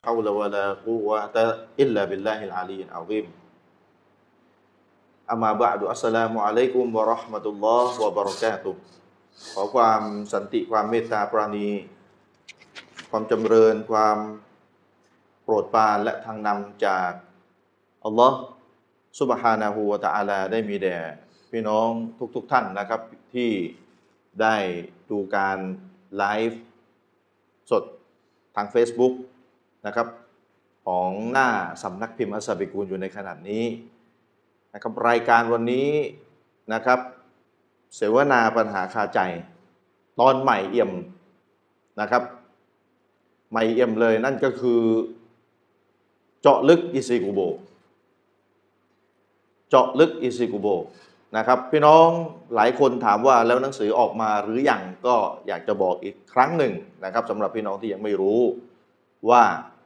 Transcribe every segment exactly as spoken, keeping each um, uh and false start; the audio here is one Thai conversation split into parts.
حول ولا قوة إلا بالله العلي العظيم أما بعد السلام عليكم ورحمة الله وبركاته ขอความสันติความเมตตาปราณีความจำเริญความโปรดปรานและทางนำจากอัลลอฮ์ซุบฮานะฮูวะตะอาลาได้มีแด่พี่น้องทุกๆ ท, ท่านนะครับที่ได้ดูการไลฟ์สดทาง Facebook นะครับของหน้าสำนักพิมพ์อัสซาบิกูนอยู่ในขณะนี้นะครับรายการวันนี้นะครับเสวนาปัญหาคาใจตอนใหม่เอี่ยมนะครับใหม่เอี่ยมเลยนั่นก็คือเจาะลึกอิซิกุโบเจาะลึกอิซิกุโบนะครับพี่น้องหลายคนถามว่าแล้วหนังสือออกมาหรือยังก็อยากจะบอกอีกครั้งหนึ่งนะครับสำหรับพี่น้องที่ยังไม่รู้ว่า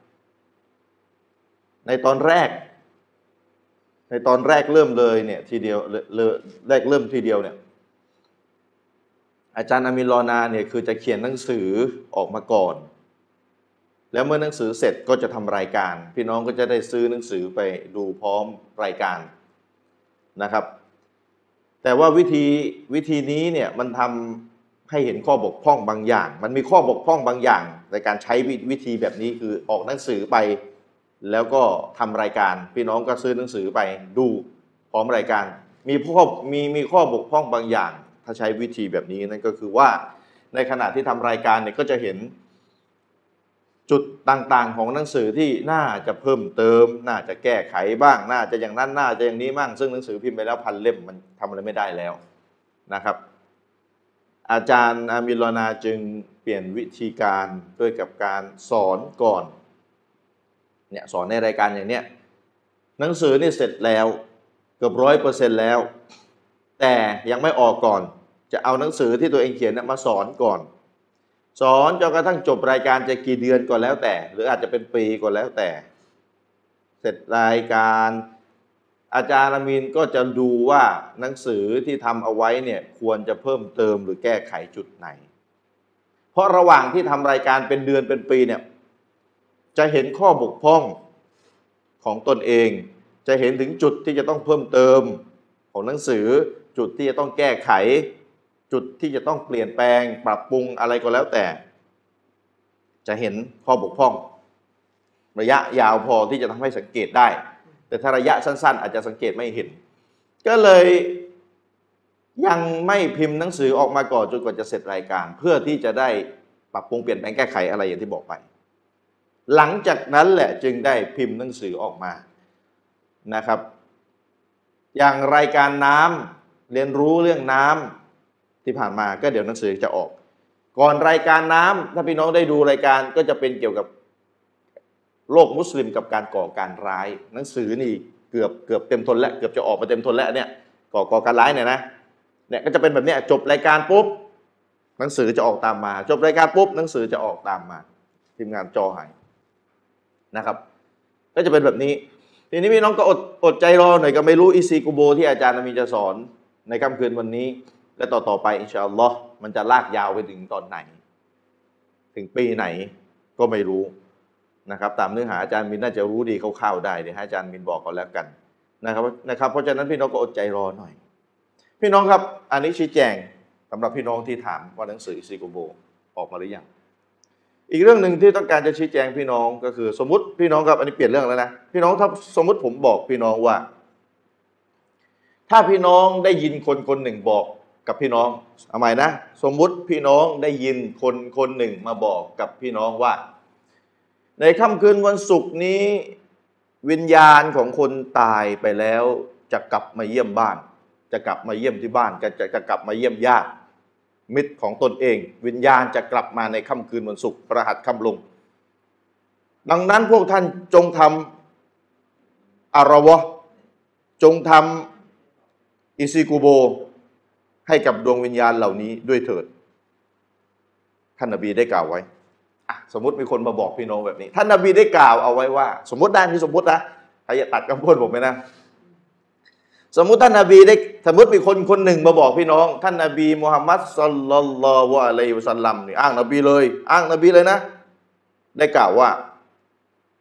ในตอนแรกในตอนแรกเริ่มเลยเนี่ยทีเดียวแรกเริ่มทีเดียวเนี่ยอาจารย์อามิน ลอนาเนี่ยคือจะเขียนหนังสือออกมาก่อนแล้วเมื่อหนังสือเสร็จก็จะทำรายการพี่น้องก็จะได้ซื้อหนังสือไปดูพร้อมรายการนะครับแต่ว่าวิธีวิธีนี้เนี่ยมันทำให้เห็นข้อบกพร่องบางอย่างมันมีข้อบกพร่องบางอย่างในการใช้วิธีแบบนี้คือออกหนังสือไปแล้วก็ทำรายการพี่น้องก็ซื้อหนังสือไปดูพร้อมรายการมีข้อมีมีข้อบกพร่องบางอย่างถ้าใช้วิธีแบบนี้นั่นก็คือว่าในขณะที่ทำรายการเนี่ยก็จะเห็นจุดต่างๆของหนังสือที่น่าจะเพิ่มเติมน่าจะแก้ไขบ้างน่าจะอย่างนั้นน่าจะอย่างนี้บ้างซึ่งหนังสือพิมพ์ไปแล้วพันเล่มมันทำอะไรไม่ได้แล้วนะครับอาจารย์อามิน ลอนาจึงเปลี่ยนวิธีการด้วยกับการสอนก่อนเนี่ยสอนในรายการอย่างเนี้ยหนังสือนี่เสร็จแล้วเกือบร้อยเปอร์เซ็นต์แล้วแต่ยังไม่ออกก่อนจะเอาหนังสือที่ตัวเองเขียนมาสอนก่อนสอนจนกระทั่งจบรายการจะกี่เดือนก็แล้วแต่หรืออาจจะเป็นปีก็แล้วแต่เสร็จรายการอาจารย์อามีนก็จะดูว่าหนังสือที่ทำเอาไว้เนี่ยควรจะเพิ่มเติมหรือแก้ไขจุดไหนเพราะระหว่างที่ทำรายการเป็นเดือนเป็นปีเนี่ยจะเห็นข้อบกพร่องของตนเองจะเห็นถึงจุดที่จะต้องเพิ่มเติมของหนังสือจุดที่จะต้องแก้ไขจุดที่จะต้องเปลี่ยนแปลงปรับปรุงอะไรก็แล้วแต่จะเห็นข้อบกพร่องระยะยาวพอที่จะทำให้สังเกตได้แต่ถ้าระยะสั้นๆอาจจะสังเกตไม่เห็นก็เลยยังไม่พิมพ์หนังสือออกมาก่อนจนกว่าจะเสร็จรายการเพื่อที่จะได้ปรับปรุงเปลี่ยนแปลงแก้ไขอะไรอย่างที่บอกไปหลังจากนั้นแหละจึงได้พิมพ์หนังสือออกมานะครับอย่างรายการน้ำเรียนรู้เรื่องน้ำที่ผ่านมาก็เดี๋ยวหนังสือจะออกก่อนรายการน้ำถ้าพี่น้องได้ดูรายการก็จะเป็นเกี่ยวกับโลกมุสลิมกับการก่อการร้ายหนังสือนี่เกือบเกือบเต็มทนแล้วเกือบจะออกมาเต็มทนแล้วเนี่ยก่อก่อการร้ายเนี่ยนะเนี่ยก็จะเป็นแบบเนี้ยจบรายการปุ๊บหนังสือจะออกตามมาจบรายการปุ๊บหนังสือจะออกตามมาทีมงานจอหายนะครับก็จะเป็นแบบนี้ทีนี้พี่น้องก็อดอดใจรอหน่อยก็ไม่รู้อิซิกุโบที่อาจารย์อามีนจะสอนในค่ำคืนวันนี้และต่อต่อไปอินชาอัลลอฮ์มันจะลากยาวไปถึงตอนไหนถึงปีไหนก็ไม่รู้นะครับตามเนื้อหาอาจารย์มินน่าจะรู้ดีคร่าวๆได้เดี๋ยวให้อาจารย์มินบอกก่อนแล้วกันนะครับนะครับเพราะฉะนั้นพี่น้องก็อดใจรอหน่อยพี่น้องครับอันนี้ชี้แจงสำหรับพี่น้องที่ถามว่าหนังสืออิซิกุโบออกมาหรือยังอีกเรื่องหนึ่งที่ต้องการจะชี้แจงพี่น้องก็คือสมมติพี่น้องครับอันนี้เปลี่ยนเรื่องแล้วนะพี่น้องถ้าสมมติผมบอกพี่น้องว่าถ้าพี่น้องได้ยินคนคนหนึ่งบอกกับพี่น้องทำไมนะสมมุติพี่น้องได้ยินคนคนหนึ่งมาบอกกับพี่น้องว่าในค่ำคืนวันศุกร์นี้วิญญาณของคนตายไปแล้วจะกลับมาเยี่ยมบ้านจะกลับมาเยี่ยมที่บ้านจะจะกลับมาเยี่ยมญาติมิตรของตนเองวิญญาณจะกลับมาในค่ำคืนวันศุกร์ประหัสค่ำลงดังนั้นพวกท่านจงทำอารวะจงทำอิซิกุโบให้กับดวงวิญญาณเหล่านี้ด้วยเถิดท่านนบีได้กล่าวไว้สมมติมีคนมาบอกพี่น้องแบบนี้ท่านนบีได้กล่าวเอาไว้ว่าสมมติได้ที่สมมตินะใครจะตัดคำพูดผมไหมนะสมมติท่านนบีได้สมมติมีคนคนหนึ่งมาบอกพี่น้องท่านนบีมุฮัมมัดศ็อลลัลลอฮุอะลัยฮิวะซัลลัมนี่อ้างนบีเลยอ้างนบีเลยนะได้กล่าวว่า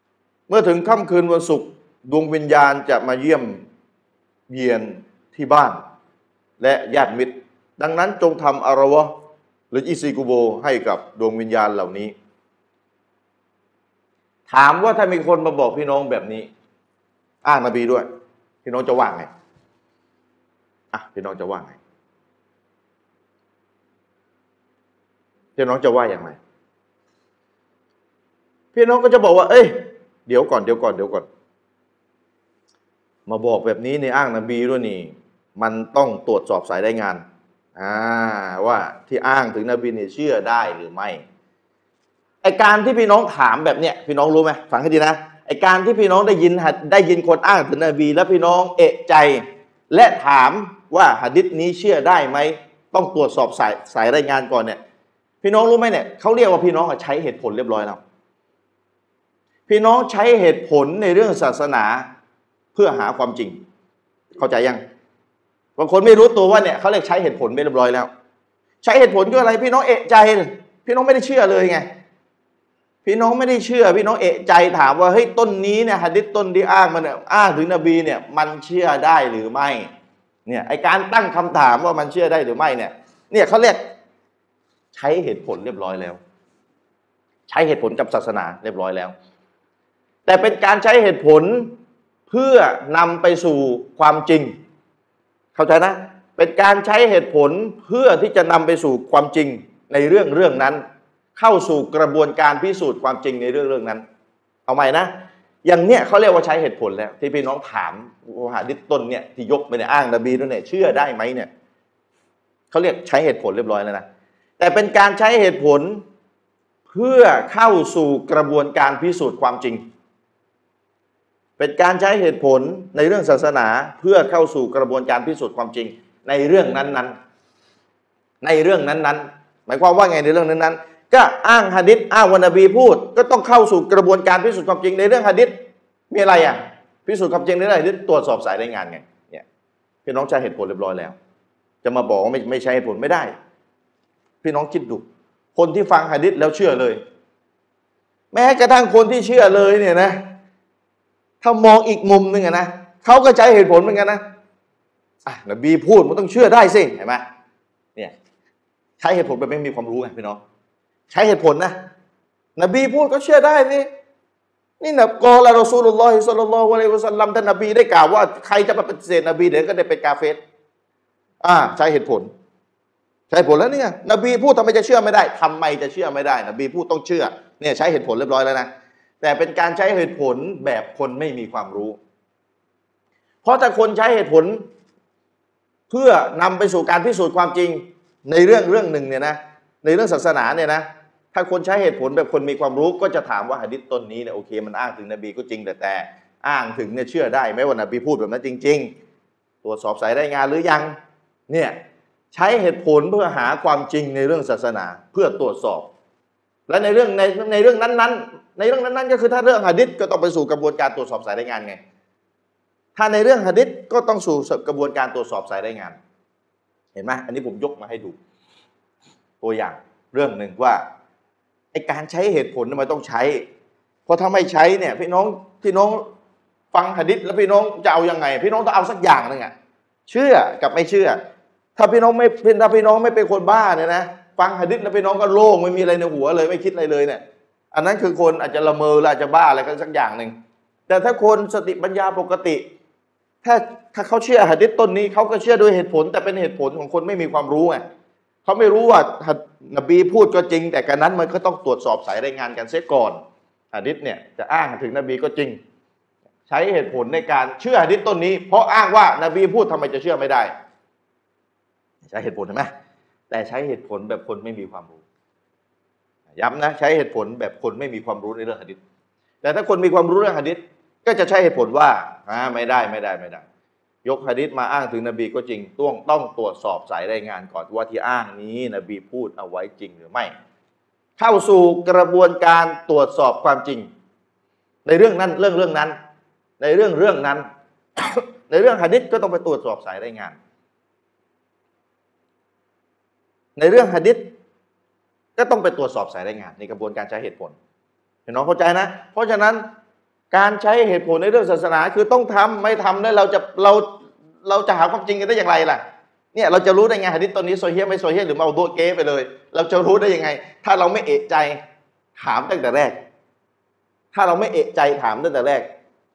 เมื่อถึงค่ำคืนวันศุกร์ดวงวิญญาณจะมาเยี่ยมเยียนที่บ้านและญาติมิตรดังนั้นจงทำอารวะหรืออิซีกุโบให้กับดวงวิญญาณเหล่านี้ถามว่าถ้ามีคนมาบอกพี่น้องแบบนี้อ้างนบีด้วยพี่น้องจะว่าไงอ่ะพี่น้องจะว่าไงพี่น้องจะว่าอย่างไรพี่น้องก็จะบอกว่าเอ้ยเดี๋ยวก่อนเดี๋ยวก่อนเดี๋ยวก่อนมาบอกแบบนี้ในอ้างนบีด้วยนี่มันต้องตรวจสอบสายรายงานอ่าว่าที่อ้างถึงนบีเนี่ยเชื่อได้หรือไม่ไอการที่พี่น้องถามแบบเนี้ยพี่น้องรู้ไหมฟังให้ดีนะไอการที่พี่น้องได้ยินได้ยินคนอ้างถึงนบีแล้วพี่น้องเอะใจและถามว่าหะดีษนี้เชื่อได้ไหมต้องตรวจสอบสายสายรายงานก่อนเนี่ยพี่น้องรู้ไหมเนี่ยเขาเรียกว่าพี่น้องใช้เหตุผลเรียบร้อยแล้วพี่น้องใช้เหตุผลในเรื่องศาสนาเพื่อหาความจริงเข้าใจยังบางคนไม่รู้ตัวว่าเนี่ยเขาเรียกใช้เหตุผลไม่เรียบร้อยแล้วใช้เหตุผลคืออะไรพี่น้องเอะใจพี่น้องไม่ได้เชื่อเลยไงพี่น้องไม่ได้เชื่อพี่น้องเอะใจถามว่าเฮ้ยต้นนี้เนี่ยหะดีษต้นที่อ้างมันเนี่ยอ้างถึงนบีเนี่ยมันเชื่อได้หรือไม่เนี่ยไอการตั้งคำถามว่ามันเชื่อได้หรือไม่เนี่ยเนี่ยเขาเรียกใช้เหตุผลเรียบร้อยแล้วใช้เหตุผลกับศาสนาเรียบร้อยแล้วแต่เป็นการใช้เหตุผลเพื่อนำไปสู่ความจริงเข้าใจนะเป็นการใช้เหตุผลเพื่อที่จะนำไปสู่ความจริงในเรื่องเรื่องนั้นเข้าสู่กระบวนการพิสูจน์ความจริงในเรื่องเรื่องนั้นเอาใหม่นะอย่างเนี้ยเขาเรียกว่าใช้เหตุผลแล้วที่พี่น้องถามว่าหะดีษต้นเนี่ยที่ยกไปในอ้างนบีด้วยเนี่ยเชื่อได้ไหมเนี่ยเขาเรียกใช้เหตุผลเรียบร้อยแล้วนะแต่เป็นการใช้เหตุผลเพื่อเข้าสู่กระบวนการพิสูจน์ความจริงเป็นการใช้เหตุผลในเรื่องศาสนาเพื่อเข้าสู่กระบวนการพิสูจน์ความจริงในเรื่องนั้นๆในเรื่องนั้นๆหมายความว่าไงในเรื่องนั้นๆก็อ้างหะดีษอ้างว่านบีพูดก็ต้องเข้าสู่กระบวนการพิสูจน์ความจริงในเรื่องหะดีษมีอะไรอ่ะพิสูจน์ความจริงในเรื่องหะดีษตรวจสอบสายรายงานไงเนี่ยพี่น้องใช้เหตุผลเรียบร้อยแล้วจะมาบอกว่าไม่ไม่ใช่เหตุผลไม่ได้พี่น้องคิดดูคนที่ฟังหะดีษแล้วเชื่อเลยแม้กระทั่งคนที่เชื่อเลยเนี่ยนะถ้ามองอีกมุมหนึ่งนะเขาก็ใช้เหตุผลเหมือนกันนะอ่ะนบีพูดมันต้องเชื่อได้สิเห็นไหมเนี่ยใช้เหตุผลแบบไม่มีความรู้ไงพี่น้องใช้เหตุผลนะนบีพูดก็เชื่อได้นี่นี่นะกอละรอซูลุลลอฮิศ็อลลัลลอฮุอะลัยฮิวะซัลลัมท่านนบีได้กล่าวว่าใครจะมาปฏิเสธนบีเดี๋ยวก็ได้เป็นกาเฟรอ่าใช้เหตุผลใช้เหตุผลแล้วเนี่ยนบีพูดทำไมจะเชื่อไม่ได้ทำไมจะเชื่อไม่ได้นบีพูดต้องเชื่อเนี่ยใช้เหตุผลเรียบร้อยแล้วนะแต่เป็นการใช้เหตุผลแบบคนไม่มีความรู้เพราะถ้าคนใช้เหตุผลเพื่อนำไปสู่การพิสูจน์ความจริงในเรื่องเรื่องหนึ่งเนี่ยนะในเรื่องศาสนาเนี่ยนะถ้าคนใช้เหตุผลแบบคนมีความรู้ก็จะถามว่าหะดีษต้นนี้เนี่ยโอเคมันอ้างถึงนบีก็จริงแต่แต่อ้างถึงเนี่ยเชื่อได้ไหมว่านบีพูดแบบนั้นจริงๆตรวจสอบสายรายงานหรือยังเนี่ยใช้เหตุผลเพื่อหาความจริงในเรื่องศาสนาเพื่อตรวจสอบและในเรื่องในในเรื่องนั้นๆในเรื่องนั้นๆก็คือถ้าเรื่องหะดีษก็ต้องไปสู่กระบวนการตรวจสอบสายรายงานไงถ้าในเรื่องหะดีษก็ต้องสู่กระบวนการตรวจสอบสายรายงานเห็นไหมอันนี้ผมยกมาให้ดูตัวอย่างเรื่องหนึ่งว่าไอการใช้เหตุผลมันต้องใช้เพราะถ้าไม่ใช้เนี่ยพี่น้องพี่น้องฟังหะดีษแล้วพี่น้องจะเอายังไงพี่น้องต้องเอาสักอย่างนึงอะเชื่อกับไม่เชื่อถ้าพี่น้องไม่ถ้าพี่น้องไม่เป็นคนบ้าเนี่ยนะฟังหะดีษแล้วพี่น้องก็โล่งไม่มีอะไรในหัวเลยไม่คิดอะไรเลยเนี่ยอันนั้นคือคนอาจจะละเมอหรืออาจจะบ้าอะไรกันสักอย่างหนึ่งแต่ถ้าคนสติปัญญาปกติถ้าถ้าเขาเชื่อหะดีษต้นนี้เขาก็เชื่อด้วยเหตุผลแต่เป็นเหตุผลของคนไม่มีความรู้ไงเขาไม่รู้ว่านบีพูดก็จริงแต่การนั้นมันก็ต้องตรวจสอบสายรายงานกันเสียก่อนหะดีษเนี่ยจะอ้างถึงนบีก็จริงใช้เหตุผลในการเชื่อหะดีษต้นนี้เพราะอ้างว่านบีพูดทำไมจะเชื่อไม่ได้ใช้เหตุผลใช่ไหมแต่ใช้เหตุผลแบบคนไม่มีความรู้ย้ำนะใช้เหตุผลแบบคนไม่มีความรู้ในเรื่องหะดีษแต่ถ้าคนมีความรู้เรื่องหะดีษก็จะใช้เหตุผลว่าอ่าไม่ได้ไม่ได้ไม่ได้ยกหะดีษมาอ้างถึงนบีก็จริงต้องต้องตรวจสอบสายรายงานก่อนว่าที่อ้างนี้นบีพูดเอาไว้จริงหรือไม่เข้าสู่กระบวนการตรวจสอบความจริงในเรื่องนั้นเรื่องเรื่องนั้นในเรื่องเรื่องนั้น ในเรื่องหะดีษก็ต้องไปตรวจสอบสายรายงานในเรื่องหะดีษก็ต้องไปตรวจสอบสายรายงานในกระบวนการใช้เหตุผลเห็นน้องเข้าใจนะเพราะฉะนั้นการใช้เหตุผลในเรื่องศาสนาคือต้องทำไม่ทำแล้วเราจะเราเราจะหาความจริงกันได้อย่างไรล่ะเนี่ยเราจะรู้ได้ไงหะดีษตัวนี้โซเฮียไม่โซเฮียหรือมาเอาตัวเก้ไปเลยเราจะรู้ได้ยังไงถ้าเราไม่เอะใจถามตั้งแต่แรกถ้าเราไม่เอะใจถามตั้งแต่แรก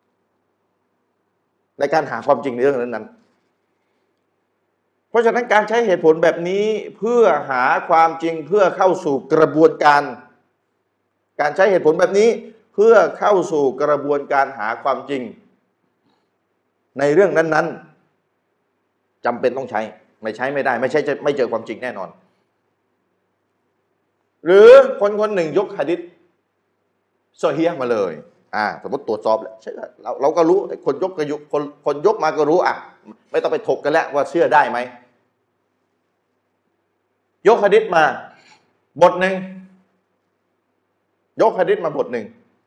ในการหาความจริงในเรื่องนั้นๆเพราะฉะนั้นการใช้เหตุผลแบบนี้เพื่อหาความจริงเพื่อเข้าสู่กระบวนการการใช้เหตุผลแบบนี้เพื่อเข้าสู่กระบวนการหาความจริงในเรื่องนั้นๆจำเป็นต้องใช้ไม่ใช้ไม่ได้ไม่ใช่จะไม่เจอความจริงแน่นอนหรือคนคนหนึ่งยกหะดีษโซเฮียมาเลยอ่าสมมติตรวจสอบแล้วใช่เราเราก็รู้คนยกก็ยกคนคนยกมาก็รู้อ่ะไม่ต้องไปถกกันแล้วว่าเชื่อได้ไหมยกหะดีษมาบทหนึ่งยกหะดีษมาบทหนึ่ง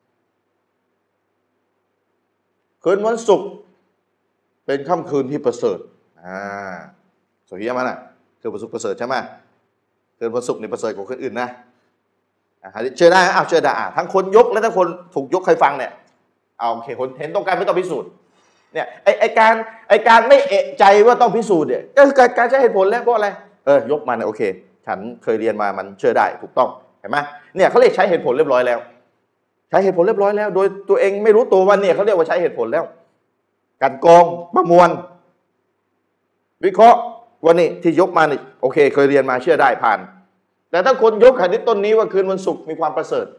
คืนวันศุกร์เป็นค่ำคืนที่ประเสริฐอ่าโซเฮียมันอ่ะคือวันศุกร์ประเสริฐใช่ไหมคืนวันศุกร์นี่ประเสริฐกว่าคืนอื่นนะเชื่อได้อ้าวเชื่อได้อ่ะทั้งคนยกและทั้งคนถูกยกใครฟังเนี่ยเอาโอเคคนเห็นต้องการไม่ต้องพิสูจน์เนี่ยไอไอการไอการไม่เอะใจว่าต้องพิสูจน์เนี่ยก็คือการใช้เหตุผลแล้วเพราะอะไรเออยกมาเนี่ยโอเคฉันเคยเรียนมามันเชื่อได้ถูกต้องเห็นไหมเนี่ยเขาเรียกใช้เหตุผลเรียบร้อยแล้วใช้เหตุผลเรียบร้อยแล้วโดยตัวเองไม่รู้ตัวว่าเนี่ยเขาเรียกว่าใช้เหตุผลแล้วกันกองประมวลวิเคราะห์ว่านี่ที่ยกมานี่โอเคเคยเรียนมาเชื่อได้ผ่านแต่ถ้าคนยกหะดีษต้นนี้ว่าคืนวันศุกร์มีความประเสริฐ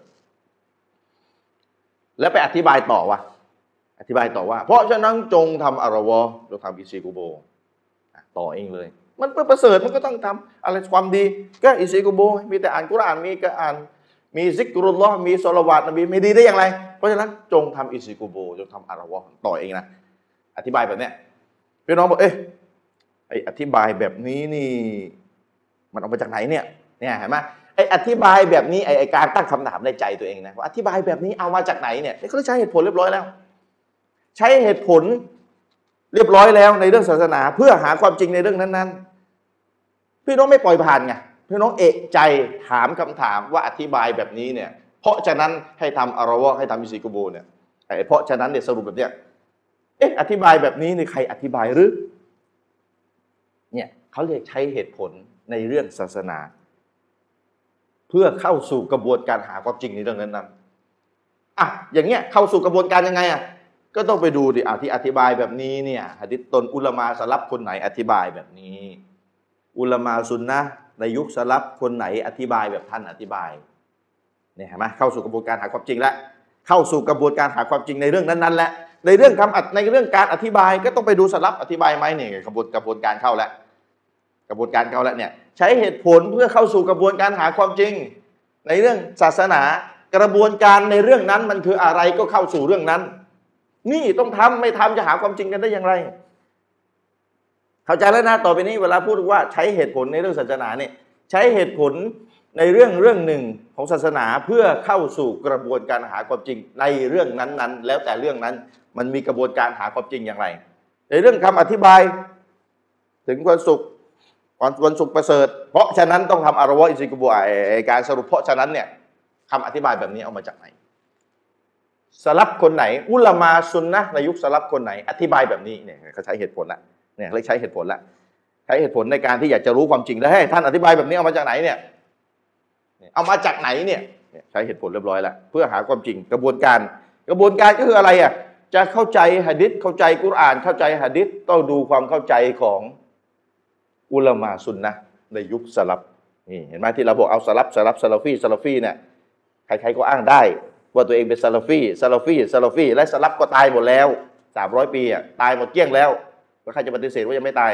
แล้วไปอธิบายต่อว่าอธิบายต่อว่าเพราะฉะนั้นจงทำอารวะจงทำอิซิกุโบต่อเองเลยมันเป็นประเสริฐมันก็ต้องทำอะไรความดีก็อิซิกุโบมีแต่อ่านกุรอานมีก็อ่านมีซิกรุลลอฮ์มีศอลาวาตนบีไม่ดีได้อย่างไรเพราะฉะนั้นจงทำอิซิกุโบจงทำอารวะต่อเองนะอธิบายแบบเนี้ยพี่น้องบอกเอ๊ะไออธิบายแบบนี้นี่มันเอามาจากไหนเนี่ยเนี่ยเห็นไหมไออธิบายแบบนี้ไอไอการตั้งคำถามในใจตัวเองนะว่าอธิบายแบบนี้เอามาจากไหนเนี่ยนี่เขาใช้เหตุผลเรียบร้อยแล้วใช้เหตุผลเรียบร้อยแล้วในเรื่องศาสนาเพื่อหาความจริงในเรื่องนั้นๆพี่น้องไม่ปล่อยผ่านไงพี่น้องเอะใจถามคำถามว่าอธิบายแบบนี้เนี่ยเพราะฉะนั้นให้ทำอารวะให้ทำอิซิกุโบเนี่ยไอเพราะฉะนั้นเนี่ยสรุปแบบเนี้ยเอ๊ะอธิบายแบบนี้นี่ใครอธิบายหรือเนี่ยเขาเรียกใช้เหตุผลในเรื่องศาสนาเพื่อเข้าสู่กระบวนการหาความจริงในเรื่องนั้นๆอ่ะอย่างเงี้ยเข้าสู่กระบวนการยังไงอ่ะก็ต้องไปดูดิอ่ะที่อธิบายแบบนี้เนี่ยหะดีษตนอุลามาสลับคนไหนอธิบายแบบนี้อุลามาซุนนะห์ในยุคสลับคนไหนอธิบายแบบท่านอธิบายเนี่ยเห็นไหมเข้าสู่กระบวนการหาความจริงแล้วเข้าสู่กระบวนการหาความจริงในเรื่องนั้นๆแล้วในเรื่องคำในเรื่องการอธิบายก็ต้องไปดูสลับอธิบายไหมเนี่ยกระบวนกระบวนการเข้าแล้วกระบวนการเข้าแล้วเนี่ยใช้เหตุผลเพื่อเข้าสู่กระบวนการหาความจริงในเรื่องศาสนากระบวนการในเรื่องนั้นมันคืออะไรก็เข้าสู่เรื่องนั้นนี่ต้องทำไม่ทำจะหาความจริงกันได้อย่างไรเข้าใจแล้วนะต่อไปนี้เวลาพูดว่าใช้เหตุผลในเรื่องศาสนาเนี่ยใช้เหตุผลในเรื่องเรื่องหนึ่งของศาสนาเพื่อเข้าสู่กระบวนการหาความจริงในเรื่องนั้นๆแล้วแต่เรื่องนั้นมันมีกระบวนการหาความจริงอย่างไรในเรื่องคำอธิบายถึงวันศุกร์วันวันศุกร์ประเสริฐเพราะฉะนั้นต้องทำอารวะอิซิกุโบการสรุปเพราะฉะนั้นเนี่ยคำอธิบายแบบนี้เอามาจากไหนสลับคนไหนอุลามาซุนนะห์ในยุคสลับคนไหนอธิบายแบบนี้เนี่ยเขาใช้เหตุผลละเนี่ยเขาใช้เหตุผลละใช้เหตุผลในการที่อยากจะรู้ความจริงแล้วให้ท่านอธิบายแบบนี้เอามาจากไหนเนี่ยเอามาจากไหนเนี่ยใช้เหตุผลเรียบร้อยแล้วเพื่อหาความจริงกระบวนการกระบวนการก็คืออะไรอ่ะจะเข้าใจหะดีษเข้าใจกุรอานเข้าใจหะดีษต้องดูความเข้าใจของอุลามาซุนนะห์ในยุคสลับนี่เห็นไหมที่เราบอกเอาสลับสลับซาลาฟีซาลาฟีเนี่ยใครๆก็อ้างได้ว่าตัวเองเป็นซาลาฟีซาลาฟีซาลาฟีและสลับก็ตายหมดแล้วสามร้อยปีอ่ะตายหมดเกลี้ยงแล้วแล้วใครจะปฏิเสธว่ายังไม่ตาย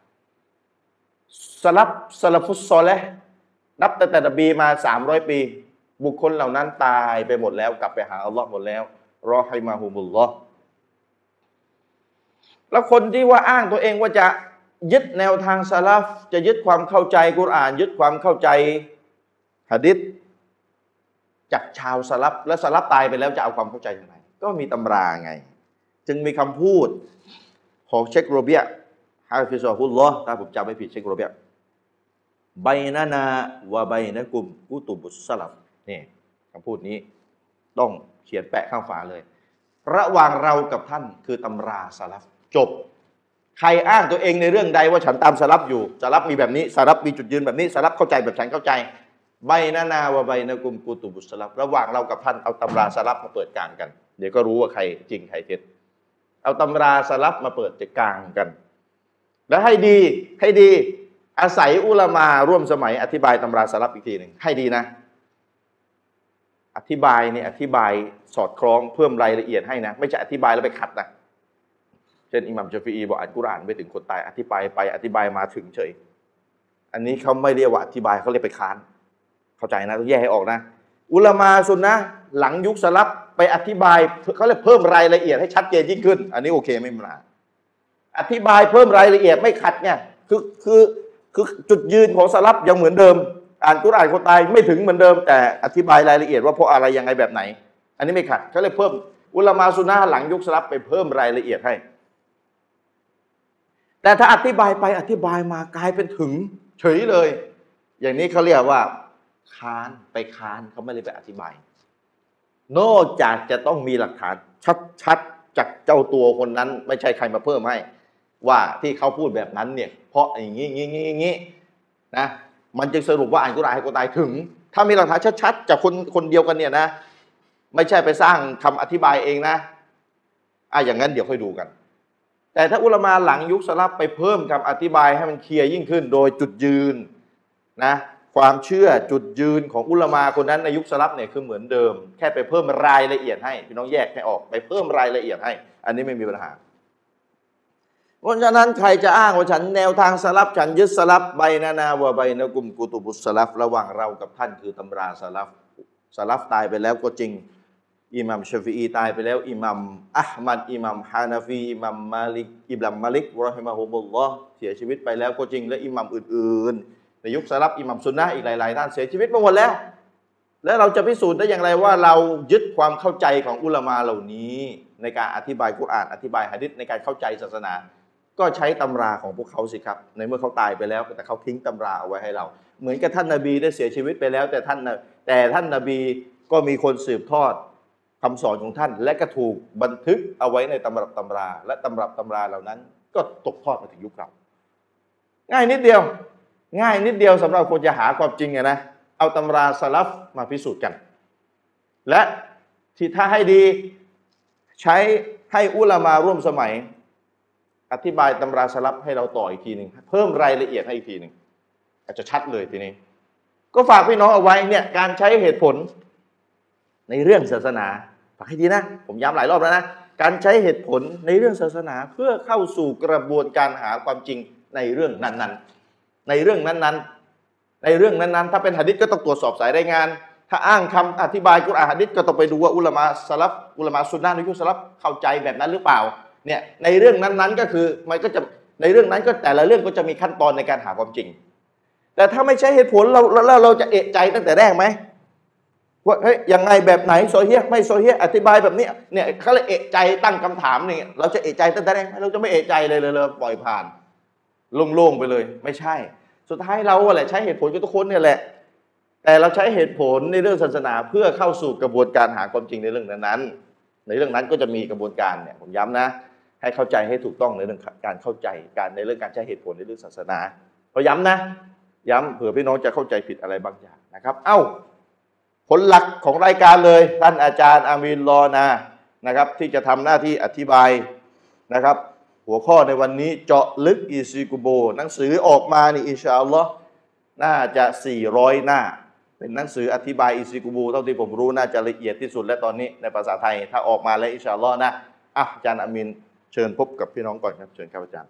สลับซาลาฟุสซอเลห์นับตั้งแต่นบีมาสามร้อยปีบุคคลเหล่านั้นตายไปหมดแล้วกลับไปหาอัลลอฮ์หมดแล้วรอฮิมาฮุมุลลอฮ์แล้วคนที่ว่าอ้างตัวเองว่าจะยึดแนวทางซาลาฟจะยึดความเข้าใจกุรอานยึดความเข้าใจหะดีษจากชาวซาลาฟและซาลาฟตายไปแล้วจะเอาความเข้าใจยังไงก็มีตำราไงจึงมีคำพูดของเชคโรเบียฮาฟิซอฮุลลอฮ์ถ้าผมจำไม่ผิดเชคโรเบียไบนานาวะไบนะกุมกุตุบุสซาลาฟนี่คำพูดนี้ต้องเขียนแปะข้างฝาเลยระหว่างเรากับท่านคือตำราสลัฟจบใครอ้างตัวเองในเรื่องใดว่าฉันตามสลัฟอยู่สลัฟมีแบบนี้สลัฟมีจุดยืนแบบนี้สลัฟเข้าใจแบบฉันเข้าใจใบนานาวะใบนะกุมกูตุบุสลัฟระหว่างเรากับท่านเอาตำราสลัฟมาเปิดกลางกันเดี๋ยวก็รู้ว่าใครจริงใครเท็จเอาตำราสลัฟมาเปิดจะกลางกันแล้วให้ดีให้ดีอาศัยอุลามาร่วมสมัยอธิบายตำราสลัฟอีกทีหนึ่งให้ดีนะอธิบายเนี่ยอธิบายสอดคล้องเพิ่มรายละเอียดให้นะไม่ใช่อธิบายแล้วไปขัดนะเช่นอิหม่ามชาฟิอีบอกอ่านกุรอานไปถึงคนตายอธิบายไปอธิบายมาถึงเฉยอันนี้เขาไม่เรียกว่าอธิบายเขาเรียกไปค้านเข้าใจนะต้องแยกให้ออกนะอุลามาซุนนะห์หลังยุคสลัฟไปอธิบายเขาเรียกเพิ่มรายละเอียดให้ชัดเจนยิ่งขึ้นอันนี้โอเคไม่มีปัญหาอธิบายเพิ่มรายละเอียดไม่ขัดไงคือคือคือจุดยืนของสลัฟยังเหมือนเดิมอ่านกุรอานคนตายไม่ถึงเหมือนเดิมแต่อธิบายรายละเอียดว่าเพราะอะไรยังไงแบบไหนอันนี้ไม่ขัดเขาเลยเพิ่มอุลามาซุนนะห์หลังยุคสลัฟไปเพิ่มรายละเอียดให้แต่ถ้าอธิบายไปอธิบายมากลายเป็นถึงเฉยเลยอย่างนี้เขาเรียกว่าค้านไปค้านเขาไม่ได้ไปอธิบายนอกจากจะต้องมีหลักฐานชัดๆจากเจ้าตัวคนนั้นไม่ใช่ใครมาเพิ่มให้ว่าที่เขาพูดแบบนั้นเนี่ยเพราะอย่างนี้งี้งี้งี้นะมันจึงสรุปว่าอ่านกุรอานให้คนตายถึงถ้ามีหลักฐานชัดๆจากคนคนเดียวกันเนี่ยนะไม่ใช่ไปสร้างคำอธิบายเองนะอ่ะอย่างนั้นเดี๋ยวค่อยดูกันแต่ถ้าอุลามาหลังยุคสลัฟไปเพิ่มคำอธิบายให้มันเคลียร์ยิ่งขึ้นโดยจุดยืนนะความเชื่อจุดยืนของอุลามาคนนั้นในยุคสลัฟเนี่ยคือเหมือนเดิมแค่ไปเพิ่มรายละเอียดให้พี่น้องแยกให้ออกไปเพิ่มรายละเอียดให้อันนี้ไม่มีปัญหาเพราะฉะนั้นใครจะอ้างว่าฉันแนวทางสลัฟฉันยึดสลัฟใบนานาวะใบนะกุมกุตุบุสสลัฟระหว่างเรากับท่านคือตำราสลัฟสลัฟตายไปแล้วก็จริงอิหมัมชาฟิอีตายไปแล้วอิหมัมอะห์มัดอิหมัมฮานาฟีอิหมัมมาลิกอิบลัมมาลิกรอฮิมะฮุมุลลอฮ์เสียชีวิตไปแล้วก็จริงและอิหมัมอื่นๆในยุคสลัฟอิหมัมซุนนะห์อีกหลายๆท่านเสียชีวิตไปหมดแล้วแล้วเราจะพิสูจน์ได้อย่างไรว่าเรายึดความเข้าใจของอุลามาเหล่านี้ในการอธิบายกุรอานอธิบายหะดีษในการเข้าใจศาสนาก็ใช้ตำราของพวกเขาสิครับในเมื่อเขาตายไปแล้วแต่เขาทิ้งตำราเอาไว้ให้เราเหมือนกับท่านนบีได้เสียชีวิตไปแล้วแต่ท่านแต่ท่านนบีก็มีคนสืบทอดคำสอนของท่านและก็ถูกบันทึกเอาไว้ในตำรับตำราและตำรับตำราเหล่านั้นก็ตกทอดมาถึงยุคเราง่ายนิดเดียวง่ายนิดเดียวสำหรับคนจะหาความจริงไงนะเอาตำราสลัฟมาพิสูจน์กันและที่ถ้าให้ดีใช้ให้อุลามาร่วมสมัยอธิบายตำราสลัฟให้เราต่ออีกทีหนึ่งเพิ่มรายละเอียดให้อีกทีหนึ่งอาจจะชัดเลยทีนี้ก็ฝากพี่น้องเอาไว้เนี่ยการใช้เหตุผลในเรื่องศาสนาฝากให้ดีนะผมย้ำหลายรอบแล้วนะการใช้เหตุผลในเรื่องศาสนาเพื่อเข้าสู่กระบวนการหาความจริงในเรื่องนั้นๆในเรื่องนั้นๆในเรื่องนั้นๆถ้าเป็นหะดีษก็ต้องตรวจสอบสายรายงานถ้าอ้างคำอธิบายกุรอานหะดีษก็ต้องไปดูว่าอุลามะสลัฟอุลามะซุนนะห์ในยุคสลัฟเข้าใจแบบนั้นหรือเปล่าเนี่ยในเรื่องนั้นๆก็คือมันก็จะในเรื่องนั้นก็แต่ละเรื่องก็จะมีขั้นตอนในการหาความจริงแต่ถ้าไม่ใช่เหตุผลเราเราเราจะเอะใจตั้งแต่แรกไหมว่าเฮ้ยยังไงแบบไหนโซเฮียไม่โซเฮียอธิบายแบบนี้เนี่ยเขาเลยเอะใจตั้งคำถามนี่เราจะเอะใจตั้งแต่แรกเราจะไม่เอะใจเลยเลยเลยปล่อยผ่านโล่งๆไปเลยไม่ใช่สุดท้ายเราแหละใช้เหตุผลกันทุกคนเนี่ยแหละแต่เราใช้เหตุผลในเรื่องศาสนาเพื่อเข้าสู่กระบวนการหาความจริงในเรื่องนั้นๆในเรื่องนั้นก็จะมีกระบวนการเนี่ยผมย้ำนะให้เข้าใจให้ถูกต้องในเรื่องการเข้าใจการในเรื่องการใช้เหตุผลในเรื่องศาสนาเราย้ำนะย้ำเผื่อพี่น้องจะเข้าใจผิดอะไรบางอย่างนะครับเอ้าผลหลักของรายการเลยท่านอาจารย์อามีนรอนานะครับที่จะทำหน้าที่อธิบายนะครับหัวข้อในวันนี้เจาะลึกอิซิกุโบหนังสือออกมานี่อินชาอัลลอฮ์น่าจะสี่ร้อยหน้าเป็นหนังสืออธิบายอิซิกุโบเท่าที่ผมรู้น่าจะละเอียดที่สุดและตอนนี้ในภาษาไทยถ้าออกมาแล้วอินชาอัลลอฮ์นะอ่ะอาจารย์อามีนเชิญพบกับพี่น้องก่อนครับเชิญครับอาจารย์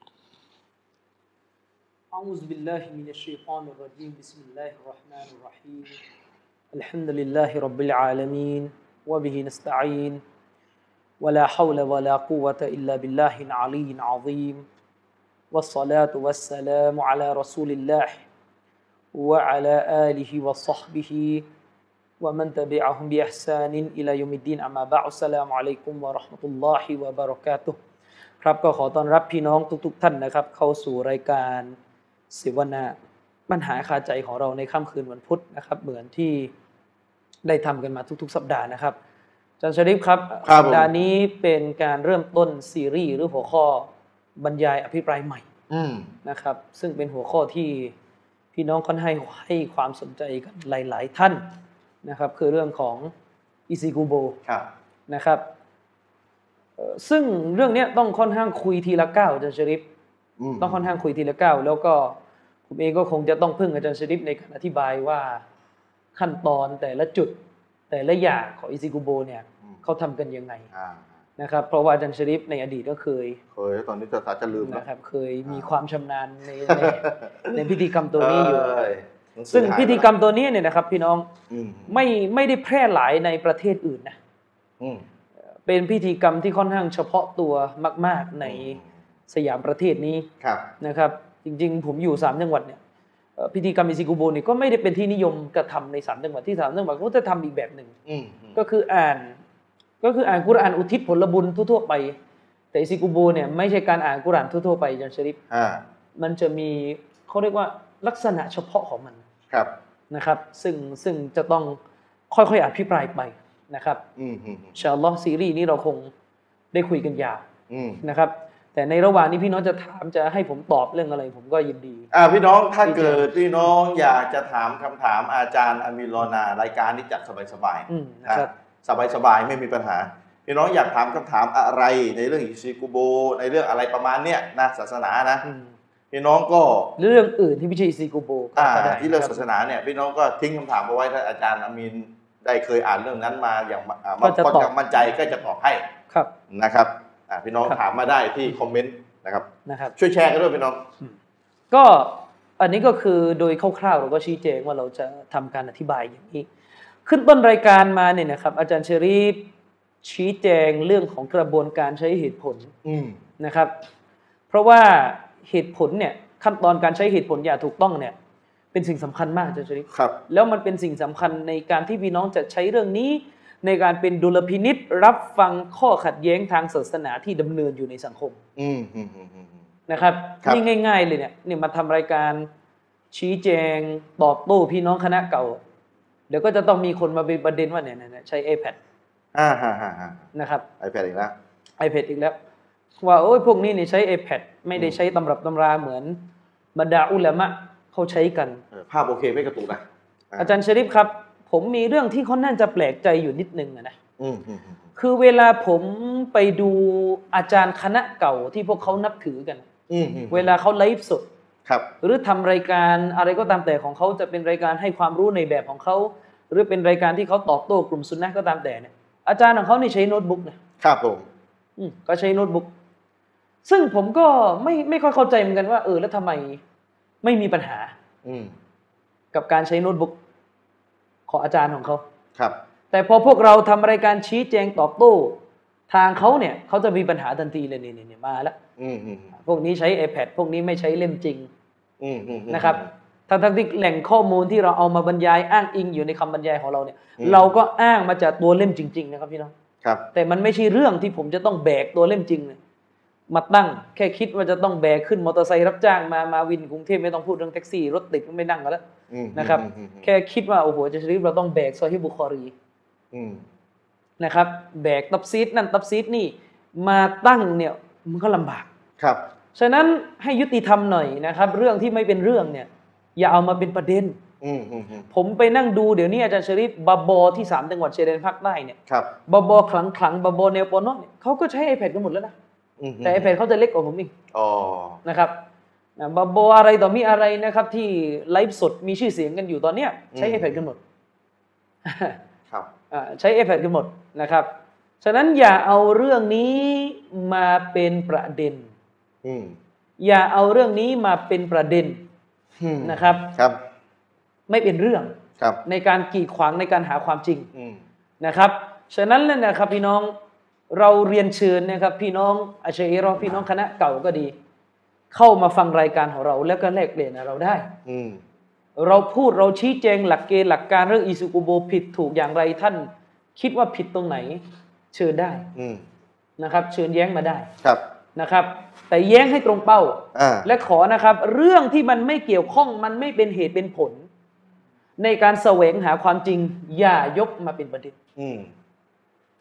อะอูซุบิลลาฮิมินัชชัยฏอนิรเราะญีมบิสมิลลาฮิรเราะห์มานิรเราะฮีมอัลฮัมดุลิลลาฮิร็อบบิลอาลามีนวะบิฮินัสตะอีนวะลาฮาวละวะลากุวะตะอิลลาบิลลาฮิลอะลียิลอะซีมวัสศอลาตุวัสสลามุอะลารอซูลิลลาฮิวะอะลาอาลิฮิวะศอฮบิฮิวะมันตะบิอะฮุมบิอิห์ซานินอิลายัมมิดดีนอะมาบะอ์อัสสลามุอะลัยกุมวะเราะห์มะตุลลอฮิวะบะเราะกาตุฮ์ครับก็ขอต้อนรับพี่น้องทุกๆท่านนะครับเข้าสู่รายการเสวนาปัญหาคาใจของเราในค่ำคืนวันพุธนะครับเหมือนที่ได้ทำกันมาทุกๆสัปดาห์นะครับอาจารย์ชริฟครับสัปดาห์นี้เป็นการเริ่มต้นซีรีส์หรือหัวข้อบรรยายอภิปรายใหม่นะครับซึ่งเป็นหัวข้อที่พี่น้องค่อนให้ให้ความสนใจกันหลายๆท่านนะครับคือเรื่องของอิซิกุโบนะครับซึ่งเรื่องนี้ต้องค่อนข้างคุยทีละก้าวอาจารย์ชริฟต้องค่อนข้างคุยทีละก้าวแล้วก็ผมเองก็คงจะต้องพึ่งอาจารย์ชริฟในการอธิบายว่าขั้นตอนแต่ละจุดแต่ละอย่างของอิซิกุโบเนี่ยเขาทำกันยังไงนะครับเพราะว่าอาจารย์ชริฟในอดีตก็เคยเคยตอนนี้จะจะลืมนะครับเคยมีความชำนาญในในในพิธีกรรมตัวนี้อยู่ซึ่งพิธีกรรมตัวนี้เนี่ยนะครับพี่น้องไม่ไม่ได้แพร่หลายในประเทศอื่นนะเป็นพิธีกรรมที่ค่อนข้างเฉพาะตัวมากๆในสยามประเทศนี้นะครับจริงๆผมอยู่สามจังหวัดเนี่ยพิธีกรรมอิซิกุโบนี่ก็ไม่ได้เป็นที่นิยมกระทำในสามจังหวัดที่สามจังหวัดเขาจะทำอีกแบบหนึ่งก็คืออ่านก็คืออ่านกุรอานอุทิศผลบุญทั่วๆไปแต่อิซิกุโบเนี่ยไม่ใช่การอ่านกุรอานทั่วๆไปอาจารย์ชริฟมันจะมีเขาเรียกว่าลักษณะเฉพาะของมันนะครับซึ่งซึ่งจะต้องค่อยๆอภิปรายไปนะครับอินชาอัลลอฮ์ซีรีส์นี้เราคงได้คุยกันยาวนะครับแต่ในระหว่างนี้พี่น้องจะถามจะให้ผมตอบเรื่องอะไรผมก็ยินดีอ่าพี่น้องถ้าเกิดพี่น้องอยากจะถามคำถามอาจารย์อามีรอนารายการนี้จัดสบายๆนะครับสบายๆไม่มีปัญหาพี่น้องอยากถามคำถามอะไรในเรื่องอิซิกุโบในเรื่องอะไรประมาณเนี้ยนะศาสนานะพี่น้องก็เรื่องอื่นที่ไม่ใช่อิซิกุโบอ่าที่เรื่องศาสนาเนี่ยพี่น้องก็ทิ้งคำถามเอาไว้ถ้าอาจารย์อามีนได้เคยอ่านเรื่องนั้นมาอย่างมันก็จะมั่นใจก็จะตอบให้ครับนะครับพี่น้องถามมาได้ที่คอมเมนต์นะครับช่วยแชร์กันด้วยพี่น้องก็อันนี้ก็คือโดยคร่าวๆเราก็ชี้แจงว่าเราจะทำการอธิบายอย่างนี้ขึ้นต้นรายการมาเนี่ยนะครับอาจารย์ชริฟชี้แจงเรื่องของกระบวนการใช้เหตุผลนะครับเพราะว่าเหตุผลเนี่ยขั้นตอนการใช้เหตุผลอย่างถูกต้องเนี่ยเป็นสิ่งสำคัญมากอาจารย์ชริฟแล้วมันเป็นสิ่งสำคัญในการที่พี่น้องจะใช้เรื่องนี้ในการเป็นดุลพินิจรับฟังข้อขัดแย้งทางศาสนาที่ดำเนินอยู่ในสังคมนะครับนี่ง่ายๆเลยเนี่ยนี่มาทำรายการชี้แจงตอบโต้พี่น้องคณะเก่าเดี๋ยวก็จะต้องมีคนมาเป็นประเด็นว่าเนี่ยใช้ iPad อ่าฮะนะครับ iPad อีกแล้ว iPad อีกแล้วว่าโอ้ยพวกนี้นี่ใช้ iPad ไม่ได้ใช้ตำรับตำราเหมือนบรรดาอุลามะเขาใช้กันภาพโอเคไม่กระตุกนะอาจารย์ชริฟครับผมมีเรื่องที่ค่อนข้างจะแปลกใจอยู่นิดนึงนะคือเวลาผมไปดูอาจารย์คณะเก่าที่พวกเขานับถือกันเวลาเขาไลฟ์สดหรือทำรายการอะไรก็ตามแต่ของเขาจะเป็นรายการให้ความรู้ในแบบของเขาหรือเป็นรายการที่เขาตอบโต้กลุ่มซุนนะห์ก็ตามแต่เนี่ยอาจารย์ของเขานี่ใช้โน้ตบุ๊กนะครับผมก็ใช้โน้ตบุ๊กซึ่งผมก็ไม่ไม่ค่อยเข้าใจเหมือนกันว่าเออแล้วทำไมไม่มีปัญหากับการใช้โน้ตบุ๊กของอาจารย์ของเขาครับแต่พอพวกเราทำรายการชี้แจงตอบโต้ทางเขาเนี่ยเขาจะมีปัญหาทันทีเลยเนี่ยมาแล้วพวกนี้ใช้ iPad พวกนี้ไม่ใช้เล่มจริงนะครับทั้งทั้งที่แหล่งข้อมูลที่เราเอามาบรรยายอ้างอิงอยู่ในคำบรรยายของเราเนี่ยเราก็อ้างมาจากตัวเล่มจริงๆนะครับพี่น้องครับแต่มันไม่ใช่เรื่องที่ผมจะต้องแบกตัวเล่มจริงเลยมาตั้งแค่คิดว่าจะต้องแบกขึ้นมอเตอร์ไซค์รับจ้างมามาวินกรุงเทพไม่ต้องพูดเรื่องแท็กซี่รถติดก็ไม่นั่งกันแล้วนะครับแค่คิดว่าโอ้โหจะชริฟเราต้องแบกซอฮีฮ์บุคอรีนะครับแบกตับซีดนั่นตับซีดนี่มาตั้งเนี่ยมันก็ลำบากครับฉะนั้นให้ยุติธรรมหน่อยนะครับเรื่องที่ไม่เป็นเรื่องเนี่ยอย่าเอามาเป็นประเด็นผมไปนั่งดูเดี๋ยวนี้อาจารย์ชริฟบาบอที่สามจังหวัดชายแดนภาคใต้เนี่ยบาบอขลังขลังบาบอแนวปอนเนี่ยเขาก็ใช้ iPad กันหมดแล้วนะแต่ iPad เขาจะเล็กกว่าผมอีกนะครับบาบออะไรต่อมีอะไรนะครับที่ไลฟ์สดมีชื่อเสียงกันอยู่ตอนเนี้ยใช้ iPad กันหมดครับใช้ iPad กันหมดนะครับฉะนั้นอย่าเอาเรื่องนี้มาเป็นประเด็นอย่าเอาเรื่องนี้มาเป็นประเด็นนะครับครับไม่เป็นเรื่องในการกีดขวางในการหาความจริงนะครับฉะนั้นแล้วนะครับพี่น้องเราเรียนเชิญนะครับพี่น้องอัชชัยรอพี่น้องคณะเก่าก็ดีเข้ามาฟังรายการของเราแล้วก็แลกเปลี่ยนเราได้เราพูดเราชี้แจงหลักเกณฑ์หลักการเรื่องอิซุกุโบผิดถูกอย่างไรท่านคิดว่าผิดตรงไหนเชิญได้นะครับเชิญแย้งมาได้นะครับแต่แย้งให้ตรงเป้าและขอนะครับเรื่องที่มันไม่เกี่ยวข้องมันไม่เป็นเหตุเป็นผลในการแสวงหาความจริงอย่ายกมาเป็นประเด็น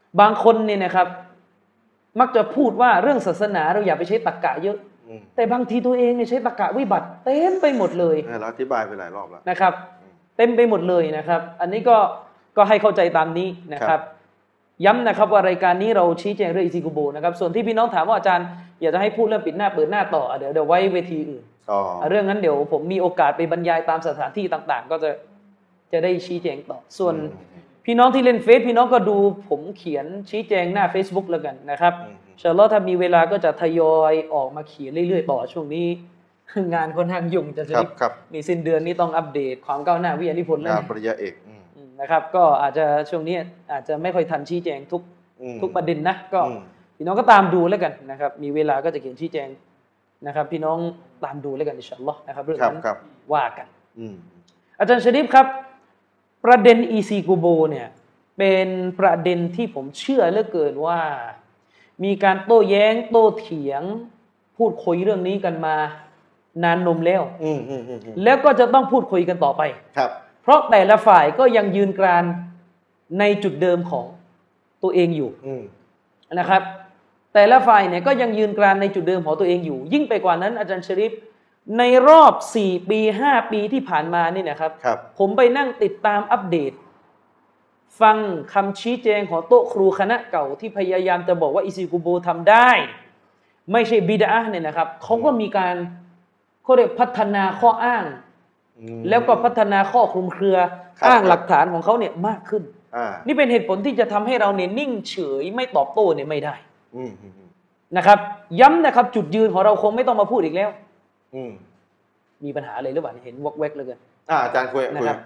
บางคนเนี่ยนะครับมักจะพูดว่าเรื่องศาสนาเราอย่าไปใช้ตรรกะเยอะแต่บางทีตัวเองเนี่ยใช้ตรรกะวิบัติเต็มไปหมดเลยเราอธิบายไปหลายรอบแล้วนะครับเต็มไปหมดเลยนะครับอันนี้ก็ก็ให้เข้าใจตามนี้นะครับย้ำนะครับว่ารายการนี้เราชี้แจงเรื่องอิซิกุโบนะครับส่วนที่พี่น้องถามว่าอาจารย์อยากจะให้พูดเรื่องปิดหน้าเปิดหน้าต่อเดี๋ยวเดี๋ยวไว้เวทีอื่นเรื่องนั้นเดี๋ยวผมมีโอกาสไปบรรยายตามสถานที่ต่างๆก็จะจะได้ชี้แจงต่อส่วนพี่น้องที่เล่นเฟซพี่น้องก็ดูผมเขียนชี้แจงหน้า Facebook แล้วกันนะครับอินชาอัลเลาะห์ถ้ามีเวลาก็จะทยอยออกมาเขียนเรื่อยๆต่อช่วงนี้งานค่อนข้างยุ่งจะมีสิ้นเดือนนี้ต้องอัปเดตความก้าวหน้าวิทยานิพนธ์แล้วปริญญาเอกนะครับก็อาจจะช่วงนี้อาจจะไม่ค่อยทันชี้แจงทุกทุกประเด็นนะก็พี่น้องก็ตามดูแล้วกันนะครับมีเวลาก็จะเขียนชี้แจงนะครับพี่น้องตามดูแล้วกันอินชาอัลเลาะห์นะครับเรื่องนั้นว่ากันอาจารย์ชะรีฟครับประเด็นอีซีกูโบเนี่ยเป็นประเด็นที่ผมเชื่อเหลือเกินว่ามีการโต้แย้งโต้เถียงพูดคุยเรื่องนี้กันมานานนมแล้วแล้วก็จะต้องพูดคุยกันต่อไปครับเพราะแต่ละฝ่ายก็ยังยืนกรานในจุดเดิมของตัวเองอยู่นะครับแต่ละฝ่ายเนี่ยก็ยังยืนกรานในจุดเดิมของตัวเองอยู่ยิ่งไปกว่านั้นอาจารย์ชะรีฟในรอบสี่ปีห้าปีที่ผ่านมานี่นะครับผมไปนั่งติดตามอัปเดตฟังคำชี้แจงของโต๊ะครูคณะเก่าที่พยายามจะบอกว่าอิซิกุโบทำได้ไม่ใช่บิดอะห์เนี่ยนะครับเขาก็มีการเขาเรียกพัฒนาข้ออ้างแล้วก็พัฒนาข้อคลุมเครืออ้างหลักฐานของเขาเนี่ยมากขึ้นนี่เป็นเหตุผลที่จะทำให้เราเนี่ยนิ่งเฉยไม่ตอบโต้เนี่ยไม่ได้นะครับย้ำนะครับจุดยืนของเราคงไม่ต้องมาพูดอีกแล้วมีปัญหาอะไรหรือเปล่าเห็นวอกแวกเลยกันอาจารย์คุยนะครับ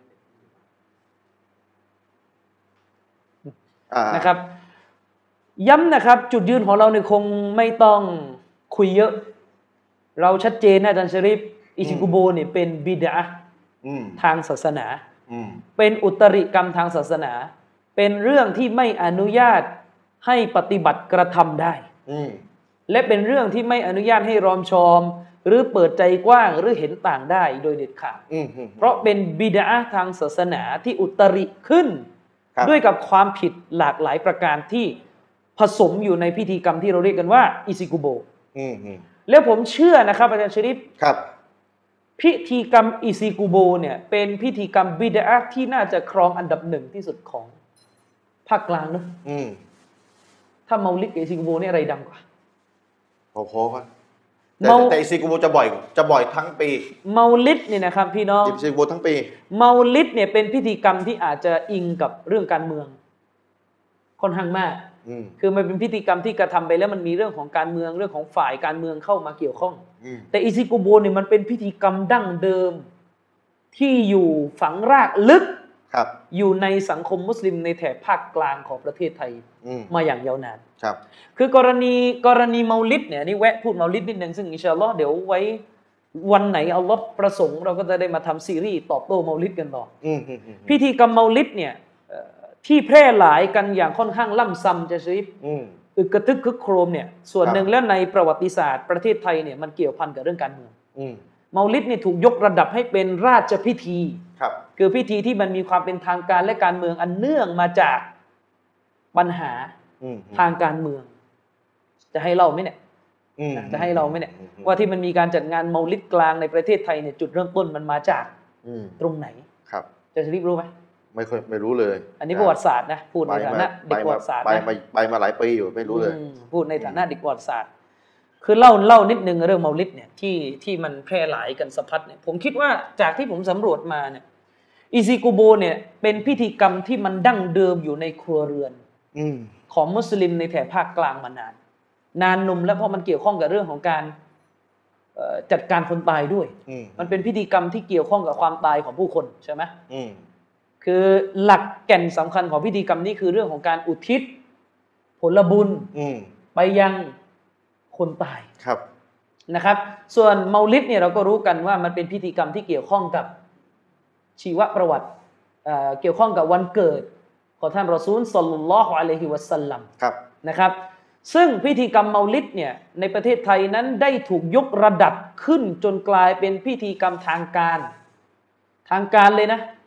นะครับย้ำนะครับจุดยืนของเราเนี่ยคงไม่ต้องคุยเยอะเราชัดเจนนะอาจารย์ชะรีฟอิซิกุโบเนี่ยเป็นบิดอะห์ทางศาสนาเป็นอุตริกรรมทางศาสนาเป็นเรื่องที่ไม่อนุญาตให้ปฏิบัติกระทำได้และเป็นเรื่องที่ไม่อนุญาตให้รอมชอมหรือเปิดใจกว้างหรือเห็นต่างได้โดยเด็ดขาดเพราะเป็นบิดอะห์ทางศาสนาที่อุตริขึ้นด้วยกับความผิดหลากหลายประการที่ผสมอยู่ในพิธีกรรมที่เราเรียกกันว่าอิซิกุโบแล้วผมเชื่อนะครับอาจารย์ชะรีฟพิธีกรรมอิซิกุโบเนี่ยเป็นพิธีกรรมบิดอะห์ที่น่าจะครองอันดับหนึ่งที่สุดของภาคกลางนะถ้าเมาลิดกับอิซิกุโบเนี่ยอะไรดังกว่าพอๆกันแต่แต่อิซิกุโบจะบ่อยจะบ่อยทั้งปีเมาลิดเนี่ยนะครับพี่น้องอิซิกุโบทั้งปีเมาลิดเนี่ยเป็นพิธีกรรมที่อาจจะอิงกับเรื่องการเมืองค่อนข้างมากคือมันเป็นพิธีกรรมที่กระทำไปแล้วมันมีเรื่องของการเมืองเรื่องของฝ่ายการเมืองเข้ามาเกี่ยวข้องแต่อิซิกุโบเนี่ยมันเป็นพิธีกรรมดั้งเดิมที่อยู่ฝังรากลึกอยู่ในสังคมมุสลิมในแถบภาคกลางของประเทศไทยมาอย่างยาวนานคือกรณีกรณีเมาลิดเนี่ยนี่แวะพูดเมาลิดนิดนึงซึ่งอินชาอัลลอฮ์เดี๋ยวไว้วันไหนอัลลอฮ์ประสงค์เราก็จะได้มาทำซีรีส์ตอบโต้เมาลิดกันต่อพิธีกรรมเมาลิดเนี่ยที่แพร่หลายกันอย่างค่อนข้างล่ำซ้ำจะซีฟอึกกระทึกคึกโครมเนี่ยส่วนหนึ่งแล้วในประวัติศาสตร์ประเทศไทยเนี่ยมันเกี่ยวพันกับเรื่องการเมืองเมาลิดเนี่ยถูกยกระดับให้เป็นราชพิธีคือพิธีที่มันมีความเป็นทางการและการเมืองอันเนื่องมาจากปัญหาทางการเมืองจะให้เล่าไหมเนี่ยจะให้เราไหมเนี่ยว่าที่มันมีการจัดงานเมาลิดกลางในประเทศไทยเนี่ยจุดเริ่มต้นมันมาจากตรงไหนจะซีฟรู้ไหมไม่เคยไม่รู้เลยอันนี้ประวัติศาสตร์นะพูดในฐานะเด็กประวัติศาสตร์นะไปไปมาหลายปีอยู่ไม่รู้เลยพูดในฐานะเด็กประวัติศาสตร์คือเล่าเล่านิดนึงเรื่องเมาลิดเนี่ยที่ที่มันแพร่หลายกันสะพัดเนี่ยผมคิดว่าจากที่ผมสำรวจมาเนี่ยอิซิกุโบเนี่ยเป็นพิธีกรรมที่มันดั้งเดิมอยู่ในครัวเรือนของมุสลิมในแถบภาคกลางมานานนานนมแล้วเพราะมันเกี่ยวข้องกับเรื่องของการจัดการคนตายด้วยมันเป็นพิธีกรรมที่เกี่ยวข้องกับความตายของผู้คนใช่ไหมคือหลักแก่นสำคัญของพิธีกรรมนี้คือเรื่องของการอุทิศผลบุญไปยังคนตายนะครับส่วนเมาลิดเนี่ยเราก็รู้กันว่ามันเป็นพิธีกรรมที่เกี่ยวข้องกับชีวประวัติเอ่อเกี่ยวข้องกับวันเกิดของท่านรอซูลศ็อลลัลลอฮุอะลัยฮิวะซัลลัมนะครับซึ่งพิธีกรรมเมาลิดเนี่ยในประเทศไทยนั้นได้ถูกยกระดับขึ้นจนกลายเป็นพิธีกรรมทางการทางการเลยนะ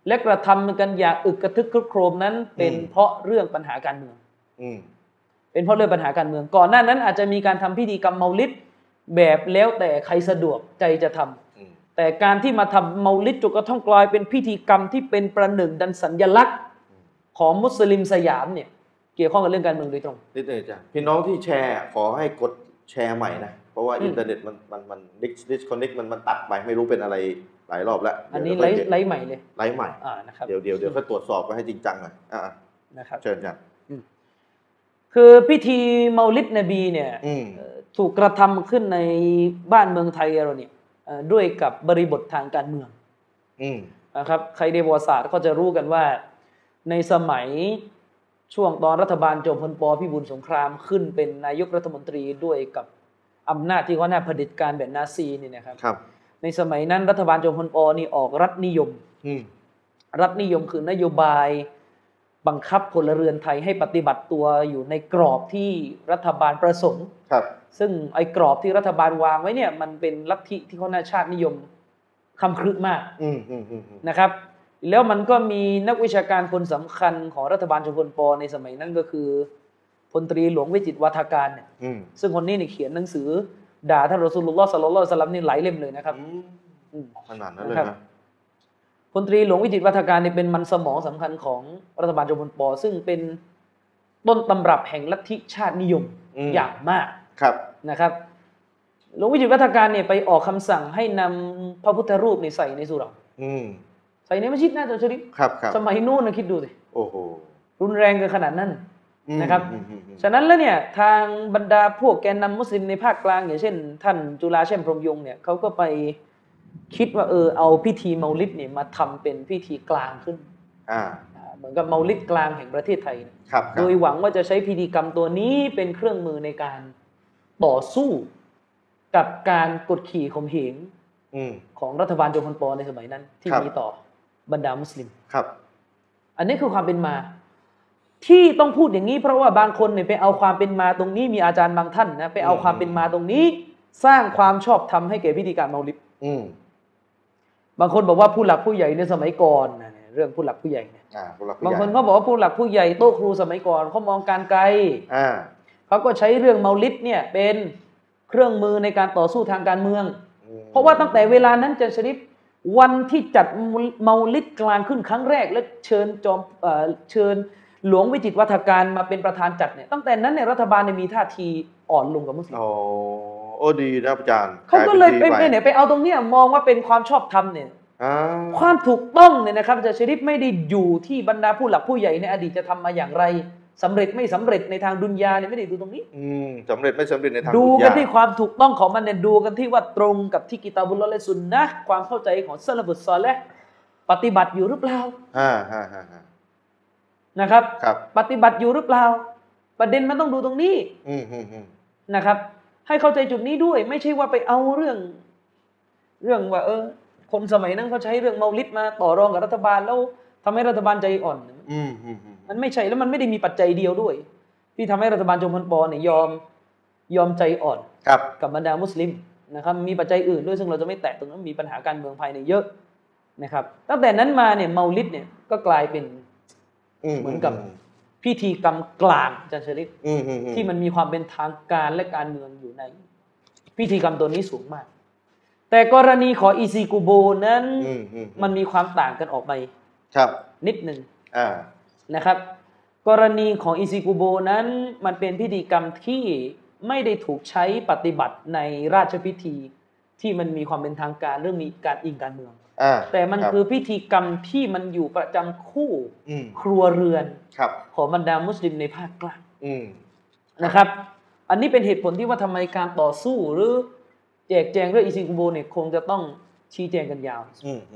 และกระทำกันอย่างอึกกระทึกครึกโครมนั้นเป็นเพราะเรื่องปัญหาการเมืองเป็นเพราะเรื่องปัญหาการเมืองก่อนหน้านั้นอาจจะมีการทำพิธีกรรมเมาลิดแบบแล้วแต่ใครสะดวกใจจะทำแต่การที่มาทำเมาลิดจนกระทั่งกลายเป็นพิธีกรรมที่เป็นประหนึ่งดันสัญลักษณ์ของมุสลิมสยามเนี่ยเกี่ยวข้องกับเรื่องการเมืองโดยตรงนิดหนึ่งจ้ะพี่น้องที่แชร์ขอให้กดแชร์ใหม่นะเพราะว่าอินเทอร์เน็ตมันมันมันดิสดิสคอนเนคมันมันตัดไปไม่รู้เป็นอะไรหลายรอบแล้วอันนี้ไลฟ์ไลฟ์ใหม่เลยไลฟ์ใหม่อ่านะครับเดี๋ยวเดี๋ยวเดี๋ยวค่อยตรวจสอบกันให้จริงจังหน่อยอ่านะครับเชิญจ้ะคือพิธีเมาลิดนบีเนี่ยถูกกระทำขึ้นในบ้านเมืองไทยเราเนี่ยด้วยกับบริบททางการเมืองนะครับใครเรียนประวัติศาสตร์ก็จะรู้กันว่าในสมัยช่วงตอนรัฐบาลจอมพลป.พิบูลสงครามขึ้นเป็นนายกรัฐมนตรีด้วยกับอำนาจที่เขาหน้าเผด็จการแบบนาซีนี่นะครับในสมัยนั้นรัฐบาลจอมพลป.นี่ออกรัฐนิยมรัฐนิยมคือนโยบายบังคับพลเรือนไทยให้ปฏิบัติตัวอยู่ในกรอบที่รัฐบาลประสงค์ซึ่งไอ้กรอบที่รัฐบาลวางไว้เนี่ยมันเป็นลัทธิที่เขาหน้าชาตินิยมคำครึมากนะครับแล้วมันก็มีนักวิชาการคนสำคัญของรัฐบาลจอมพลป.ในสมัยนั้นก็คือพลตรีหลวงวิจิตรวาทการเนี่ยซึ่งคนนี้เนี่ยเขียนหนังสือด่าท่านรอซูลุลลอฮ์ศ็อลลัลลอฮุอะลัยฮิวะซัลลัมนี่หลายเล่มเลยนะครับขนาดนั้นเลยนะพลตรีหลวงวิจิตรวาทการเนี่ยเป็นมันสมองสำคัญของรัฐบาลจอมพลป.ซึ่งเป็นต้นตำรับแห่งลัทธิชาตินิยมอย่างมากนะครับหลวงวิจิตรวาทการเนี่ยไปออกคำสั่งให้นำพระพุทธรูปนี่ใส่ในสุเหร่าใส่ในมัสยิดน่าจะชริฟสมัยนู้นนะคิดดูสิโอ้โหรุนแรงเกินขนาดนั้นนะครับฉะนั้นแล้วเนี่ยทางบรรดาพวกแกนนำมุสลิมในภาคกลางอย่างเช่นท่านจุฬาแช่มพรหมยงค์เนี่ยเขาก็ไปคิดว่าเออเอาพิธีเมาลิดเนี่ยมาทำเป็นพิธีกลางขึ้นเหมือนกับเมาลิดกลางแห่งประเทศไทยโดยหวังว่าจะใช้พิธีกรรมตัวนี้เป็นเครื่องมือในการต่อสู้กับการกดขี่ข่มเหงของรัฐบาลจอมพลป.ในสมัยนั้นที่มีต่อบรรดามุสลิมครับอันนี้คือความเป็นมาที่ต้องพูดอย่างนี้เพราะว่าบางคนเนี่ยไปเอาความเป็นมาตรงนี้มีอาจารย์บางท่านนะไปเอาความเป็นมาตรงนี้สร้างความชอบธรรมให้แก่พิธีการเมาลิดบางคนบอกว่าผู้หลักผู้ใหญ่ในสมัยก่อนนะเรื่องผู้หลักผู้ใหญ่เนี่ยบางคนเขาบอกว่าผู้หลักผู้ใหญ่โต๊ะครูสมัยก่อนเขามองการไกลเขาก็ใช้เรื่องเมาลิดเนี่ยเป็นเครื่องมือในการต่อสู้ทางการเมืองเพราะว่าตั้งแต่เวลานั้นจะชริฟวันที่จัดเมาลิดกลางขึ้นครั้งแรกและเชิญจอมเอ่อเชิญหลวงวิจิตรวาทการมาเป็นประธานจัดเนี่ยตั้งแต่นั้นเนี่ยรัฐบาลเนี่ยมีท่าทีอ่อนลงกับมุสลิมโอ้โอ้ดีนะอาจารย์เขาก็เลยไปเนี่ยไปเอาตรงเนี้ยมองว่าเป็นความชอบธรรมเนี่ยความถูกต้องเนี่ยนะครับจะชริฟไม่ได้อยู่ที่บรรดาผู้หลักผู้ใหญ่ในอดีตจะทำมาอย่างไรสำเร็จไม่สำเร็จในทางดุนยาเนี่ยไม่ได้ดูตรงนี้อืมสำเร็จไม่สำเร็จในทางดุนยาดูกันที่ความถูกต้องของมันเนี่ยดูกันที่ว่าตรงกับที่กิตาบุลลอฮ์และซุนนะห์ความเข้าใจของซะละฟุสซอลิห์ปฏิบัติอยู่หรือเปล่าอ่าฮะฮะนะครับปฏิบัติอยู่หรือเปล่าประเด็นมันต้องดูตรงนี้นะครับให้เข้าใจจุดนี้ด้วยไม่ใช่ว่าไปเอาเรื่องเรื่องว่าเออคนสมัยนั้นเขาใช้เรื่องเมาลิดมาต่อรองกับรัฐบาลแล้วทำให้รัฐบาลใจอ่อนมันไม่ใช่แล้วมันไม่ได้มีปัจจัยเดียวด้วยที่ทำให้รัฐบาลจอมพลป.เนี่ยยอมยอมใจอ่อนกับบรรดามุสลิมนะครับมีปัจจัยอื่นด้วยซึ่งเราจะไม่แตะตรงนั้นมีปัญหาการเมืองภายในเยอะนะครับตั้งแต่นั้นมาเนี่ยเมาลิดเนี่ยก็กลายเป็นเหมือนกับพิธีกรรมกลางอาจารย์ชริฟที่มันมีความเป็นทางการและการเมืองอยู่ในพิธีกรรมตัวนี้สูงมากแต่กรณีของอีซีกูโบนั้นมันมีความต่างกันออกไปนิดหนึ่งนะครับกรณีของอีซีกูโบนั้นมันเป็นพิธีกรรมที่ไม่ได้ถูกใช้ปฏิบัติในราชพิธีที่มันมีความเป็นทางการเรื่องมีการอิงการเมืองแต่มันคือพิธีกรรมที่มันอยู่ประจำคู่ครัวเรือนของบรรดามุสลิมในภาคกลางนะครับอันนี้เป็นเหตุผลที่ว่าทำไมการต่อสู้หรือแจกแจงเรื่องอิซิกุโบเนี่ยคงจะต้องชี้แจงกันยาว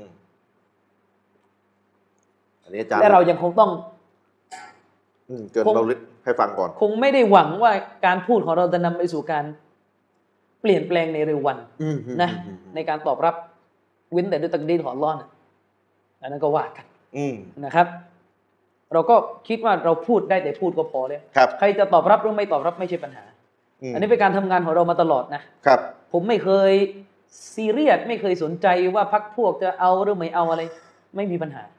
และเรายังคงต้องเกินเราลึกให้ฟังก่อนคงไม่ได้หวังว่าการพูดของเราจะนำไปสู่การเปลี่ยนแปลงในเร็ววันนะในการตอบรับเว้นแต่ด้วยตักดีรของอัลเลาะห์นะอันนั้นก็ว่ากันนะครับเราก็คิดว่าเราพูดได้แต่พูดก็พอแล้วใครจะตอบรับหรือไม่ตอบรับไม่ใช่ปัญหาอันนี้เป็นการทำงานของเรามาตลอดนะครับผมไม่เคยซีเรียสไม่เคยสนใจว่าพรรคพวกจะเอาหรือไม่เอาอะไรไม่มีปัญหา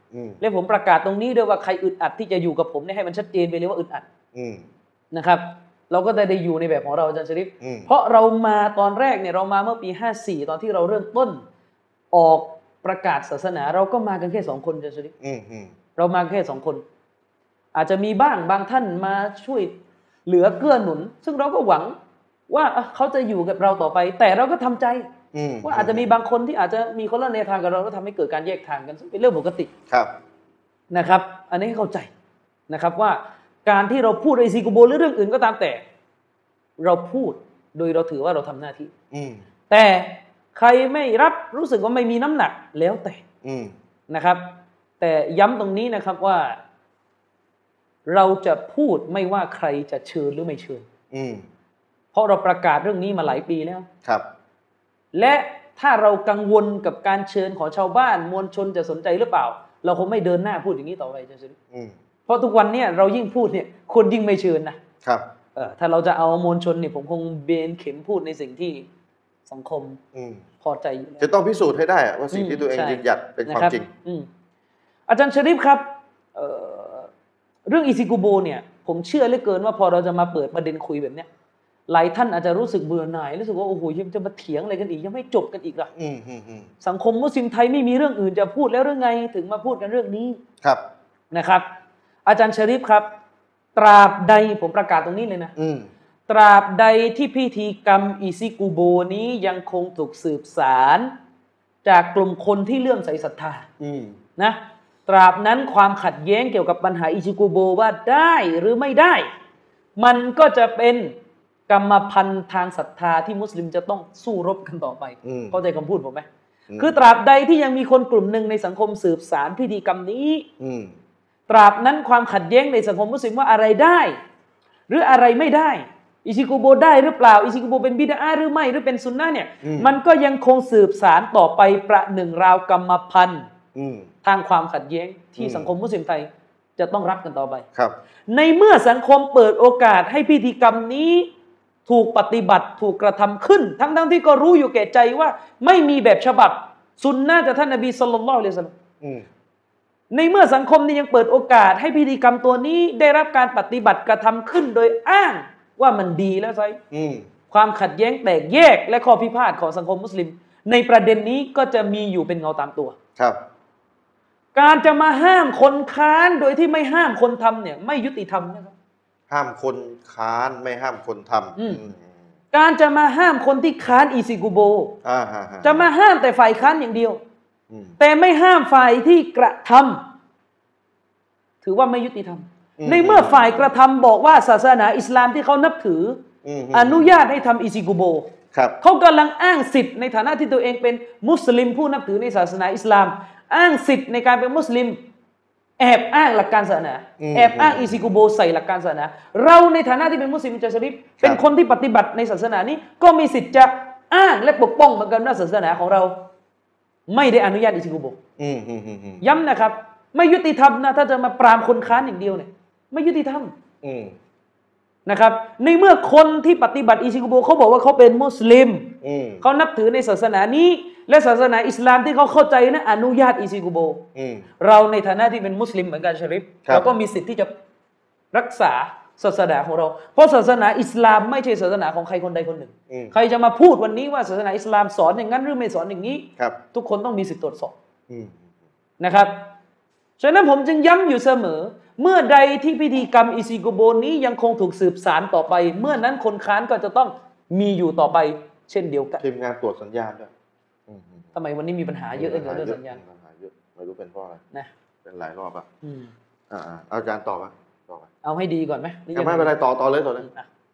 และผมประกาศตรงนี้ด้วยว่าใครอึดอัดที่จะอยู่กับผมเนี่ยให้มันชัดเจนไปเลยว่าอึดอัดนะครับเราก็ได้ได้อยู่ในแบบของเราอาจารย์ชริฟเพราะเรามาตอนแรกเนี่ยเรามาเมื่อปีห้าสี่ตอนที่เราเริ่มต้นออกประกาศศาสนาเราก็มากันแค่สองคนอาจารย์ชริฟเรามาแค่สองคนอาจจะมีบ้างบางท่านมาช่วยเหลือเกื้อหนุนซึ่งเราก็หวังว่าเขาจะอยู่กับเราต่อไปแต่เราก็ทำใจว่าอาจจะมีบางคนที่อาจจะมีคนละแนวทางกับเราแล้วทำให้เกิดการแยกทางกันซึ่งเป็นเรื่องปกติครับนะครับอันนี้ให้เข้าใจนะครับว่าการที่เราพูดอิซิกุโบหรือเรื่องอื่นก็ตามแต่เราพูดโดยเราถือว่าเราทำหน้าที่แต่ใครไม่รับรู้สึกว่าไม่มีน้ำหนักแล้วแต่นะครับแต่ย้ำตรงนี้นะครับว่าเราจะพูดไม่ว่าใครจะเชิญหรือไม่เชิญเพราะเราประกาศเรื่องนี้มาหลายปีแล้วครับและถ้าเรากังวลกับการเชิญของชาวบ้านมวลชนจะสนใจหรือเปล่าเราคงไม่เดินหน้าพูดอย่างนี้ต่อไปจะสิเพราะทุกวันเนี่ยเรายิ่งพูดเนี่ยคนยิ่งไม่เชิญนะครับเออถ้าเราจะเอามวลชนเนี่ยผมคงเบนเข็มพูดในสิ่งที่สังคมพอใจอยู่แล้วจะต้องพิสูจน์ให้ได้ว่าสิ่งที่ตัวเองยืนหยัดเป็นความจริงอาจารย์ชริฟครับเเรื่องอิซิกุโบเนี่ยผมเชื่อเหลือเกินว่าพอเราจะมาเปิดประเด็นคุยแบบเนี้ยหลายท่านอาจจะรู้สึกเบื่อหน่ายรู้สึกว่าโอ้โหยังจะมาเถียงอะไรกันอีกยังไม่จบกันอีกล่ะสังคมมุสลิมไทยไม่มีเรื่องอื่นจะพูดแล้วหรือไงถึงมาพูดกันเรื่องนี้ครับนะครับอาจารย์ชริฟครับตราบใดผมประกาศตรงนี้เลยนะตราบใดที่พิธีกรรมอิซิกุโบนี้ยังคงถูกสืบสานจากกลุ่มคนที่เลื่อมใสศรัทธานะตราบนั้นความขัดแย้งเกี่ยวกับปัญหาอิซิกุโบว่าได้หรือไม่ได้มันก็จะเป็นกรรมพันธุ์ทางศรัทธาที่มุสลิมจะต้องสู้รบกันต่อไปเข้าใจคำพูดผมไหมคือตราบใดที่ยังมีคนกลุ่มหนึ่งในสังคมสืบสานพิธีกรรมนี้ตราบนั้นความขัดแย้งในสังคมมุสลิมว่าอะไรได้หรืออะไรไม่ได้อิซิกุโบได้หรือเปล่าอิซิกุโบเป็นบิดอะห์หรือไม่หรือเป็นซุนนะห์เนี่ยมันก็ยังคงสืบสานต่อไปประหนึ่งราวกรรมพันธุ์ทางความขัดแย้งที่สังคมมุสลิมไทยจะต้องรับกันต่อไปครับในเมื่อสังคมเปิดโอกาสให้พิธีกรรมนี้ถูกปฏิบัติถูกกระทำขึ้นทั้งทั้งที่ก็รู้อยู่แก่ใจว่าไม่มีแบบฉบับซุนนะห์จากท่านนบีศ็อลลัลลอฮุอะลัยฮิวะซัลลัมในเมื่อสังคมนี้ยังเปิดโอกาสให้พิธีกรรมตัวนี้ได้รับการปฏิบัติกระทำขึ้นโดยอ้างว่ามันดีแล้วไซความขัดแย้งแตกแยกและข้อพิพาทของสังคมมุสลิมในประเด็นนี้ก็จะมีอยู่เป็นเงาตามตัวครับการจะมาห้ามคนค้านโดยที่ไม่ห้ามคนทำเนี่ยไม่ยุติธรรมนะครับห้ามคนค้านไม่ห้ามคนทำการจะมาห้ามคนที่ค้านอิซิกุโบจะมาห้ามแต่ฝ่ายค้านอย่างเดียวแต่ไม่ห้ามฝ่ายที่กระทำถือว่าไม่ยุติธรรมในเมื่อฝ่ายกระทำบอกว่าศาสนาอิสลามที่เขานับถืออนุญาตให้ทำอิซิกุโบเขากำลังอ้างสิทธิ์ในฐานะที่ตัวเองเป็นมุสลิมผู้นับถือในศาสนาอิสลามอ้างสิทธิ์ในการเป็นมุสลิมแอบอ้างหลักการศาสนาแอบอ้างอิซิกุโบใส่หลักการศาสนาเราในฐานะที่เป็นมุสลิมจะชริฟเป็นคนที่ปฏิบัติในศาสนานี้ก็มีสิทธิ์จะอ้างและปกป้องเหมือนกันว่าศาสนาของเราไม่ได้อนุญาตอิซิกุโบย้ำนะครับไม่ยุติธรรมนะถ้าจะมาปรามคนค้านอย่างเดียวเนี่ยไม่ยุติธรรมนะครับในเมื่อคนที่ปฏิบัติอิซิกุโบเขาบอกว่าเขาเป็นมุสลิมเขานับถือในศาสนานี้และศาสนาอิสลามที่เขาเข้าใจนะอนุญาตอิซิกุโบเราในฐานะที่เป็นมุสลิมเหมือนกันชริฟเราก็มีสิทธิ์ที่จะรักษาศาสนาของเราเพราะศาสนาอิสลามไม่ใช่ศาสนาของใครคนใดคนหนึ่งใครจะมาพูดวันนี้ว่าศาสนาอิสลามสอนอย่างนั้นหรือไม่สอนอย่างนี้ทุกคนต้องมีสิทธิ์ตรวจสอบนะครับฉะนั้นผมจึงย้ำอยู่เสมอเมื่อใดที่พิธีกรรมอิซิกุโบนี้ยังคงถูกสืบสานต่อไปเมื่อนั้นคนค้านก็จะต้องมีอยู่ต่อไปเช่นเดียวกันทีมงานตรวจสัญญาณด้วยทำไมวันนี้มีปัญหาเยอะเรื่องเรื่องสัญญาณปัญหาเยอะไม่รู้เป็นเพราะอะไรนะเป็นหลายรอบอ่ะอ่าอาจารย์ตอบมาตอบมาเอาให้ดีก่อนไหมไม่เป็นไรต่อต่อเลยต่อเลย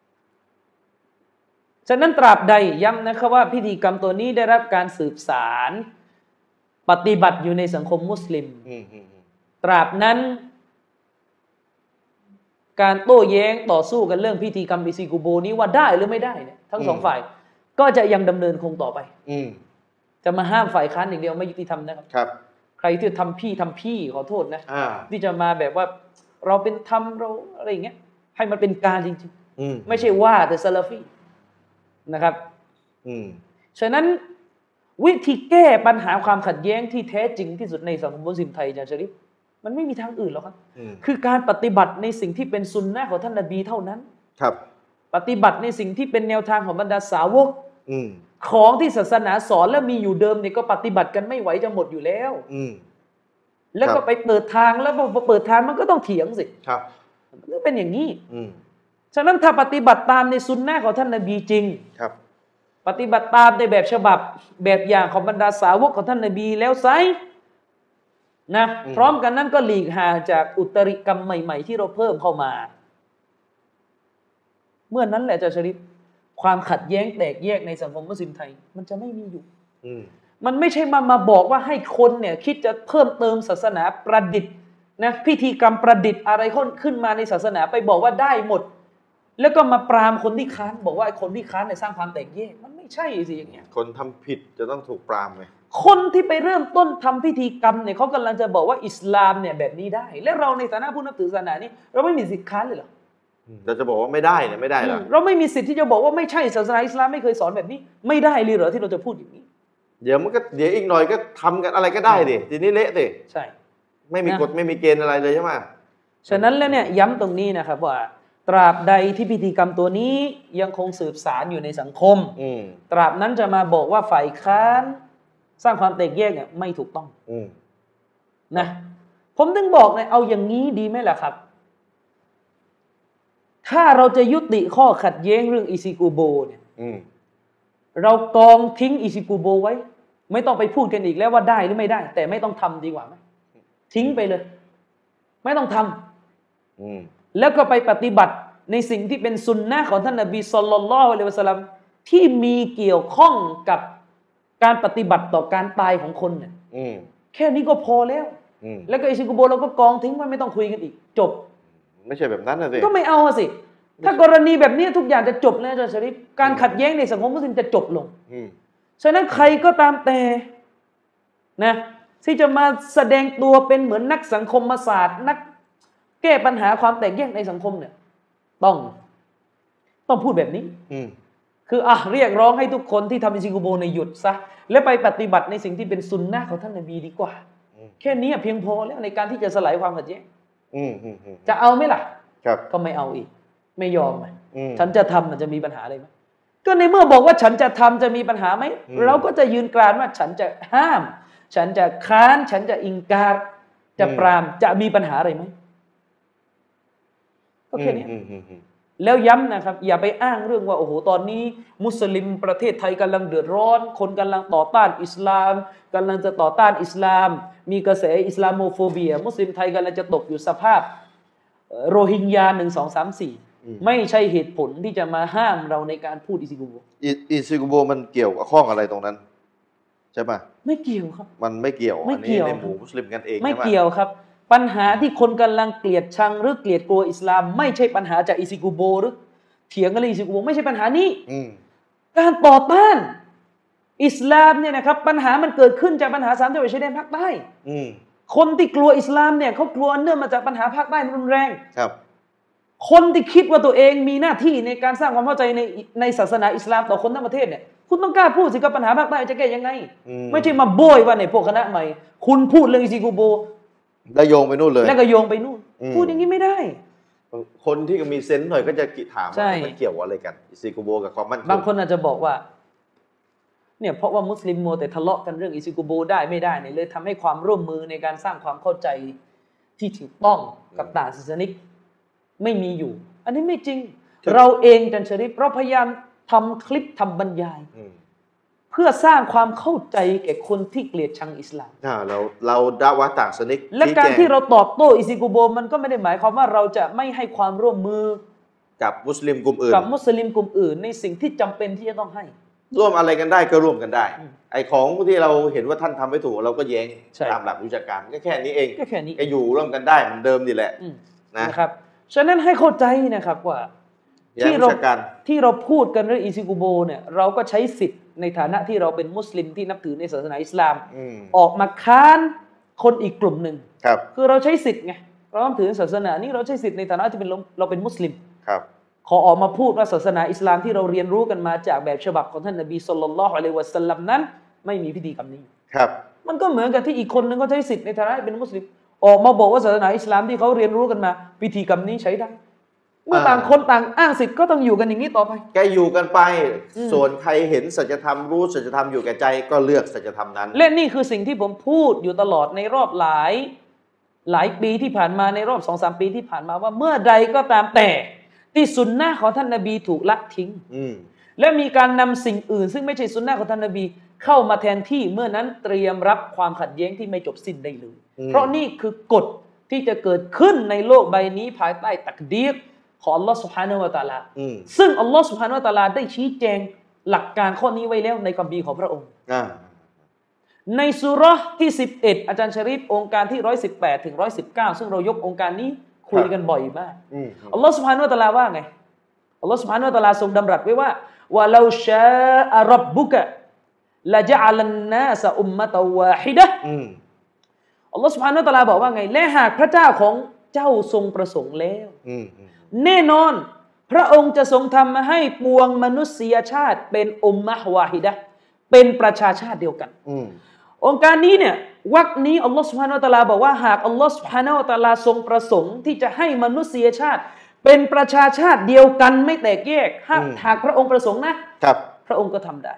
ฉะนั้นตราบใดย้ำนะครับว่าพิธีกรรมตัวนี้ได้รับการสืบสานปฏิบัติอยู่ในสังคมมุสลิมตราบนั้นการโต้แย้งต่อสู้กันเรื่องพิธีกรรมอิซิกุโบนี้ว่าได้หรือไม่ได้เนี่ยทั้งสองฝ่ายก็จะยังดำเนินคงต่อไปจะมาห้ามฝ่ายค้านอย่างเดียวไม่ยุติธรรมนะครับครับใครที่ทำพี่ทำพี่ขอโทษนะที่จะมาแบบว่าเราเป็นธรรมเราอะไรอย่างเงี้ยให้มันเป็นการจริงๆไม่ใช่ว่าแต่ซาลาฟีนะครับฉะนั้นวิธีแก้ปัญหาความขัดแย้งที่แท้จริงที่สุดในสังคมมุสลิมไทยอาจารย์ชริฟมันไม่มีทางอื่นหรอกครับอืมคือการปฏิบัติในสิ่งที่เป็นสุนนะของท่านนบีเท่านั้นครับปฏิบัติในสิ่งที่เป็นแนวทางของบรรดาสาวกอืมของที่ศาสนาสอนและมีอยู่เดิมเนี่ยก็ปฏิบัติกันไม่ไหวจะหมดอยู่แล้วอืมแล้วก็ไปเปิดทางแล้วพอเปิดทางมันก็ต้องเถียงสิครับมันก็เป็นอย่างนี้อืมฉะนั้นถ้าปฏิบัติตามในสุนนะของท่านนบีจริงครับปฏิบัติตามในแบบฉบับแบบอย่างของบรรดาสาวกของท่านนบีแล้วไซนะอืมพร้อมกันนั้นก็หลีกห่างจากอุตริกรรมใหม่ ๆ ที่เราเพิ่มเข้ามา เมื่อนั้นแหละอาจารย์ชริฟความขัดแย้งแตกแยกในสังคมมุสลิมไทย มันจะไม่มีอยู่อืมมันไม่ใช่มามาบอกว่าให้คนเนี่ยคิดจะเพิ่มเติมศาสนาประดิษฐ์นะพิธีกรรมประดิษฐ์อะไรขึ้นมาในศาสนาไปบอกว่าได้หมด แล้วก็มาปรามคนที่ค้านบอกว่าไอ้คนที่ค้านเนี่ยสร้างความแตกแยกมันไม่ใช่สิอย่างเงี้ยคนทำผิดจะต้องถูกปรามไงคนที่ไปเริ่มต้นทำพิธีกรรมเนี่ยเขากำลังจะบอกว่าอิสลามเนี่ยแบบนี้ได้ และเราในฐานะผู้นับถือศาสนานี้เราไม่มีสิทธิ์ค้านเลยเหรอเราจะบอกว่าไม่ได้เนี่ยไม่ได้หรอเราไม่มีสิทธิ์ที่จะบอกว่าไม่ใช่ศาสนาอิสลามไม่เคยสอนแบบนี้ ไม่ได้เลยเหรอที่เราจะพูดอย่างนี้เดี๋ยวมันก็เดี๋ยวอีกหน่อยก็ทำกันอะไรก็ได้ดิทีนี้เละดิใช่ไม่มีนะกฎไม่มีเกณฑ์อะไรเลยใช่ไหมฉะนั้นแล้วเนี่ยย้ำตรงนี้นะครับว่า ตราบใดที่พิธีกรรมตัวนี้ยังคงสืบสานอยู่ในสังคมอืมตราบนั้นจะมาบอกว่าฝ่ายค้านสร้างความแตกแยกเนี่ยไม่ถูกต้องอืมนะผมถึงบอกเนี่ยเอาอย่างนี้ดีไหมล่ะครับ ถ้าเราจะยุติข้อขัดแย้งเรื่องอิซิกุโบเนี่ยอืมเรากองทิ้งอิซิกุโบไว้ ไม่ต้องไปพูดกันอีกแล้วว่าได้หรือไม่ได้ แต่ไม่ต้องทำดีกว่าไหมทิ้งไปเลย ไม่ต้องทำอืมแล้วก็ไปปฏิบัติในสิ่งที่เป็นสุนนะของท่านนบีศ็อลลัลลอฮุอะลัยฮิวะซัลลัมที่มีเกี่ยวข้องกับการปฏิบัติต่อการตายของคนเนี่ยอืมแค่นี้ก็พอแล้วอืมแล้วก็อิซิกุโบเราก็กองทิ้งไว้ไม่ต้องคุยกันอีก จบไม่ใช่แบบนั้นนะสิก็ไม่เอาอะสิ ถ้ากรณีแบบนี้ทุกอย่างจะจบแล้วอาจารย์ชริฟการขัดแย้งในสังคมมุสลิมจะจบลงอืมฉะนั้นใครก็ตามแต่นะที่จะมาแสดงตัวเป็นเหมือนนักสังคมศาสตร์นักแก้ปัญหาความแตกแยกในสังคมเนี่ยต้อง ต้องพูดแบบนี้อืมคืออ่ะเรียกร้องให้ทุกคนที่ทำอิซิกุโบในหยุดซะและไปปฏิบัติในสิ่งที่เป็นสุนนะของท่านนบีดีกว่าอืมแค่นี้เพียงพอแล้วในการที่จะสลายความขัดแย้งอืมอืมอืมจะเอาไหมล่ะครับก็ไม่เอาอีก ไม่ยอมไหมอืมฉันจะทำมันจะมีปัญหาอะไรไหมก็ในเมื่อบอกว่าฉันจะทำจะมีปัญหาไหมอืมเราก็จะยืนกรานว่าฉันจะห้าม ฉันจะค้าน ฉันจะอิงการ จะปรามจะมีปัญหาอะไรไหมก็แค่นี้อืมอืมอืมแล้วย้ำนะครับ อย่าไปอ้างเรื่องว่าโอ้โหตอนนี้ มุสลิมประเทศไทยกำลังเดือดร้อน คนกำลังต่อต้านอิสลามกำลังจะต่อต้านอิสลาม มีกระแสอิสลามโมโฟเบีย มุสลิมไทยกำลังจะตกอยู่สภาพเอ่อโรฮิงญาหนึ่งสองสามสี่ไม่ใช่เหตุผลที่จะมาห้ามเราในการพูดอิซิกุโบอิอิซิกุโบมันเกี่ยวกับข้องอะไรตรงนั้นใช่ปะไม่เกี่ยวครับมันไม่เกี่ยวไม่อันเกี่นี้ยวในหมู่มุสลิมกันเองไม่ใช่ปะเกี่ยวครับ ปัญหาที่คนกำลังเกลียดชังหรือเกลียดกลัวอิสลาม ไม่ใช่ปัญหาจากอิซิกุโบหรือเถียงกันเรื่องอิซิกุโบไม่ใช่ปัญหานี้อืมการต่อต้านอิสลามเนี่ยนะครับปัญหามันเกิดขึ้นจากปัญหาสามจังหวัดชายแดนภาคใต้อืมคนที่กลัวอิสลามเนี่ยเขากลัวเนื่องมาจากปัญหาภาคใต้มันรุนแรงครับคนที่คิดว่าตัวเองมีหน้าที่ในการสร้างความเข้าใจในในศาสนาอิสลามต่อคนทั้งประเทศเนี่ยคุณต้องกล้าพูดสิกับปัญหาภาคใต้จะแก้ยังไงอืมไม่ใช่มาโบยว่าในพวกคณะใหม่ คุณพูดเรื่องอิซิกุโบได้โยงไปนู่นเลยแล้วก็โยงไปนู่นอืมพูดอย่างนี้ไม่ได้คนที่มีเซนส์หน่อยก็จะกิถามใช่ว่ามันเกี่ยวอะไรกันอิซิกุโบกับความมั่นคงบางคนอาจจะบอกว่าเนี่ยเพราะว่ามุสลิมมัวแต่ทะเลาะกันเรื่องอิซิกุโบได้ไม่ได้เนี่ยเลยทำให้ความร่วมมือในการสร้างความเข้าใจที่ถูกต้องกับต่างศาสนิกไม่มีอยู่ อันนี้ไม่จริง เราเองจันชริฟเราพยายามทำคลิปทำบรรยายอืมเพื่อสร้างความเข้าใจแก่คนที่เกลียดชังอิสลามอ่าเราเราดาวะต่างศาสนิกและชี้การแจงที่เราตอบโต้อิซิกุโบมันก็ไม่ได้หมายความว่าเราจะไม่ให้ความร่วมมือกับมุสลิมกลุ่มอื่นกับมุสลิมกลุ่มอื่น ในสิ่งที่จำเป็นที่จะต้องให้ร่วมอะไรกันได้ก็ร่วมกันได้อืมไอ้ของที่เราเห็นว่าท่านทำไม่ถูกเราก็แย้งใช่ตามหลักวิชาการก็แค่นี้เองก็แค่นี้ก็อยู่ร่วมกันได้เหมือนเดิมนี่แหละอืมนะนะครับฉะนั้นให้เข้าใจนะครับว่าแย้งที่วิเราชาการที่เราพูดกันเรื่องอิซิกุโบเนี่ยเราก็ใช้สิทธิ์ในฐานะที่เราเป็นมุสลิมที่นับถือในศาสนาอิสลามอืมออกมาค้านคนอีกกลุ่มหนึ่งครับคือเราใช้สิทธิ์ไงเรานับถือศาสนานี้เราใช้สิทธิ์ในฐานะที่เป็นเราเราเป็นมุสลิมครับขอออกมาพูดว่าศาสนาอิสลามที่เราเรียนรู้กันมาจากแบบฉบับของท่านนบีศ็อลลัลลอฮุอะลัยฮิวะซัลลัมนั้นไม่มีพิธีกรรมนี้ครับมันก็เหมือนกับที่อีกคนนึงก็ใช้สิทธิ์ในฐานะเป็นมุสลิมออกมาบอกว่าศาสนาอิสลามที่เขาเรียนรู้กันมาพิธีกรรมนี้ใช้ได้เมื่อต่างคนต่างอ้างสิทธิ์ก็ต้องอยู่กันอย่างนี้ต่อไปแกอยู่กันไปส่วนใครเห็นสัจธรรมรู้สัจธรรมอยู่แก่ใจก็เลือกสัจธรรมนั้นและนี่คือสิ่งที่ผมพูดอยู่ตลอดในรอบหลายหลายปีที่ผ่านมาในรอบ สองสาม ปีที่ผ่านมาว่าเมื่อใดก็ตามแต่ที่สุนนะของท่านนบีถูกละทิ้งและมีการนำสิ่งอื่นซึ่งไม่ใช่สุนนะของท่านนบีเข้ามาแทนที่เมื่อนั้นเตรียมรับความขัดแย้งที่ไม่จบสิ้นได้เลยเพราะนี่คือกฎที่จะเกิดขึ้นในโลกใบนี้ภายใต้ตักดีรของอัลลอฮฺซุบฮานะฮูวะตะอาลาซึ่งอัลลอฮฺซุบฮานะฮูวะตะอาลาได้ชี้แจงหลักการข้อนี้ไว้แล้วในคัมภีร์ของพระองค์ในซูเราะห์ที่สิบเอ็ดอาจารย์ชะรีฟองค์การที่หนึ่งร้อยสิบแปดถึงหนึ่งร้อยสิบเก้าซึ่งเรายกองค์การนี้คุยกันบ่อยมากอัลลอฮฺซุบฮานะฮูวะตะอาลาว่าไงอัลลอฮฺซุบฮานะฮูวะตะอาลาทรงดำรัสไว้ว่าวะลาชาอะร็อบบุกะละญะอะลันนาสอุมมะตะวาฮิดะห์อัลลอฮฺซุบฮานะฮูวะตะอาลาบอกว่าไงและหากพระเจ้าของเจ้าทรงประสงค์แล้วแน่นอนพระองค์จะทรงทำให้ปวงมนุษยชาติเป็นอุมมะฮ์วาฮิดะห์เป็นประชาชาติเดียวกันองค์การนี้เนี่ยวรรคนี้อัลลอฮฺซุบฮานะฮูวะตะอาลาบอกว่าหากอัลลอฮฺซุบฮานะฮูวะตะอาลาทรงประสงค์ที่จะให้มนุษยชาติเป็นประชาชาติเดียวกันไม่แตกแยกหากพระองค์ประสงค์นะครับพระองค์ก็ทำได้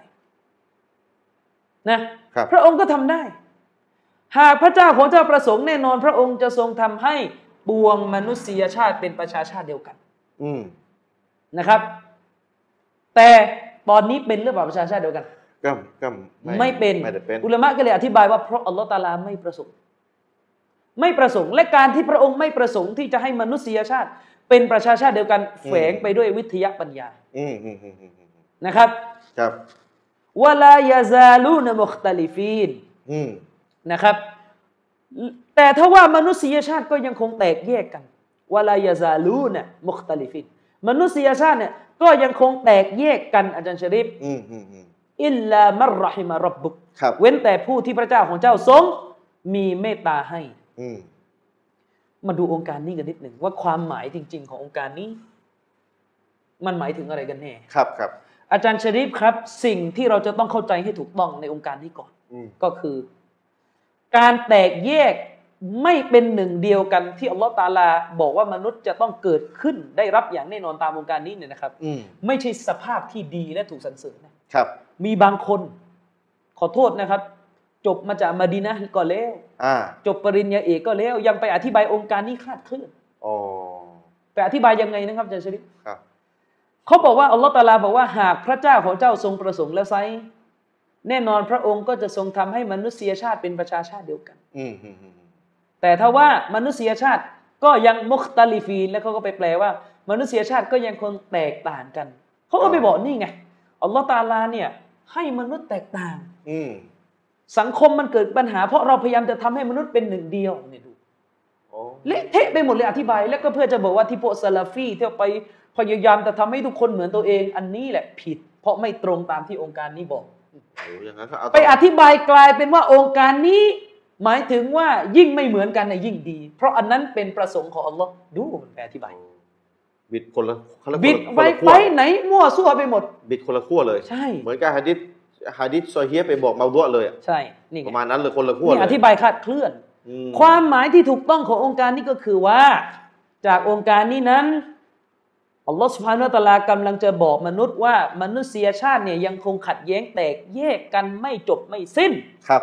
นะพระองค์ก็ทำได้หากพระเจ้าของเจ้าประสงค์แน่นอนพระองค์จะทรงทำให้ปวงมนุษยชาติเป็นประชาชาติเดียวกันนะครับแต่ตอนนี้เป็นหรือเปล่าประชาชาติเดียวกันก็ก็ไม่เป็นอุลามะก็เลยอธิบายว่าเพราะอัลลอฮฺตะอาลาไม่ประสงค์ไม่ประสงค์และการที่พระองค์ไม่ประสงค์ที่จะให้มนุษยชาติเป็นประชาชาติเดียวกันแฝงไปด้วยวิทยาปัญญานะครับครับวะลายาซาลูนมุคตะลิฟีนนะครับแต่ถ้าว่ามนุษยชาติก็ยังคงแตกแยกกันวะลายาซาลูนมุคตะลิฟีนมนุษยชาติเนี่ยก็ยังคงแตกแยกกันอาจารย์ชะรีฟอิลลามัรเราะฮิมะร็อบบุกเว้นแต่ผู้ที่พระเจ้าของเจ้าทรงมีเมตตาให้มาดูองค์การนี้กันนิดหนึ่งว่าความหมายจริงๆขององค์การนี้มันหมายถึงอะไรกันแน่ครับครับอาจารย์ชะรีฟครับสิ่งที่เราจะต้องเข้าใจให้ถูกต้องในองค์การนี้ก่อนก็คือการแตกแยกไม่เป็นหนึ่งเดียวกันที่อัลลอฮฺตะอาลาบอกว่ามนุษย์จะต้องเกิดขึ้นได้รับอย่างแน่นอนตามองค์การนี้เนี่ยนะครับไม่ใช่สภาพที่ดีและถูกสรรเสริญนะครับมีบางคนขอโทษนะครับจบมาจากมะดีนะห์ก็แล้วจบปริญญาเอกก็แล้วยังไปอธิบายองค์การนี้คลาดเคลื่อนไปอธิบายยังไงนะครับอาจารย์ชะรีฟเขาบอกว่าอัลลอฮฺตะอาลาบอกว่าหากพระเจ้าของเจ้าทรงประสงค์แล้วไซแน่นอนพระองค์ก็จะทรงทำให้มนุษยชาติเป็นประชาชาติเดียวกันแต่ถ้าว่ามนุษยชาติก็ยังมุคตะลิฟีนแล้วเขาก็ไปแปลว่ามนุษยชาติก็ยังคงแตกต่างกันเขาก็ไปบอกนี่ไงอัลลอฮฺตะอาลาเนี่ยให้มนุษย์แตกต่างสังคมมันเกิดปัญหาเพราะเราพยายามจะทำให้มนุษย์เป็นหนึ่งเดียวเนี่ยดูเละเทะไปหมดเลยอธิบายแล้วก็เพื่อจะบอกว่าที่พวกซะลาฟีที่ไปพยายามจะทำให้ทุกคนเหมือนตัวเองอันนี้แหละผิดเพราะไม่ตรงตามที่องค์การนี้บอกไปอธิบายกลายเป็นว่าองค์การนี้หมายถึงว่ายิ่งไม่เหมือนกันในยิ่งดีเพราะอันนั้นเป็นประสงค์ของอัลลอฮ์ดูมันแปลอธิบายบิดคนละบิดไปไปไหนมั่วซั่วไปหมดบิดคนละขั้วเลยใช่เหมือนกับหะดีษหะดีษซอฮีฮ์ไปบอกเมาดุอะเลยใช่นี่ประมาณนั้นเลยคนละขั้วเลยนี่อธิบายคลาดเคลื่อนความหมายที่ถูกต้องขององค์การนี้ก็คือว่าจากองค์การนี้นั้นอัลลอฮฺซุบฮานะฮูวะตะอาลากำลังจะบอกมนุษย์ว่ามนุษยชาติเนี่ยยังคงขัดแย้งแตกแยกกันไม่จบไม่สิ้นครับ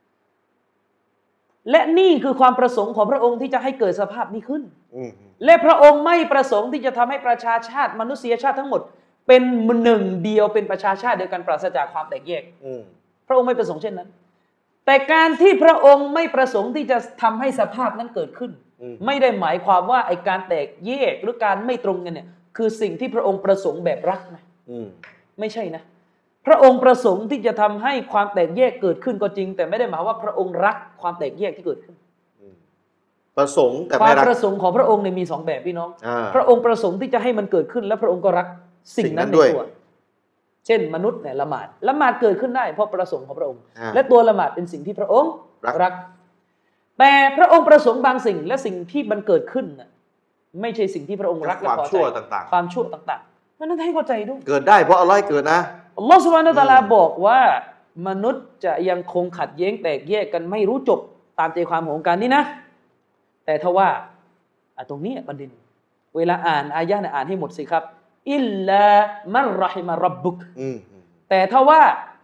และนี่คือความประสงค์ของพระองค์ที่จะให้เกิดสภาพนี้ขึ้นและพระองค์ไม่ประสงค์ที่จะทำให้ประชาชาติมนุษยชาติทั้งหมดเป็นหนึ่งเดียวเป็นประชาชาติเดียวกันปราศจากความแตกแยกพระองค์ไม่ประสงค์เช่นนั้นแต่การที่พระองค์ไม่ประสงค์ที่จะทำให้สภาพนั้นเกิดขึ้นไม่ได้หมายความว่าไอ้การแตกแยกหรือการไม่ตรงกันเนี่ยคือสิ่งที่พระองค์ประสงค์แบบรักนะไม่ใช่นะพระองค์ประสงค์ที่จะทำให้ความแตกแยกเกิดขึ้นก็จริงแต่ไม่ได้หมายว่าพระองค์รักความแตกแยกที่เกิดขึ้นประสงค์แต่ไม่รักความประสงค์ของพระองค์เนี่ยมีสองแบบพี่น้องพระองค์ประสงค์ที่จะให้มันเกิดขึ้นและพระองค์ก็รักสิ่งนั้นในตัวเช่นมนุษย์เนี่ยละหมาดละหมาดเกิดขึ้นได้เพราะประสงค์ของพระองค์และตัวละหมาดเป็นสิ่งที่พระองค์รักแต่พระองค์ประสงค์บางสิ่งและสิ่งที่มันเกิดขึ้นน่ะไม่ใช่สิ่งที่พระองค์รักและพอใจความชั่วต่างๆความชั่วต่างๆมันต้องให้เข้าใจด้วยเกิดได้เพราะอัลเลาะห์เกิดนะอัลลอฮฺซุบฮานะฮูวะตะอาลาบอกว่ามนุษย์จะยังคงขัดแย้งแตกแยกกันไม่รู้จบตามใจความของการนี้นะแต่ถ้าว่าตรงนี้ประเด็นเวลาอ่านอายะห์เนี่ยอ่านให้หมดสิครับอิลลามัรเราะฮิมะร็อบบุกแต่ถ้าว่า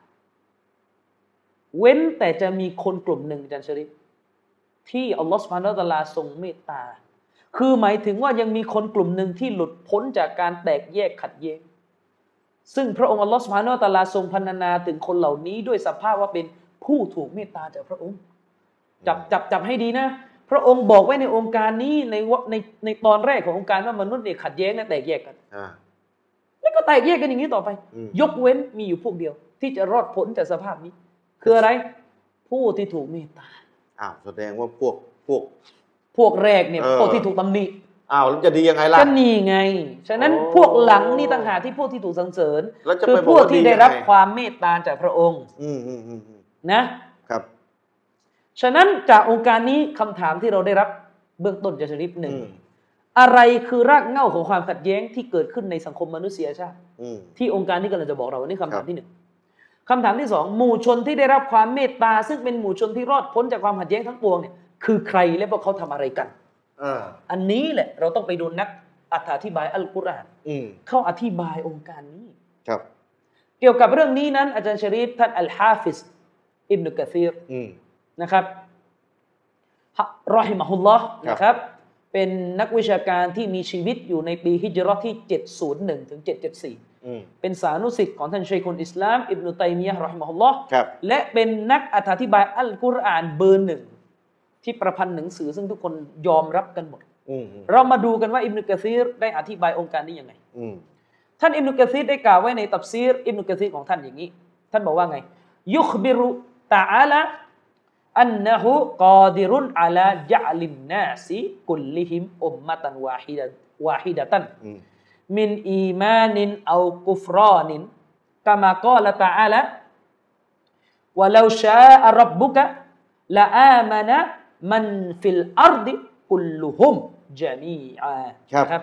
เว้นแต่จะมีคนกลุ่มหนึ่งอาจารย์ชะริฟที่อัลลอฮฺซุบฮานะฮูวะตะอาลาทรงเมตตาคือหมายถึงว่ายังมีคนกลุ่มหนึ่งที่หลุดพ้นจากการแตกแยกขัดแย้งซึ่งพระองค์อัลลอฮฺซุบฮานะฮูวะตะอาลาทรงพรรณนาถึงคนเหล่านี้ด้วยสภาพว่าเป็นผู้ถูกเมตตาจากพระองค์จับจับจับให้ดีนะพระองค์บอกไว้ในองค์การนี้ในในในตอนแรกขององค์การว่ามนุษย์เนี่ยขัดแย้งและแตกแยกกันแล้วก็แตกแยกกันอย่างนี้ต่อไปยกเว้นมีอยู่พวกเดียวที่จะรอดพ้นจากสภาพนี้คืออะไรผู้ที่ถูกเมตตาอ้าวแสดงว่าพวกพวกพวกแรกเนี่ยพวกที่ถูกตำหนิอ้าวแล้วจะดียังไงล่ะก็นี่ไงฉะนั้นพวกหลังนี่ต่างหากที่พวกที่ถูกสรรเสริญคือพวกที่ได้รับความเมตตาจากพระองค์นะครับฉะนั้นจากองค์การนี้คำถามที่เราได้รับเบื้องต้นจะชริปหนึ่งอะไรคือรากเหง้าของความขัดแย้งที่เกิดขึ้นในสังคมมนุษยชาติที่องค์การนี้กำลังจะบอกเรานี่คำถามที่หนึ่งคำถามที่สองหมู่ชนที่ได้รับความเมตตาซึ่งเป็นหมู่ชนที่รอดพ้นจากความขัดแย้งทั้งปวงเนี่ยคือใครและพวกเขาทำอะไรกันอันนี้แหละเราต้องไปดูนักอธิบายอัลกุรอานเข้าอธิบายองค์การนี้ครับเกี่ยวกับเรื่องนี้นั้นอาจารย์ชะรีฟท่านอัลฮาฟิซอิบนุกะซีรนะครับรอฮิมะฮุลลอฮ์นะครับเป็นนักวิชาการที่มีชีวิตอยู่ในปีฮิจเราะห์ที่เจ็ดร้อยเอ็ดถึงเจ็ดร้อยเจ็ดสิบสี่เป็นสานุสิทธิ์ของท่านชัยคุลอิสลามอิบนุตัยมียะห์รอฮิมะฮุลลอฮ์และเป็นนักอธิบายอัลกุรอานเบอร์หนึ่งที่ประพันธ์หนังสือซึ่งทุกคนยอมรับกันหมดเรามาดูกันว่าอิบนุกะซีรได้อธิบายองค์การนี้ยังไงท่านอิบนุกะซีรได้กล่าวไว้ในตัฟซีรอิบนุกะซีรของท่านอย่างนี้ท่านบอกว่าไงยุคบิรุตะอาลาอันนะฮูกอดิรุนอะลาญะลินนาซิกุลลิฮิมอุมมะตันวาฮิดะวาฮิดะตันมินอีมานินเอากุฟรานินกะมากอละตะอาลาวะลาชาอะร็อบบุกะละอามานะมันฟิลอัรฎิกุลลุฮุมญะมีอาครับ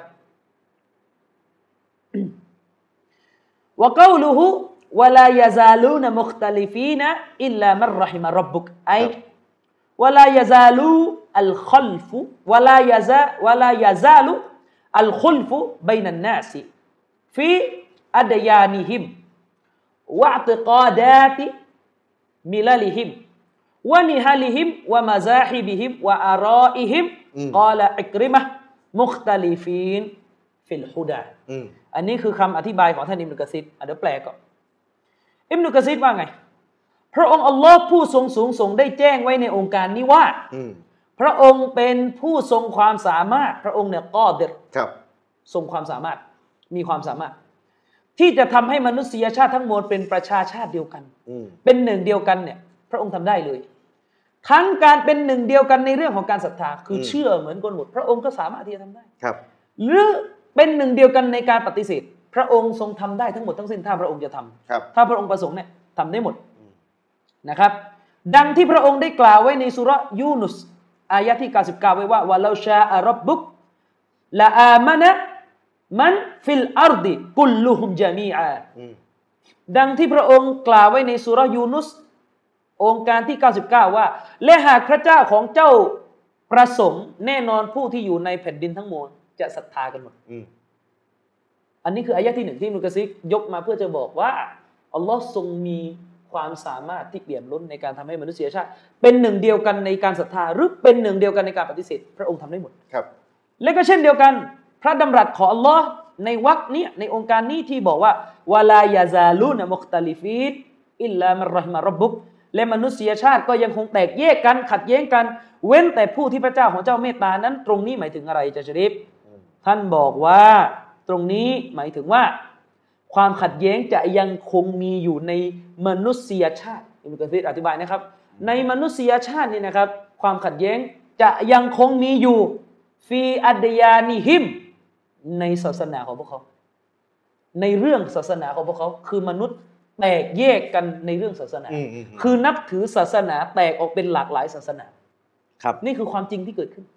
วะกอลุฮุวะลายะซาลูนมุคตะลิฟีนอิลลามัรเราะฮิมะร็อบบุกไอวะลายะซาลูอัลคอลฟุวะลายะซาวะลายะซาลูอัลคุลฟุบัยนันนาสฟีอัดยานิฮิมวะอิติกาดาติมิลลิฮิมวะนิฮลิฮิมวะมะซาฮิบิฮิมวะอารออิฮิมกาลอิกริมะฮ์มุคตะลิฟีนฟิลฮุดาอันนี้คือคำอธิบายของท่านอิบนุกะซีรเดี๋ยวแปลก่อนอิบนุกะซีรว่าไงพระองค์อัลลอฮ์ผู้ทรงสูงส่งได้แจ้งไว้ในองค์การนี้ว่าพระองค์เป็นผู้ทรงความสามารถพระองค์เนี่ยกอดิรทรงความสามารถมีความสามารถที่จะทำให้มนุษยชาติทั้งมวลเป็นประชาชาติเดียวกันเป็นหนึ่งเดียวกันเนี่ยพระองค์ทำได้เลยทั้งการเป็นหนึ่งเดียวกันในเรื่องของการศรัทธาคือเชื่อเหมือนกันหมดพระองค์ก็สามารถที่จะทำได้หรือเป็นหนึ่งเดียวกันในการปฏิเสธพระองค์ทรงทำได้ทั้งหมดทั้งสิ้นถ้าพระองค์จะทำถ้าพระองค์ประสงค์เนี่ยทำได้หมดนะครับดังที่พระองค์ได้กล่าวไว้ในสุเราะห์ยูนุสอายะที่เก้าสิบเก้าไว้ว่าวะลาชาอะร็อบบุกละอามานะมันฟิลอัรฎิกุลลุฮุมญะมีอาดังที่พระองค์กล่าวไว้ในสุเราะห์ยูนุสองค์การที่เก้าสิบเก้าว่าและหากพระเจ้าของเจ้าประสงค์แน่นอนผู้ที่อยู่ในแผ่นดินทั้งมวลจะศรัทธากันหมดอันนี้คืออายะที่หนึ่งที่อิบนุกะซีรยกมาเพื่อจะบอกว่าอัลลอฮ์ทรงมีความสามารถที่เปี่ยมล้นในการทำให้มนุษยชาติเป็นหนึ่งเดียวกันในการศรัทธาหรือเป็นหนึ่งเดียวกันในการปฏิเสธพระองค์ทำได้หมดครับและก็เช่นเดียวกันพระดำรัสของอัลลอฮ์ในวรรคนี้ในองค์การนี้ที่บอกว่าวะลายะซาลูนมุคตะลิฟีนอิลลามัรเราะฮิมะร็อบบุกและมนุษยชาติก็ยังคงแตกแยกกันขัดแย้งกันเว้นแต่ผู้ที่พระเจ้าของเจ้าเมตตานั้นตรงนี้หมายถึงอะไรจะชะรีฟท่านบอกว่าตรงนี้หมายถึงว่าความขัดแย้งจะยังคงมีอยู่ในมนุษยชาติอิบนุกะซีรอธิบายนะครับในมนุษยชาตินี่นะครับความขัดแย้งจะยังคงมีอยู่ฟีอัดยานิฮิมในศาสนาของพวกเขาในเรื่องศาสนาของพวกเขาคือมนุษย์แตกแยกกันในเรื่องศาสนาคือนับถือศาสนาแตกออกเป็นหลากหลายศาสนาครับนี่คือความจริงที่เกิดขึ้น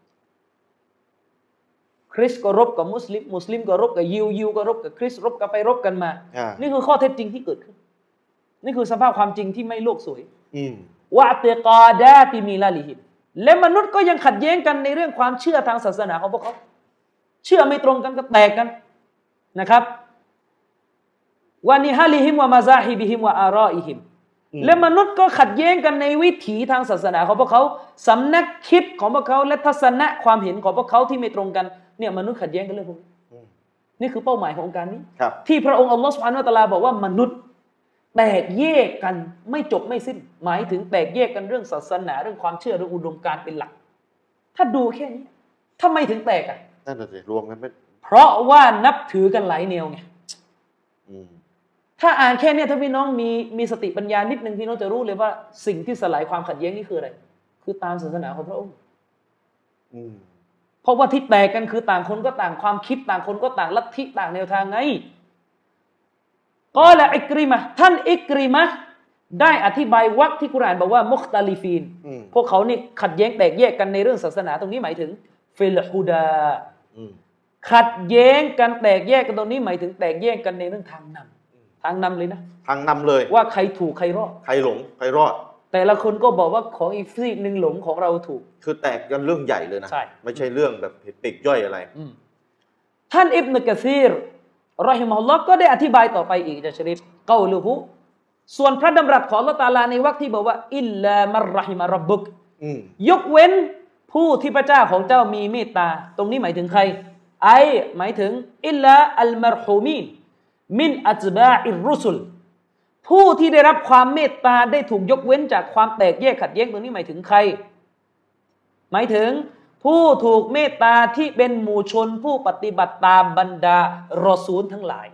คริสต์ก็รบกับมุสลิมมุสลิมก็รบกับยิวยิวก็รบกับคริสต์รบกันไปรบกันมานี่คือข้อเท็จจริงที่เกิดขึ้นนี่คือสภาพความจริงที่ไม่โลกสวยวะติกาดาติมิลาลิฮิมและมนุษย์ก็ยังขัดแย้งกันในเรื่องความเชื่อทางศาสนาของพวกเขาเชื่อไม่ตรงกันก็แตกกันนะครับวานิฮาลิฮิมวะมาซาฮิบิฮิมวะอารออิฮิมและมนุษย์ก็ขัดแย้งกันในวิถีทางศาสนาของพวกเขาสำนักคิดของพวกเขาและทัศนะความเห็นของพวกเขาที่ไม่ตรงกันเนี่ยมนุษย์ขัดแย้งกันเรื่องพวกนี้นี่คือเป้าหมายขององค์การนี้ที่พระองค์อัลลอฮฺซุบฮานะฮูวะตะอาลาบอกว่ามนุษย์แตกแยกกันไม่จบไม่สิ้นหมายถึงแตกแยกกันเรื่องศาสนาเรื่องความเชื่อเรื่องอุดมการณ์เป็นหลักถ้าดูแค่นี้ทำไมถึงแตกอ่ะนั่นแหละสิรวมกันไม่เพราะว่านับถือกันหลายแนวไงถ้าอ่านแค่นี้ถ้าพี่น้องมีมีสติปัญญานิดนึงพี่น้องจะรู้เลยว่าสิ่งที่สลายความขัดแย้งนี่คืออะไรคือตามศาสนาของพระองค์เพราะว่าที่แตกกันคือต่างคนก็ต่างความคิดต่างคนก็ต่างลัทธิต่างแนวทางไงก็ละอิกริมะท่านอิกริมะได้อธิบายวรรคที่กุรอานบอกว่ามุคตาลิฟีนพวกเขานี่ขัดแย้งแตกแยกกันในเรื่องศาสนาตรงนี้หมายถึงฟิลฮูดาขัดแย้งกันแตกแยกกันตรงนี้หมายถึงแตกแยกกันในเรื่องทางนำทางนำเลยนะทางนำเลยว่าใครถูกใครรอดใครหลงใครรอดแต่ละคนก็บอกว่าของอีกซีกหนึ่งหลงของเราถูกคือแตกกันเรื่องใหญ่เลยนะไม่ใช่เรื่องแบบปลีกย่อยอะไรท่านอิบนุกะซีรรอฮิมะฮุลลอฮ์ก็ได้อธิบายต่อไปอีกจะชริฟเกาลุฮุส่วนพระดำรัสของอัลเลาะห์ตะอาลาในวรรคที่บอกว่าอิลลามัรเราะฮิมะร็อบบุกยกเว้นผู้ที่พระเจ้าของเจ้ามีเมตตาตรงนี้หมายถึงใครไอหมายถึงอิลลาอัลมัรฮูมีนมินอัตบาอิรรุสุลผู้ที่ได้รับความเมตตาได้ถูกยกเว้นจากความแตกแยกขัดแย้งตรงนี้หมายถึงใครหมายถึงผู้ถูกเมตตาที่เป็นหมู่ชนผู้ปฏิบัติตามบรรดารอซูลทั้งหลาย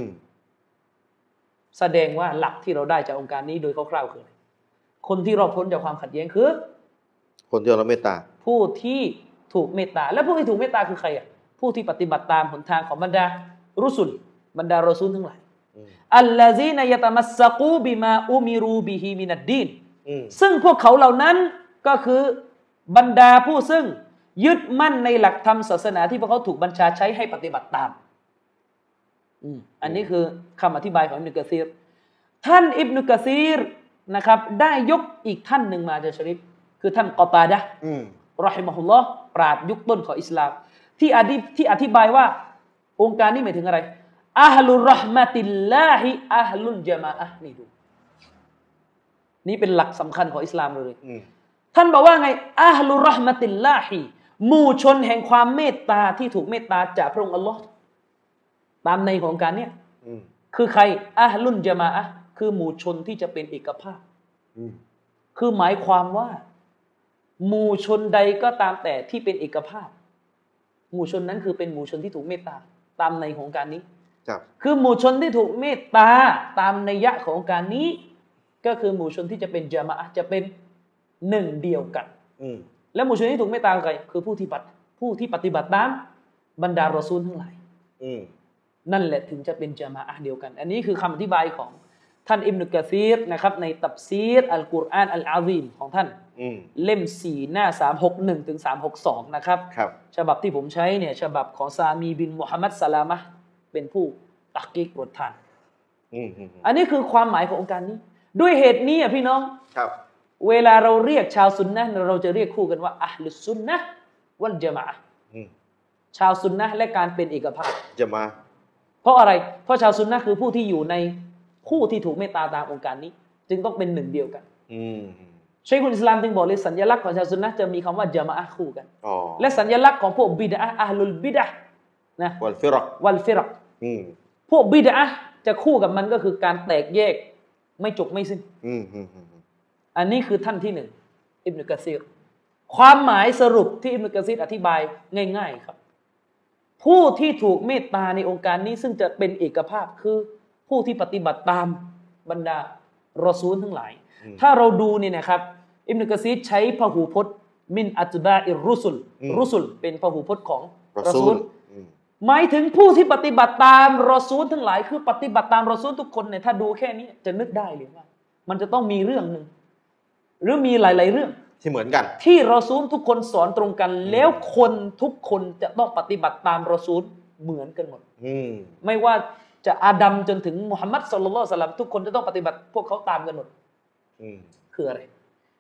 แสดงว่าหลักที่เราได้จากองค์การนี้โดยคร่าวๆคือคนที่รอดพ้นจากความขัดแย้งคือคนที่เราเมตตาผู้ที่ถูกเมตตาและผู้ที่ถูกเมตตาคือใครอ่ะผู้ที่ปฏิบัติตามหนทางของบรรดารุสุลบรรดารอซูลทั้งหลายอัลลาซีนยะตะมัสซะกูบิมาอุมิรูบิฮิมินัดดีนซึ่งพวกเขาเหล่านั้นก็คือบรรดาผู้ซึ่งยึดมั่นในหลักธรรมศาสนาที่พวกเขาถูกบัญชาใช้ให้ปฏิบัติตามอันนี้คือคำอธิบายของอิบนุกะซีรท่านอิบนุกะซีรนะครับได้ยกอีกท่านหนึ่งมาจะชริฟคือท่านกอตาดะห์รอฮิมะฮุลลอฮ์ปราชญ์ยุคต้นของอิสลามที่อธิที่อธิบายว่าองค์การนี้หมายถึงอะไรอะห์ลุรเราะห์มะติลลาฮิอะห์ลุลญะมาอะห์นี่ดูนี่เป็นหลักสำคัญของอิสลามเลยท่านบอกว่าไงอะห์ลุรเราะห์มะติลลาฮิหมู่ชนแห่งความเมตตาที่ถูกเมตตาจากพระองค์อัลลอฮ์ตามในของการเนี้ยคือใครอะห์ลุลญะมาอะห์คือหมู่ชนที่จะเป็นเอกภาพคือหมายความว่าหมู่ชนใดก็ตามแต่ที่เป็นเอกภาพหมู่ชนนั้นคือเป็นหมู่ชนที่ถูกเมตตาตามในของการนี้คือหมู่ชนที่ถูกเมตตาตามนัยยะของการนี้ก็คือหมู่ชนที่จะเป็นญะมาอะห์จะเป็นหนึ่งเดียวกันและหมู่ชนที่ถูกเมตตาใครคือผู้ที่ปฏิผู้ที่ปฏิบัติตามบรรดารอซูลทั้งหลายนั่นแหละถึงจะเป็นญะมาอะห์เดียวกันอันนี้คือคำอธิบายของท่านอิบนุกะซีรนะครับในตัฟซีรอัลกุรอานอัลอาซีมของท่านเล่มสี่หน้าสามร้อยหกสิบเอ็ดถึงสามร้อยหกสิบสองนะครับฉบับที่ผมใช้เนี่ยฉบับของซามีบินมุฮัมมัดซะลามะห์เป็นผู้ตักกีกบทท่านอันนี้คือความหมายขององค์การนี้ด้วยเหตุนี้อ่ะพี่น้องเวลาเราเรียกชาวซุนนะห์เราจะเรียกคู่กันว่าอะห์ลุสซุนนะห์วัลญะมาอะห์ชาวซุนนะห์และการเป็นเอกภาพญะมาอะห์เพราะอะไรเพราะชาวซุนนะห์คือผู้ที่อยู่ในผู้ที่ถูกเมตตาตามองค์การนี้จึงต้องเป็นหนึ่งเดียวกันชัยคุลอิสลามจึงบอกเลยสัญลักษณ์ของชาวซุนนะห์จะมีคำว่าญะมาอะห์คู่กันและสัญลักษณ์ของพวกบิดอะห์อะห์ลุลบิดะห์นะวัลฟิรักวัลฟิรักพวกบิดอะห์จะคู่กับมันก็คือการแตกแยกไม่จบไม่สิ้นอันนี้คือท่านที่หนึ่งอิบนุกะซีรความหมายสรุปที่อิบนุกะซีรอธิบายง่ายๆครับผู้ที่ถูกเมตตาในองค์การนี้ซึ่งจะเป็นเอกภาพคือผู้ที่ปฏิบัติตามบรรดารอซูลทั้งหลายถ้าเราดูเนี่ยนะครับอิบนุกะซีรใช้พหูพจน์มินอัตบาอิรรุสุลรุสุลเป็นพหูพจน์ของรอซูลหมายถึงผู้ที่ปฏิบัติตามรอซูลทั้งหลายคือปฏิบัติตามรอซูลทุกคนเนี่ยถ้าดูแค่นี้จะนึกได้เลยว่ามันจะต้องมีเรื่องนึงหรือมีหลายๆเรื่องที่เหมือนกันที่รอซูลทุกคนสอนตรงกันแล้วคนทุกคนจะต้องปฏิบัติตามรอซูลเหมือนกันหมดไม่ว่าจะอาดัมจนถึงมุฮัมมัดศ็อลลัลลอฮุอะลัยฮิวะซัลลัมทุกคนจะต้องปฏิบัติพวกเขาตามกันหมดคืออะไร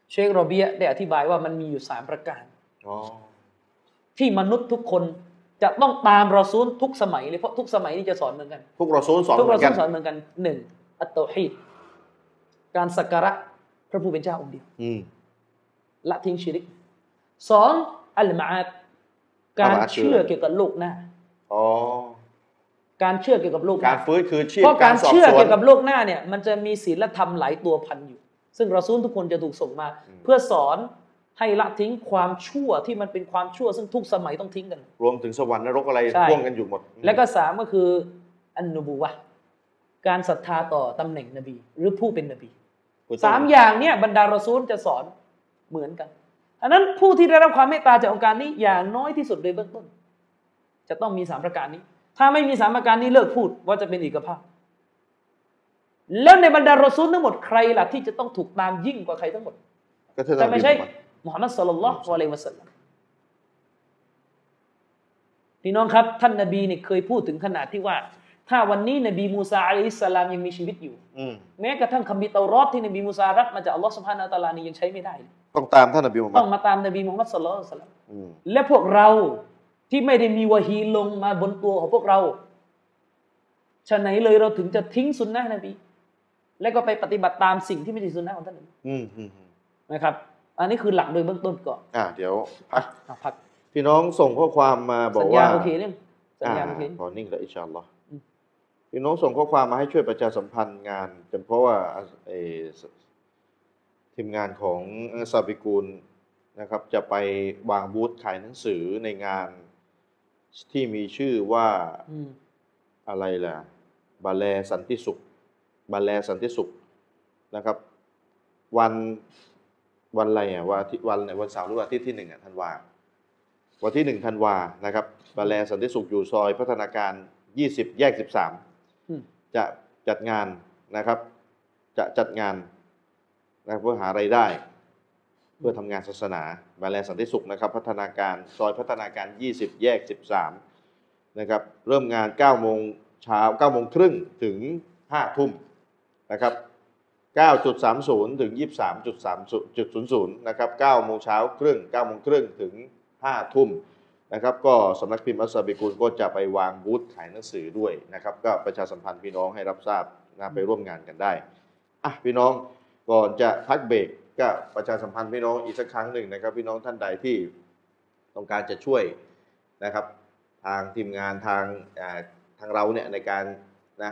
เชคโรเบียได้อธิบายว่ามันมีอยู่สามประการอ๋อที่มนุษย์ทุกคนจะต้องตามรอซูลทุกสมัยเลยเพราะทุกสมัยนี่จะสอนเหมือนกันทุกรอซูลสอนทุกเหมืรออนซูกัลนสอนเหมือนกันหนึ่งอัตเตาฮีดการสักการะพระผู้เป็นเจ้าองค์เดียวอืมละทิ้งชิริกสองอัลมาอาดการเชื่อเกี่ยวกับโลกหน้าอ๋อการเชื่อเกี่ยวกับโลกหกาน้ารฟื้นคืนชีพเพราะการสอบเชื่อสวนเกี่ยวกับโลกหน้าเนี่ยมันจะมีศีลธรรมหลายตัวพันอยู่ ซึ่งรอซูลทุกคนจะถูกส่งมา เพื่อสอนให้ละทิ้งความชั่วที่มันเป็นความชั่วซึ่งทุกสมัยต้องทิ้งกันรวมถึงสวรรค์นรกอะไรใช่พ่วงกันอยู่หมดแล้วก็สามก็คืออันนูบูวะห์การศรัทธาต่อตำแหน่งนบี หรือผู้เป็นนบีคุณต้องสามอย่างเนี่ยบรรดารอซูลจะสอนเหมือนกันอันนั้นผู้ที่ได้รับความเมตตาจากองค์การนี้อย่างน้อยที่สุดในเบื้องต้น จะต้องมีสามประการนี้ ถ้าไม่มีสามประการนี้เลิกพูดว่าจะเป็นเอกภาพ แล้วในบรรดารอซูลทั้งหมดใครล่ะที่จะต้องถูกตามยิ่งกว่าใครทั้งหมดก็เท่านั้จะนไม่ใช่มุฮัมมัดศ็อลลัลลอฮุอะลัยฮิวะซัลลัมพี่น้องครับท่านนบีเนี่ยเคยพูดถึงขนาดที่ว่า ถ้าวันนี้นบีมูซาอะลัยฮิสสลามยังมีชีวิตอยู่อืมแม้กระทั่งคัมภีร์เตารอดที่นบีมูซารับมาจากอัลลอฮฺซุบฮานะฮูวะตะอาลานี่ยังใช้ไม่ได้เลยต้องตามท่านนบีมุฮัมมัต้ดองมาตามนบีมูฮัมมัดศ็อลลัลลอฮุอะลัยฮิวะซัลลัมอืมและพวกเราที่ไม่ได้มีวะฮีลงมาบนตัวของพวกเราฉะไหนเลยเราถึงจะทิ้งสุนนะนบีและก็ไปปฏิบัติตามสิ่งที่ไม่ใช่สุนนะของท่านนบีอืมอืมอืมนะครับ อันนี้คือหลักโดยเบื้องต้นก่อนอ่าเดี๋ยวพักอ่ะพักพี่น้องส่งข้อความมาบอสักญญาว่าณโอเคเนี่ยสัญญาณโอเคพอนิ่งแล้วอินชาอัลลอฮ์อืมพี่น้องส่งข้อความมาให้ช่วยประชาสัมพันธ์งานจนเพราะว่าเอ่อทีมงานของซาบิกูลนะครับ จะไปวางบูธขายหนังสือในงานที่มีชื่อว่าอืมอะไรล่ะบาแลสันติสุขบาแลสันติสุขนะครับ วันวันอะไรอ่ะวันอาทิตย์วันไหนวันเสาร์หรือวันอาทิตย์ที่หนึ่งอ่ะธันวาวันที่หนึ่งธันวานะครับบาแลสันติสุขอยู่ซอยพัฒนาการยี่สิบแยกสิบสามอืมจะจัดงานนะครับ จะจัดงานนะครับเพื่อหารายได้ เพื่อทำงานศาสนาบาแลสันติสุขนะครับ พัฒนาการซอยพัฒนาการยี่สิบแยกสิบสามนะครับเริ่มงานเก้าโมงเช้าเก้าโมงครึ่งถึงห้าทุ่มนะครับเก้าจุดสามศูนย์ถึงยี่สิบสามจุดสามจุดศูนย์ศูนย์นะครับเก้าโมงเช้าครึ่งเก้าโมงครึ่งถึงห้าทุ่มนะครับก็สำนักพิมพ์อัสซาบิกุลก็จะไปวางบูธขายหนังสือด้วยนะครับก็ประชาสัมพันธ์พี่น้องให้รับทราบนะไปร่วมงานกันได้อ่ะพี่น้องก่อนจะพักเบรกก็ประชาสัมพันธ์พี่น้องอีกสักครั้งหนึ่งนะครับพี่น้องท่านใดที่ต้องการจะช่วยนะครับทางทีมงานทางทางเราเนี่ยในการนะ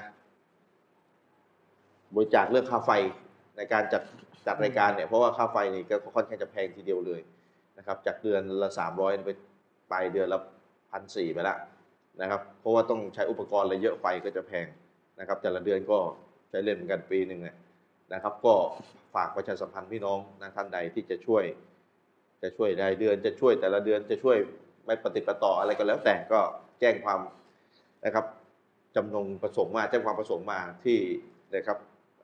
บริจาคเรื่องค่าไฟในการจัดจัดรายการเนี่ยเพราะว่าค่าไฟนี่ก็ค่อนข้างจะแพงทีเดียวเลยนะครับจากเดือนละสามร้อยไปไปเดือนละพันสี่ไปแล้วนะครับเพราะว่าต้องใช้อุปกรณ์อะไรเยอะไฟก็จะแพงนะครับแต่ละเดือนก็ใช้เล่นเหมือนกันปีหนึ่งเนี่ยนะครับก็ฝากประชาสัมพันธ์พี่น้องนะท่านใดที่จะช่วยจะช่วยรายเดือนจะช่วยแต่ละเดือนจะช่วยไม่ปฏิปต่ออะไรก็แล้วแต่ก็แจ้งความนะครับจำนงประสงค์มาแจ้งความประสงค์มาที่นะครับ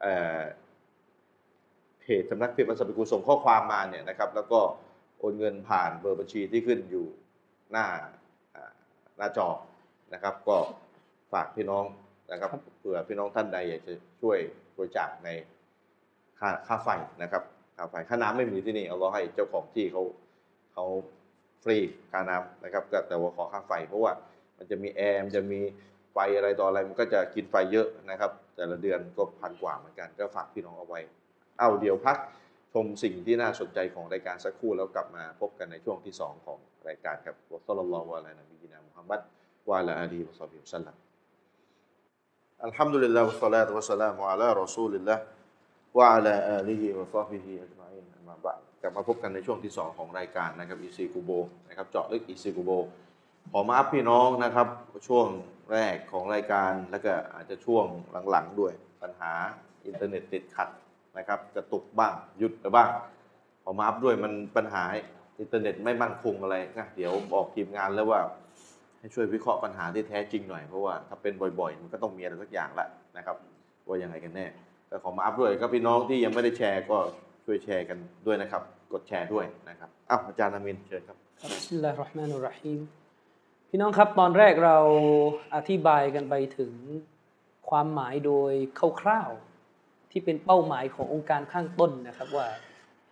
เพจสำนักพิมพ์อัสซาบิกุลส่งข้อความมาเนี่ยนะครับแล้วก็โอนเงินผ่านเบอร์บัญชีที่ขึ้นอยู่หน้าหน้าจอนะครับก็ฝากพี่น้องนะครับเผื่อพี่น้องท่านใดอยากจะช่วยบริจาคในค่าค่าไฟนะครับค่าไฟค่าน้ำไม่มีที่นี่เอาเราให้เจ้าของที่เขาเขาฟรีค่าน้ำนะครับแต่ว่าขอค่าไฟเพราะว่ามันจะมีแอร์มันจะมีไฟอะไรต่ออะไรมันก็จะกินไฟเยอะนะครับแต่ละเดือนก็พันกว่าเหมือนกันก็ฝากพี่น้องเอาไว้เอาเดี๋ยวพักชมสิ่งที่น่าสนใจของรายการสักครู่แล้วกลับมาพบกันในช่วงที่สองของรายการครับวะศ็อลลัลลอฮุอะลานบีนะมุฮัมมัดวะอะลาอาลีฮิวะศอฮบิฮิวะซัลลัมอัลฮัมดุลิลลาฮิวัสศอลาตุวัสสลามุอะลารอซูลิลลาฮ์วะอะลาอาลีฮิวะศอฮบิฮิอัจมาอีนอัมมาบะอ์กลับมาพบกันในช่วงที่สองของรายการนะครับอีซีกูโบนะครับเจาะลึกอีซีกูโบขอมาอัพพี่น้องนะครับช่วงแรกของรายการแล้วก็อาจจะช่วงหลังๆด้วยปัญหาอินเทอร์เน็ตติดขัดนะครับกระตุกบ้างหยุดบ้างขอมาอัพด้วยมันปัญหาอินเทอร์เน็ตไม่มั่นคงอะไรนะเดี๋ยวบอกทีมงานแล้วว่าให้ช่วยวิเคราะห์ปัญหาที่แท้จริงหน่อยเพราะว่าถ้าเป็นบ่อยๆมันก็ต้องมีอะไรสักอย่างละนะครับว่ายังไงกันแน่แต่ขอมาอัพด้วยก็พี่น้องที่ยังไม่ได้แชร์ก็ช่วยแชร์กันด้วยนะครับกดแชร์ด้วยนะครับอ้าวอาจารย์อามินเชิญครับบิสมิลลาฮิรเราะห์มานิรเราะฮีมพี่น้องครับตอนแรกเราอธิบายกันไปถึงความหมายโดยคร่าวๆที่เป็นเป้าหมายขององค์การข้างต้นนะครับว่าที่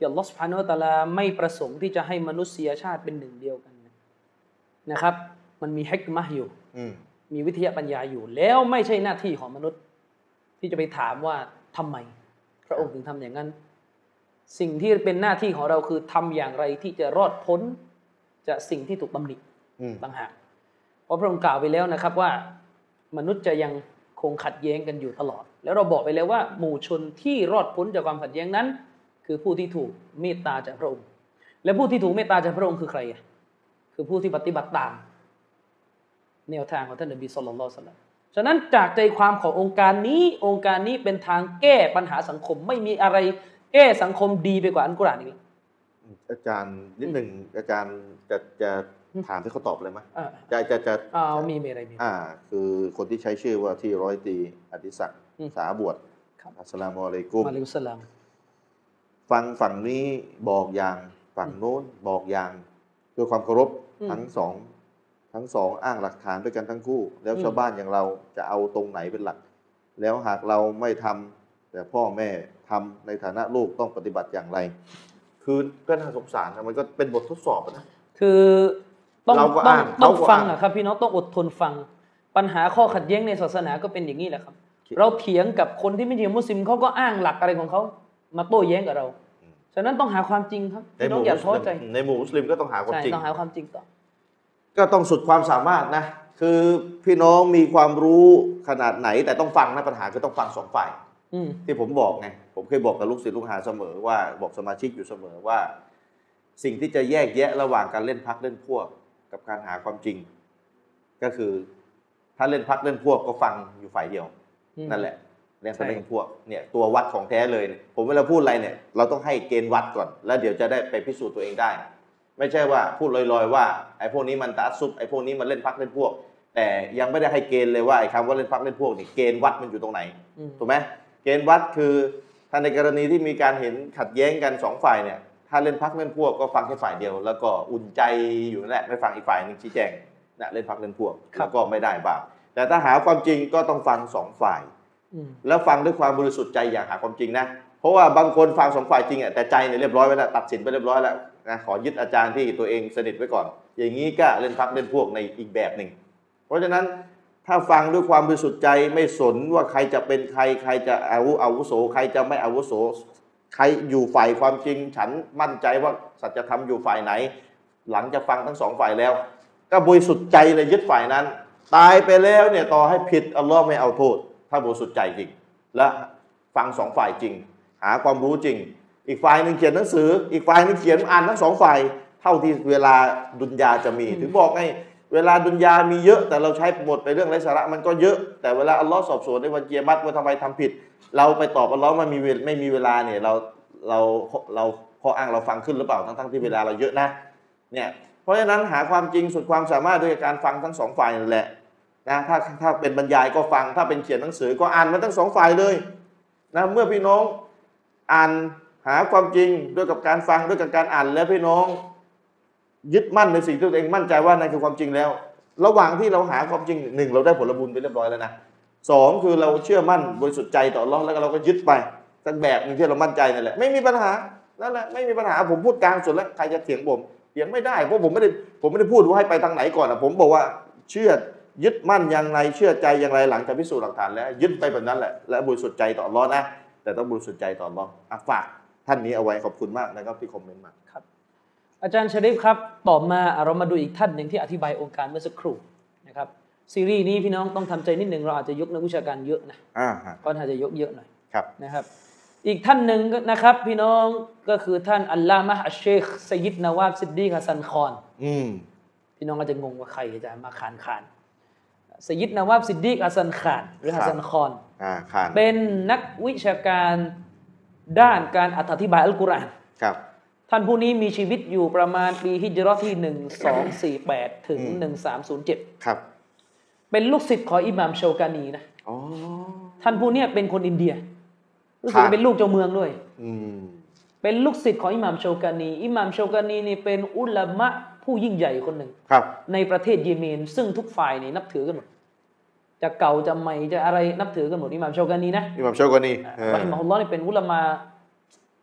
ที่อัลลอฮฺซุบฮานะฮูวะตะอาลาไม่ประสงค์ที่จะให้มนุษยชาติเป็นหนึ่งเดียวกันนะครับมันมีฮิกมะห์อยู่มีวิทยาปัญญาอยู่แล้วไม่ใช่หน้าที่ของมนุษย์ที่จะไปถามว่าทำไมพระองค์ถึงทำอย่างนั้นสิ่งที่เป็นหน้าที่ของเราคือทำอย่างไรที่จะรอดพ้นจากสิ่งที่ถูกตำหนิต่างหากเพราะพระองค์กล่าวไปแล้วนะครับว่ามนุษย์จะยังคงขัดแย้งกันอยู่ตลอดแล้วเราบอกไปแล้วว่าหมู่ชนที่รอดพ้นจากความขัดแย้งนั้นคือผู้ที่ถูกเมตตาจากพระองค์และผู้ที่ถูกเมตตาจากพระองค์คือใครอ่ะคือผู้ที่ปฏิบัติตามแนวทางของท่านนบีศ็อลลัลลอฮุอะลัยฮิวะซัลลัมฉะนั้นจากใจความขององค์การนี้องค์การนี้เป็นทางแก้ปัญหาสังคมไม่มีอะไรแก้สังคมดีไปกว่าอัลกุรอานอีกอาจารย์นิดหนึ่งอาจารย์จะจะถามที่เขาตอบเลยไหมจะจะจะอ่ามีมีอะไรมีอ่าคือคนที่ใช้ชื่อว่าที่ร้อยตรีอดิศักดิ์สาบวชอัสสลามุอะลัยกุมวะอะลัยกุมสลามฟังฝั่งนี้บอกอย่างฝั่งโน้นบอกอย่างด้วยความเคารพทั้งสองทั้งสองอ้างหลักฐานด้วยกันทั้งคู่แล้วชาวบ้านอย่างเราจะเอาตรงไหนเป็นหลักแล้วหากเราไม่ทำแต่พ่อแม่ทำในฐานะลูกต้องปฏิบัติอย่างไรคือก็น่าสงสารนะมันก็เป็นบททดสอบนะคือต้องต้องต้องฟังอะครับพี่น้องต้องอดทนฟังปัญหาข้อขัดแย้งในศาสนาก็เป็นอย่างนี้แหละครับเราเถียงกับคนที่ไม่ใช่มุสลิมเขาก็อ้างหลักอะไรของเขามาโต้แย้งกับเราฉะนั้นต้องหาความจริงครับพี่น้องอย่าท้อใจในหมู่มุสลิมก็ต้องหาความจริงต้องหาความจริงต่อก็ต้องสุดความสามารถนะคือพี่น้องมีความรู้ขนาดไหนแต่ต้องฟังนะปัญหาคือต้องฟังสองฝ่ายที่ผมบอกไงผมเคยบอกกับลูกศิษย์ลูกหาเสมอว่าบอกสมาชิกอยู่เสมอว่าสิ่งที่จะแยกแยะระหว่างการเล่นพรรคเล่นพวกกับการหาความจริงก็คือถ้าเล่นพรรคเล่นพวกก็ฟังอยู่ฝ่ายเดียวนั่นแหละเล่นพรรคเล่นพวกเนี่ยตัววัดของแท้เลยผมเวลาพูดอะไรเนี่ยเราต้องให้เกณฑ์วัดก่อนแล้วเดี๋ยวจะได้ไปพิสูจน์ตัวเองได้ไม่ใช่ว่าพูดลอยๆว่าไอ้พวกนี้มันตะอัสซุบไอ้พวกนี้มันเล่นพรรคเล่นพวกแต่ยังไม่ได้ให้เกณฑ์เลยว่าไอ้คำว่าเล่นพรรคเล่นพวกนี่เกณฑ์วัดมันอยู่ตรงไหนถูกไหมเกณฑ์วัดคือถ้าในกรณีที่มีการเห็นขัดแย้งกันสองฝ่ายเนี่ยถ้าเล่นพรรคเล่นพวกก็ฟังแค่ฝ่ายเดียวแล้วก็อุ่นใจอยู่นั่นแหละไม่ฟังอีกฝ่ายนึงชี้แจงนะเล่นพรรคเล่นพวกแล้วก็ไม่ได้บาปแต่ถ้าหาความจริงก็ต้องฟังสองฝ่ายแล้วฟังด้วยความบริสุทธิ์ใจอย่างหาความจริงนะเพราะว่าบางคนฟังสองฝ่ายจริงอ่ะแต่ใจเนี่ยเรียบร้อยไว้แล้วตัดสินไปเรียบร้อยแล้วนะขอยึดอาจารย์ที่ตัวเองสนิทไว้ก่อนอย่างนี้ก็เล่นพรรคเล่นพวกในอีกแบบหนึ่งเพราะฉะนั้นถ้าฟังด้วยความบริสุทธิ์ใจไม่สนว่าใครจะเป็นใครใครจะอาวุอาวุโสใครจะไม่อาวุโสใครอยู่ฝ่ายความจริงฉันมั่นใจว่าสัจธรรมอยู่ฝ่ายไหนหลังจากฟังทั้งสองฝ่ายแล้วก็บริสุทธิ์ใจเลยยึดฝ่ายนั้นตายไปแล้วเนี่ยต่อให้ผิดอัลลอฮ์ไม่เอาโทษถ้าบริสุทธิ์ใจจริงและฟังสองฝ่ายจริงหาความรู้จริงอีกฝ่ายหนึ่งเขียนหนังสืออีกฝ่ายหนึ่งเขียนอ่านทั้งสองฝ่ายเท่าที่เวลาดุนยาจะมีถึงบอกไงเวลาดุนยามีเยอะแต่เราใช้หมดไปเรื่องไร้สาระมันก็เยอะแต่เวลาอัลลอฮ์สอบสวนในวันเกียรติว่าทำไมทำผิดเราไปตอบอัลลอฮ์มันมีไม่มีเวลาเนี่ยเราเราเราข้ออ้างเราฟังขึ้นหรือเปล่าทั้งทั้งที่เวลาเราเยอะนะเนี่ยเพราะฉะนั้นหาความจริงสุดความสามารถด้วยการฟังทั้งสองฝ่ายนั่นแหละนะถ้าถ้าเป็นบรรยายก็ฟังถ้าเป็นเขียนหนังสือก็อ่านมันทั้งสองฝ่ายเลยนะเมื่อพี่น้องอ่านหาความจริงด้วยกับการฟังด้วยกับการอ่านแล้วพี่น้องยึดมั่นในสิ่งที่ตัวเองมั่นใจว่านั่นคือความจริงแล้วระหว่างที่เราหาความจริงหนึ่งเราได้ผลบุญไปเรียบร้อยแล้วนะสองคือเราเชื่อมั่นบริสุทธิ์ใจต่ออัลเลาะห์แล้วเราก็ยึดไปสักแบบนึงที่เรามั่นใจนั่นแหละไม่มีปัญหานั่นแหละไม่มีปัญหาผมพูดกลางสุดแล้วใครจะเถียงผมเถียงไม่ได้เพราะผมไม่ได้ผมไม่ได้พูดว่าให้ไปทางไหนก่อนนะผมบอกว่าเชื่อยึดมั่นอย่างไรเชื่อใจอย่างไรหลังจากพิสูจน์หลักฐานแล้วยึดไปแบบนั้นแหละและบริสุทธิ์ใจต่ออัลเลาะห์นะแต่ต้องบริสุทธิ์ใจต่ออัลเลาะห์อ่ะฝากท่านนี้เอาไว้ขอบคุณมากนะครับที่คอมเมนต์มาครับอาจารย์ชะริฟครับต่อมาเรามาดูอีกท่านหนึ่งที่อธิบายองค์การเมื่อสักครู่นะครับซีรีส์นี้พี่น้องต้องทำใจนิดหนึ่งเราอาจจะยกนักวิชาการเยอะนะอ่าก็อาจจะยกเยอะหน่อยครับนะครับอีกท่านหนึ่งนะครับพี่น้องก็คือท่านอัลลามะฮ์อัชเชคซัยยิดนาวาบซิดดีกฮัสซันคอนอืมพี่น้องอาจจะงงว่าใครจะมาขานขานซัยยิดนาวาบซิดดีกฮัสซันคานหรือฮัสซันคอนอ่าคานเป็นนักวิชาการด้านการอธิบายอัลกุรอานครับท่านผู้นี้มีชีวิตอยู่ประมาณปีฮิจเราะห์ที่หนึ่งสองสี่แปดถึงหนึ่งสามศูนย์เจ็ดครับเป็นลูกศิษย์ของอิหม่ามชาวกานีนะอ๋อท่านผู้นี้เป็นคนอินเดียรู้สึกเป็นลูกเจ้าเมืองด้วยอืมเป็นลูกศิษย์ของอิหม่ามชาวกานีอิหม่ามชาวกานีนี่เป็นอุลามะผู้ยิ่งใหญ่คนหนึ่งครับในประเทศเยเมนซึ่งทุกฝ่ายนี่นับถือกันหมดจะเก่าจะใหม่จะอะไรนับถือกันหมดอิหม่ามชาวกานีนะอิหม่ามชาวกานีรอฮิมะฮุลลอฮ์นี่เป็นอุลามะค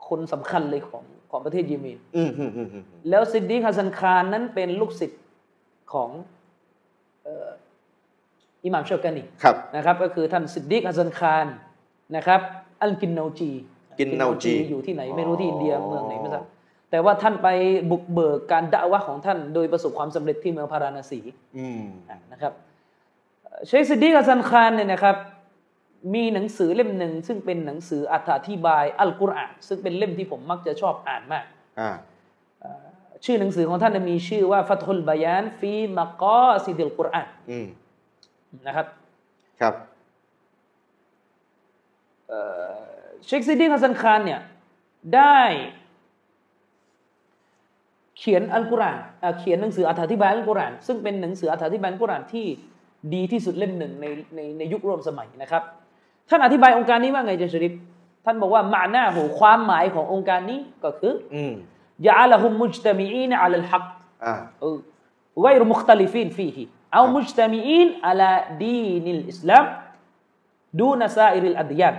คนสำคัญเลยของของประเทศเยเมนอืมอืมอืมแล้วซิดดีกฮัสซันคารนั้นเป็นลูกศิษย์ของอิหม่ามชอกานีนะครับก็คือท่านซิดดีกฮัสซันคารนะครับอัลกินนาจีกินนาจีอยู่ที่ไหนไม่รู้ที่อินเดียเมืองไหนไม่ทราบแต่ว่าท่านไปบุกเบิกการดะอ์วะห์ของท่านโดยประสบความสำเร็จที่เมืองพาราณสีนะครับเชคซิดดีกฮัสซันคารเนี่ยนะครับมีหนังสือเล่มหนึ่งซึ่งเป็นหนังสืออธิบายอัลกุรอานซึ่งเป็นเล่มที่ผมมักจะชอบอ่านมากชื่อหนังสือของท่านมีชื่อว่าฟัตฮุลบะยานฟีมะกอซิดิลกุรอานนะครับครับเชคซิดดีกฮัสซันคารเนี่ยได้เขียนอัลกุรอานเขียนหนังสืออธิบายอัลกุรอานซึ่งเป็นหนังสืออธิบายอัลกุรอานที่ดีที่สุดเล่มหนึ่งในในในยุคร่วมสมัยนะครับท่านอธิบายองค์การนี้ว่าไงเจชริฟท่านบอกว่ามาหน้าหูความหมายขององค์การนี้ก็คือยะอะละฮุมมุจตะมีอีนอะลัลฮักฆอยรุมุคตะลิฟีนฟีฮิเอามุจตะมีอีนอะลาดีนิลอิสลามดูนซาอิริลอัดยาน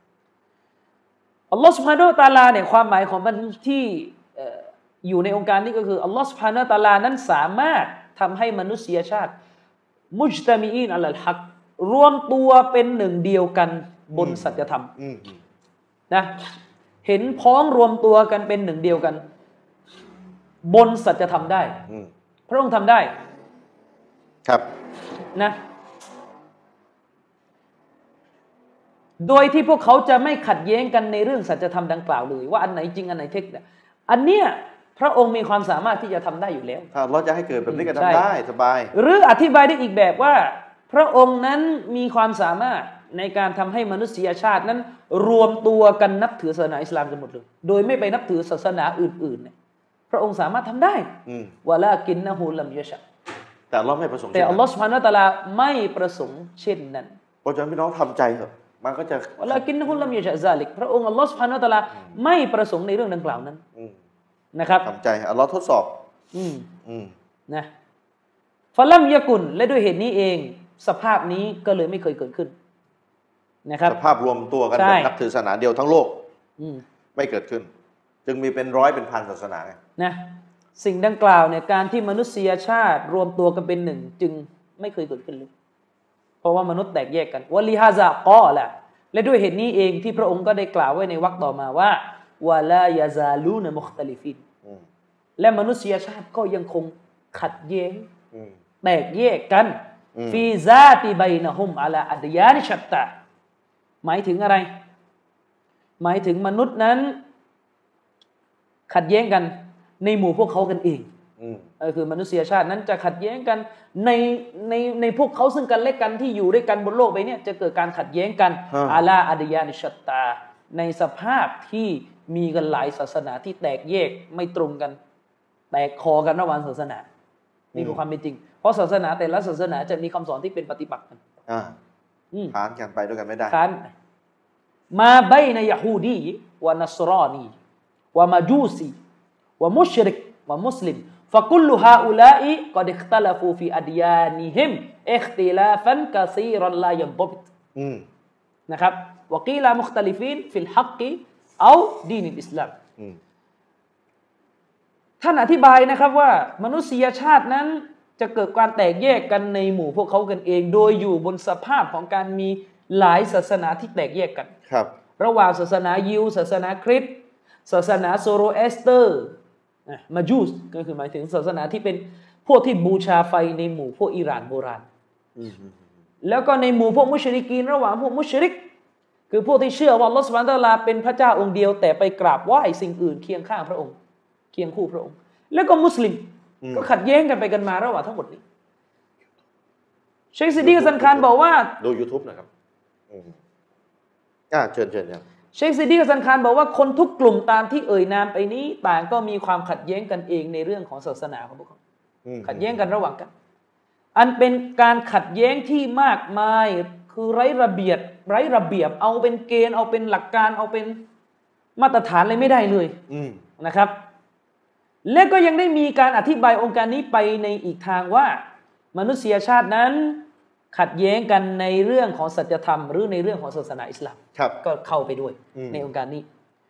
อัลลอฮฺ سبحانه และ تعالى เนี่ยความหมายของมันที่อยู่ในองค์การนี้ก็คืออัลลอฮฺ سبحانه และ تعالى นั้นสามารถทำให้มนุษยชาติมุจตะมีอีนอะลัลฮักรวมตัวเป็นหนึ่งเดียวกันบนสัจธรรมนะเห็นพ้องรวมตัวกันเป็นหนึ่งเดียวกันบนสัจธรรมได้พระองค์ทำได้ครับนะโดยที่พวกเขาจะไม่ขัดแย้งกันในเรื่องสัจธรรมดังกล่าวเลยว่าอันไหนจริงอันไหนเท็จอันเนี้ยพระองค์มีความสามารถที่จะทำได้อยู่แล้วถ้าเราจะให้เกิดแบบนี้ก็ทำได้สบายหรืออธิบายได้อีกแบบว่าพระองค์นั้นมีความสามารถในการทำให้มนุษยชาตินั้นรวมตัวกันนับถือศาสนาอิสลามกันหมดเลยโดยไม่ไปนับถือศาสนาอื่นๆเนี่ยพระองค์สามารถทำได้วะลากินนะฮูลัมยะชะแต่อัลเลาะห์ไม่ประสงค์แต่อัลลอฮฺซุบฮานะฮูวะตะอาลาไม่ประสงค์เช่นนั้นเพราะฉะนั้นพี่น้องทำใจเถอะมันก็จะวะลากินนะฮูลัมยะชะซาลิกพระองค์อัลลอฮฺซุบฮานะฮูวะตะอาลาไม่ประสงค์ในเรื่องดังกล่าวนั้นนะครับทำใจอัลเลาะห์ทดสอบอืมอืมนะฟะลัมยะกุนและด้วยเหตุนี้เองสภาพนี้ก็เลยไม่เคยเกิดขึ้นนะครับสภาพรวมตัวกันนับถือศาสนาเดียวทั้งโลกไม่เกิดขึ้นจึงมีเป็นร้อยเป็นพันศาสนานะสิ่งดังกล่าวเนี่ยการที่มนุษยชาติรวมตัวกันเป็นหนึ่งจึงไม่เคยเกิดขึ้นเลยเพราะว่ามนุษย์แตกแยกกันวะลิฮาซากอละและด้วยเหตุนี้เองที่พระองค์ก็ได้กล่าวไว้ในวรรคต่อมาว่าวะลายะซาลูนมุคตะลิฟินและมนุษยชาติก็ยังคงขัดแย้งแตกแยกกันฟีซาติบัยนะฮุมอะลาอัดยานิชัตตาหมายถึงอะไรหมายถึงมนุษย์นั้นขัดแย้งกันในหมู่พวกเขากันเองก็คือมนุษยชาตินั้นจะขัดแย้งกันในในในพวกเขาซึ่งกันและกันที่อยู่ด้วยกันบนโลกใบนี้จะเกิดการขัดแย้งกันอะลาอัดยานิชัตตาในสภาพที่มีกันหลายศาสนาที่แตกแยกไม่ตรงกันแตกคอกันระหว่างศาสนานี่คือความเป็นจริงเพราะศาสนาแต่ละศาสนาจะมีคำสอนที่เป็นปฏิปักษ์กันค้านกันไปด้วยกันไม่ได้ค้านมาบัยนะยะฮูดีวะนัสรานีวะมาจูซีวะมุชริกวะมุสลิมฟะกุลฮาอุลาอิกอดอิคตัลฟูฟีอัดยานิฮิมอิคติลาฟันกะซีรันลายันฎบิตนะครับวะกีลามุคตะลิฟีนฟิลฮักกิเอาดีนิลอิสลามท่านอธิบายนะครับว่ามนุษยชาตินั้นจะเกิดการแตกแยกกันในหมู่พวกเขากันเองโดยอยู่บนสภาพของการมีหลายศาสนาที่แตกแยกกันครับระหว่างศาสนายิวศาสนาคริสต์ศาสนาโซโรแอสเตอร์มาจูสก็คือหมายถึงศาสนาที่เป็นพวกที่บูชาไฟในหมู่พวกอิหร่านโบราณแล้วก็ในหมู่พวกมุชริกีนระหว่างพวกมุชริกคือพวกที่เชื่อว่าอัลเลาะห์ซุบฮานะฮูวะตะอาลาเป็นพระเจ้าองค์เดียวแต่ไปกราบไหว้สิ่งอื่นเคียงข้างพระองค์เคียงคู่พระองค์แล้วก็มุสลิมก็ขัดแย้งกันไปกันมาระหว่างทั้งหมดนี้เชคซิดดีกฮัสซันคารบอกว่าดู YouTube นะครับอ่าเชิญเชิญครับเชคซิดดีกฮัสซันคารบอกว่าคนทุกกลุ่มตามที่เอ่ยนามไปนี้ต่างก็มีความขัดแย้งกันเองในเรื่องของศาสนาของพวกเขาขัดแย้งกันระหว่างกันอันเป็นการขัดแย้งที่มากมายคือไร้ระเบียบไร้ระเบียบเอาเป็นเกณฑ์เอาเป็นหลักการเอาเป็นมาตรฐานอะไรไม่ได้เลยนะครับและก็ยังได้มีการอธิบายองค์การนี้ไปในอีกทางว่ามนุษยชาตินั้นขัดแย้งกันในเรื่องของสัจธรรมหรือในเรื่องของศาสนาอิสลามก็เข้าไปด้วยในองค์การนี้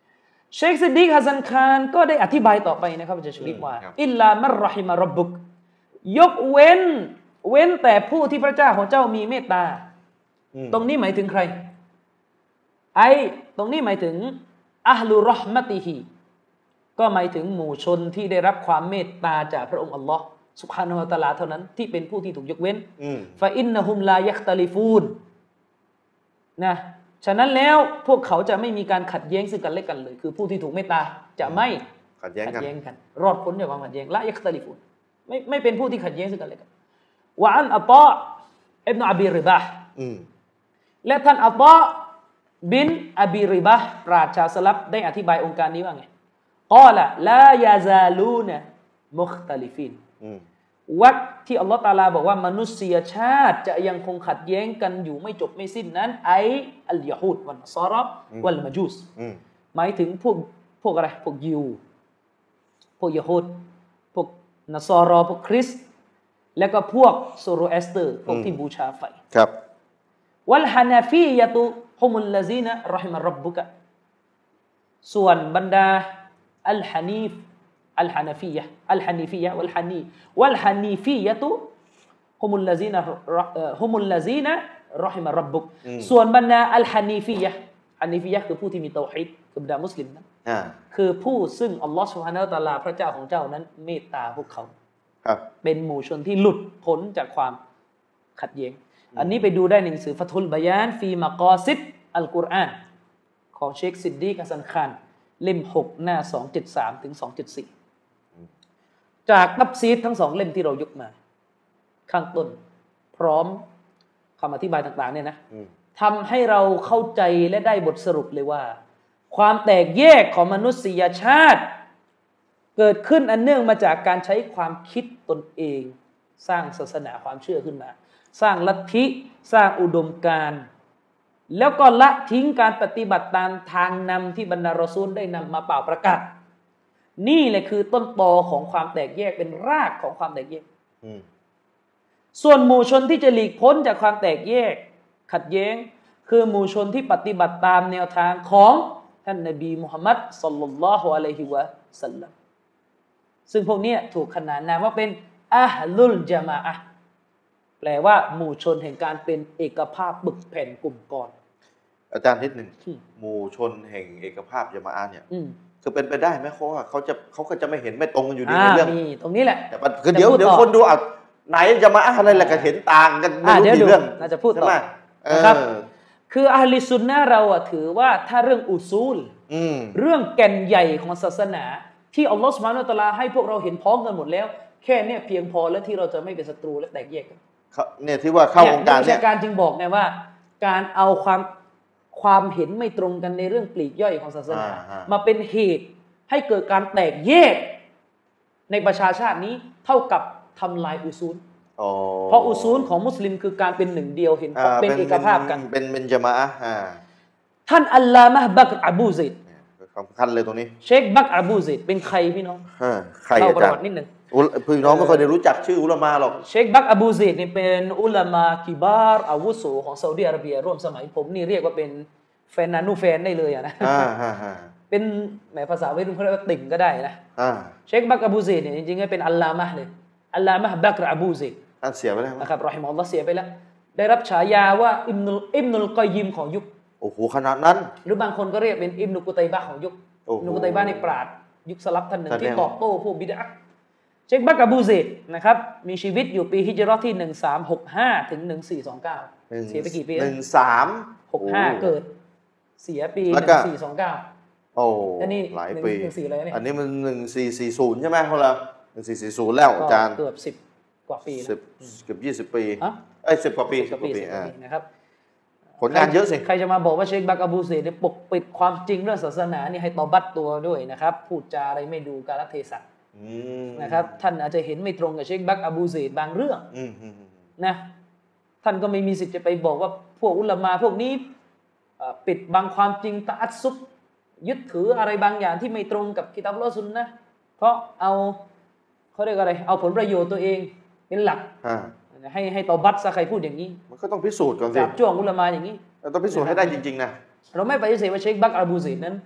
เชคซิดดีกฮัสซันคารก็ได้อธิบายต่อไปนะครับอาจารย์ชริฟว่าอิลลามัรรอฮิมะร็อบบุกยกเว้นเว้นแต่ผู้ที่พระเจ้าของเจ้ามีเมตตาตรงนี้หมายถึงใครไอ้ตรงนี้หมายถึงอะห์ลุรอห์มะติฮิก็หมายถึงหมู่ชนที่ได้รับความเมตตาจากพระองค์อัลลอฮ์ซุบฮานะฮูวะตะอาลาเท่านั้นที่เป็นผู้ที่ถูกยกเว้นฟะอินนะฮุมลายัคตะลิฟูนนะฉะนั้นแล้วพวกเขาจะไม่มีการขัดแย้งซึ่งกันและกันเลยคือผู้ที่ถูกเมตตาจะไม่ขัดแย้งกันกันรอดพ้นจากความขัดแย้งละยัคตะลิฟูนไม่ไม่เป็นผู้ที่ขัดแย้งซึ่งกันและกันวะอันอัตออิบนุอบีริบะห์และท่านอัตอบินอบีริบะห์ปราชญ์ชาวสลับได้อธิบายองค์การนี้ว่าไงกอละลายาซาลูนะมุคตะลิฟินวัดที่อัลลอฮฺตะอาลาบอกว่ามนุษยชาติจะยังคงขัดแย้งกันอยู่ไม่จบไม่สิ้นนั้นไออัลยะฮูดวันซอรอวัลมะจูสหมายถึงพวกพวกอะไรพวกยิวพวกยะฮูดพวกนัสรอพวกคริสต์แล้วก็พวกโซโรแอสเตอร์พวกที่บูชาไฟครับวัลฮานาฟียะตุฮุมุลลาซีนะรอฮิมะร็อบบุกะส่วนบรรดาอัลฮานีฟอัลฮานาฟียะอัลฮานีฟียะวัลฮานีวัลฮานีฟียะตุฮุมุลลาซีนะฮุมุลลาซีนะรอฮิมะร็อบบุกส่วนบรรดาอัลฮานีฟียะฮานีฟียะคือผู้ที่มีเตาฮีดคือบรรดามุสลิมนะคือผู้ซึ่งอัลลอฮฺซุบฮานะฮูวะตะอาลาพระเจ้าของเจ้านั้นเมตตาพวกเขาเป็นหมู่ชนที่หลุดพ้นจากความขัดแย้งอันนี้ไปดูได้ในหนังสือฟัตุลบะยานฟีมะกอซิดอัลกุรอานของเชคซิดดีกฮัสซันคารเล่มหกหน้าสองร้อยเจ็ดสิบสามถึงสองร้อยเจ็ดสิบสี่จากตัฟซีรทั้งสองเล่มที่เรายกมาข้างต้นพร้อมคำอธิบายต่างๆเนี่ยนะทำให้เราเข้าใจและได้บทสรุปเลยว่าความแตกแยกของมนุษยชาติเกิดขึ้นอันเนื่องมาจากการใช้ความคิดตนเองสร้างศาสนาความเชื่อขึ้นมาสร้างลัทธิสร้างอุดมการณ์แล้วก็ละทิ้งการปฏิบัติตามทางนำที่บรรดารอซูลได้นำมาเป่าประกาศนี่แหละคือต้นตอของความแตกแยกเป็นรากของความแตกแยกส่วนหมู่ชนที่จะหลีกพ้นจากความแตกแยกขัดแย้งคือหมู่ชนที่ปฏิบัติตามแนวทางของท่านนบีมุฮัมมัดศ็อลลัลลอฮุอะลัยฮิวะซัลลัมซึ่งพวกนี้ถูกขนานนามว่าเป็นอะฮลุลญะมาอะห์แปลว่าหมู่ชนแห่งการเป็นเอกภาพบึกแผ่นกลุ่มก้อนอาจารย์นิดหนึ่งหมู่ชนแห่งเอกภาพญะมาอะห์เนี่ยคือเป็นไปได้ไหมเขาว่าเขาจะเขาก็จะไม่เห็นไม่ตรงกันอยู่ดีในเรื่องนี้ตรงนี้แหละแต่คือเดี๋ยวเดี๋ยวคนดูอ่ะไหนญะมาอะห์อะไรล่ะก็เห็นต่างกันไม่รู้กี่เรื่องน่าจะพูดต่อนะครับคืออะห์ลิซุนนะห์เราอ่ะถือว่าถ้าเรื่องอุซูลเรื่องแก่นใหญ่ของศาสนาที่อัลลอฮฺซุบฮานะฮูวะตะอาลาให้พวกเราเห็นพ้องกันหมดแล้วแค่เนี้ยเพียงพอแล้วที่เราจะไม่เป็นศัตรูและแตกแยกกันเนี่ยที่ว่าเข้าองค์การเนี่ยการจึงบอกไงว่าการเอาความความเห็นไม่ตรงกันในเรื่องปลีกย่อยของศาสนามาเป็นเหตุให้เกิดการแตกแยกในประชาชาตินี้เท่ากับทำลายอุซูลเพราะอุซูลของมุสลิมคือการเป็นหนึ่งเดียวเห็นเป็นเอกภาพกันเป็นเป็นญะมาอะห์ท่านอัลลามะฮ์บักรอบูซัยดสำคัญเลยตรงนี้เชคบักรอบูซัยดเป็นใครพี่น้องใครอาจารย์นิดนึงพี่น้องไม่ค่อยได้รู้จักชื่ออุลามะหรอกเชคบักรอบูซัยดนี่เป็นอุลามะกิบาร์อาวุโสของซาอุดิอาระเบียร่วมสมัยผมนี่เรียกว่าเป็นแฟนนานูแฟนได้เลยอ่ะนะเป็นแหมภาษาวัยรุ่นเขาเรียกว่าติ่งก็ได้นะเชคบักรอบูซัยดเนี่ยจริงๆเป็นอัลลามะห์เลยอัลลามะห์บักรอบูซัยดท่านเสียไปแล้วนะครับรอฮิมะฮุลลอฮ์เสียไปแล้วได้รับฉายาว่าอิบนุลอิบนุลกอยยิมของยุคโอ้โหขนาดนั้นหรือบางคนก็เรียกเป็นอิบนุกุตัยบะห์ของยุคอิบนุกุตัยบะห์ในปราชญ์ยุคสลับท่านหนึ่งที่ตอบโต้พวกบิดอะห์เชคบักรอบูซัยดนะครับมีชีวิตอยู่ปีฮิจเราะห์ที่หนึ่งพันสามร้อยหกสิบห้าถึงหนึ่งพันสี่ร้อยยี่สิบเก้าเสียไปกี่ปีหนึ่งพันสามร้อยหกสิบห้าเกิดเสียปีหนึ่งพันสี่ร้อยยี่สิบเก้าโอ้อันนี้หลายปีอะไรเนี่ยอันนี้มันหนึ่งพันสี่ร้อยสี่สิบใช่ไหมของเราหนึ่งพันสี่ร้อยสี่สิบแล้วอาจารย์เกือบสิบกว่าปีสิบเกือบยี่สิบปีเอ้ยสิบกว่าปีสิบกว่าปีนะครับผลงานเยอะสิใครจะมาบอกว่าเชคบักรอบูซัยดเนี่ยปกปิดความจริงเรื่องศาสนานี่ให้ตอบัตตัวด้วยนะครับพูดจาอะไรไม่ดูกาลเทศะนะครับท่านอาจจะเห็นไม่ตรงกับเชคบักรอบูซัยดบางเรื่องนะท่านก็ไม่มีสิทธิ์จะไปบอกว่าพวกอุลามะพวกนี้ปิดบังความจริงตะอัสซุบยึดถืออะไรบางอย่างที่ไม่ตรงกับกิตาบุลซุนนะห์เพราะเอาเขาเรียกอะไรเอาผลประโยชน์ตัวเองเป็นหลักให้ให้ตอบัตซะใครพูดอย่างนี้มันก็ต้องพิสูจน์ก่อนสิจับจ้วงอุลามะอย่างนี้ต้องพิสูจน์ให้ได้จริงๆนะเราไม่ปฏิเสธว่าเชคบักรอบูซัยดนั้น